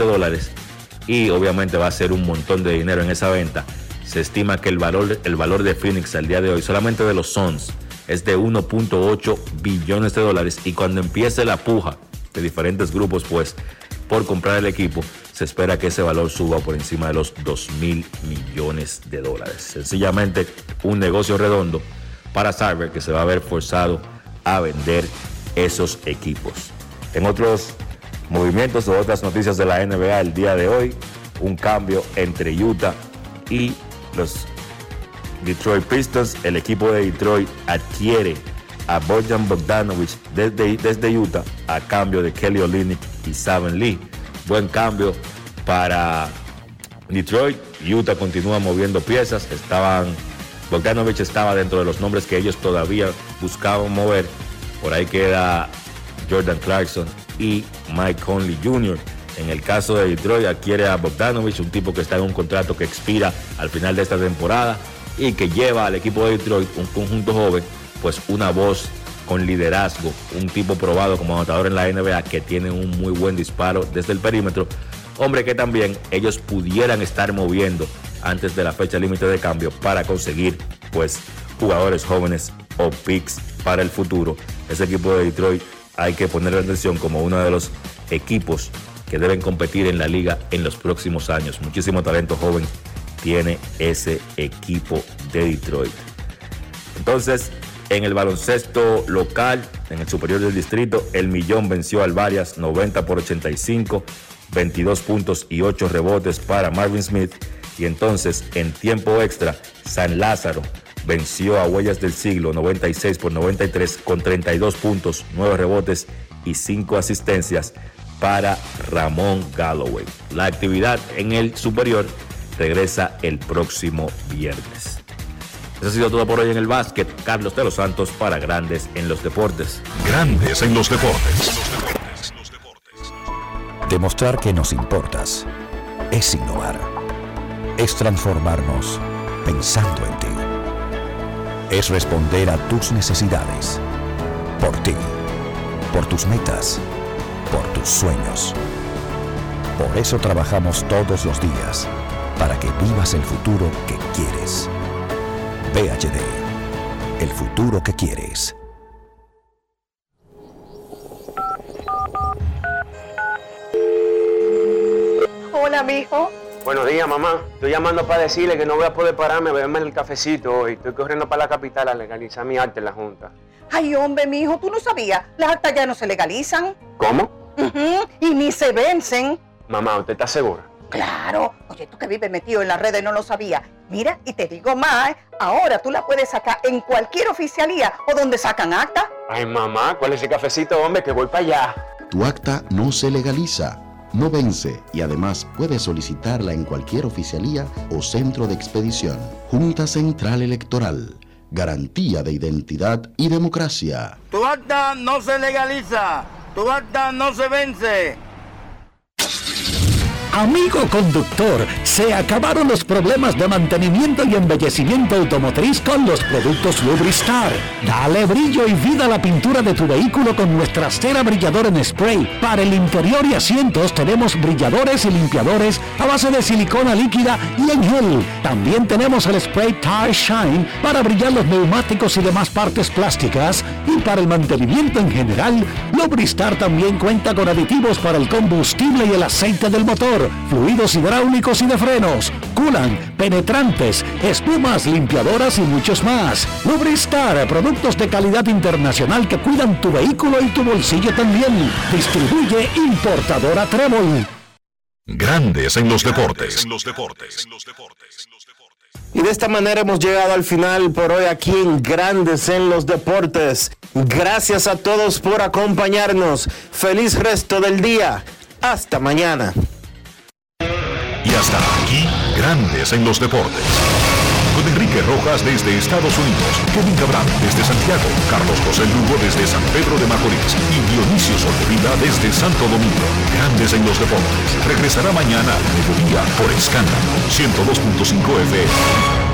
y obviamente va a ser un montón de dinero en esa venta. Se estima que el valor de Phoenix al día de hoy, solamente de los Suns, es de $1.8 billones y cuando empiece la puja de diferentes grupos pues por comprar el equipo, se espera que ese valor suba por encima de los $2.000 millones. Sencillamente un negocio redondo para Sarver, que se va a ver forzado a vender esos equipos. En otros movimientos o otras noticias de la NBA el día de hoy, un cambio entre Utah y los Detroit Pistons. El equipo de Detroit adquiere a Bojan Bogdanovic desde Utah a cambio de Kelly Olynyk y Saben Lee. Buen cambio para Detroit. Utah continúa moviendo piezas. Bogdanovic estaba dentro de los nombres que ellos todavía buscaban mover. Por ahí queda Jordan Clarkson y Mike Conley Jr. En el caso de Detroit, adquiere a Bogdanovic, un tipo que está en un contrato que expira al final de esta temporada y que lleva al equipo de Detroit, un conjunto joven, pues una voz con liderazgo, un tipo probado como anotador en la NBA que tiene un muy buen disparo desde el perímetro, hombre que también ellos pudieran estar moviendo antes de la fecha límite de cambio para conseguir pues jugadores jóvenes o picks para el futuro. Ese equipo de Detroit hay que ponerle atención como uno de los equipos que deben competir en la liga en los próximos años. Muchísimo talento joven tiene ese equipo de Detroit. Entonces, en el baloncesto local, en el superior del distrito, el Millón venció al Varias 90-85, 22 puntos y 8 rebotes para Marvin Smith. Y entonces, en tiempo extra, San Lázaro venció a Huellas del Siglo 96-93 con 32 puntos, 9 rebotes y 5 asistencias para Ramón Galloway. La actividad en el superior regresa el próximo viernes. Eso ha sido todo por hoy en el básquet. Carlos de los Santos para Grandes en los Deportes. Grandes en los Deportes. Demostrar que nos importas es innovar. Es transformarnos pensando en ti. Es responder a tus necesidades. Por ti. Por tus metas. Por tus sueños. Por eso trabajamos todos los días, para que vivas el futuro que quieres. VHD, el futuro que quieres. Hola, mijo. Buenos días, mamá. Estoy llamando para decirle que no voy a poder pararme a beberme el cafecito hoy. Estoy corriendo para la capital a legalizar mi arte en la Junta. Ay, hombre, mijo, tú no sabías. Las actas ya no se legalizan. ¿Cómo? Y ni se vencen. Mamá, ¿usted está segura? Claro. Oye, tú que vives metido en las redes no lo sabías. Mira, y te digo más, ahora tú la puedes sacar en cualquier oficialía o donde sacan acta. Ay, mamá, ¿cuál es ese cafecito, hombre? Que voy para allá. Tu acta no se legaliza, no vence y además puedes solicitarla en cualquier oficialía o centro de expedición. Junta Central Electoral. Garantía de identidad y democracia. Tu acta no se legaliza. Tu acta no se vence. Amigo conductor, se acabaron los problemas de mantenimiento y embellecimiento automotriz con los productos Lubristar. Dale brillo y vida a la pintura de tu vehículo con nuestra cera brilladora en spray. Para el interior y asientos tenemos brilladores y limpiadores a base de silicona líquida y en gel. También tenemos el spray Tire Shine para brillar los neumáticos y demás partes plásticas. Y para el mantenimiento en general, Lubristar también cuenta con aditivos para el combustible y el aceite del motor, fluidos hidráulicos y de frenos, culan, penetrantes, espumas, limpiadoras y muchos más. Lubristar, productos de calidad internacional que cuidan tu vehículo y tu bolsillo también. Distribuye importadora Trébol. Grandes en los deportes. Y de esta manera hemos llegado al final por hoy aquí en Grandes en los Deportes. Gracias a todos por acompañarnos. Feliz resto del día. Hasta mañana. Y hasta aquí, Grandes en los Deportes. Con Enrique Rojas desde Estados Unidos, Kevin Cabral desde Santiago, Carlos José Lugo desde San Pedro de Macorís y Dionisio Solterida desde Santo Domingo. Grandes en los Deportes. Regresará mañana a mediodía por Escándalo 102.5 FM.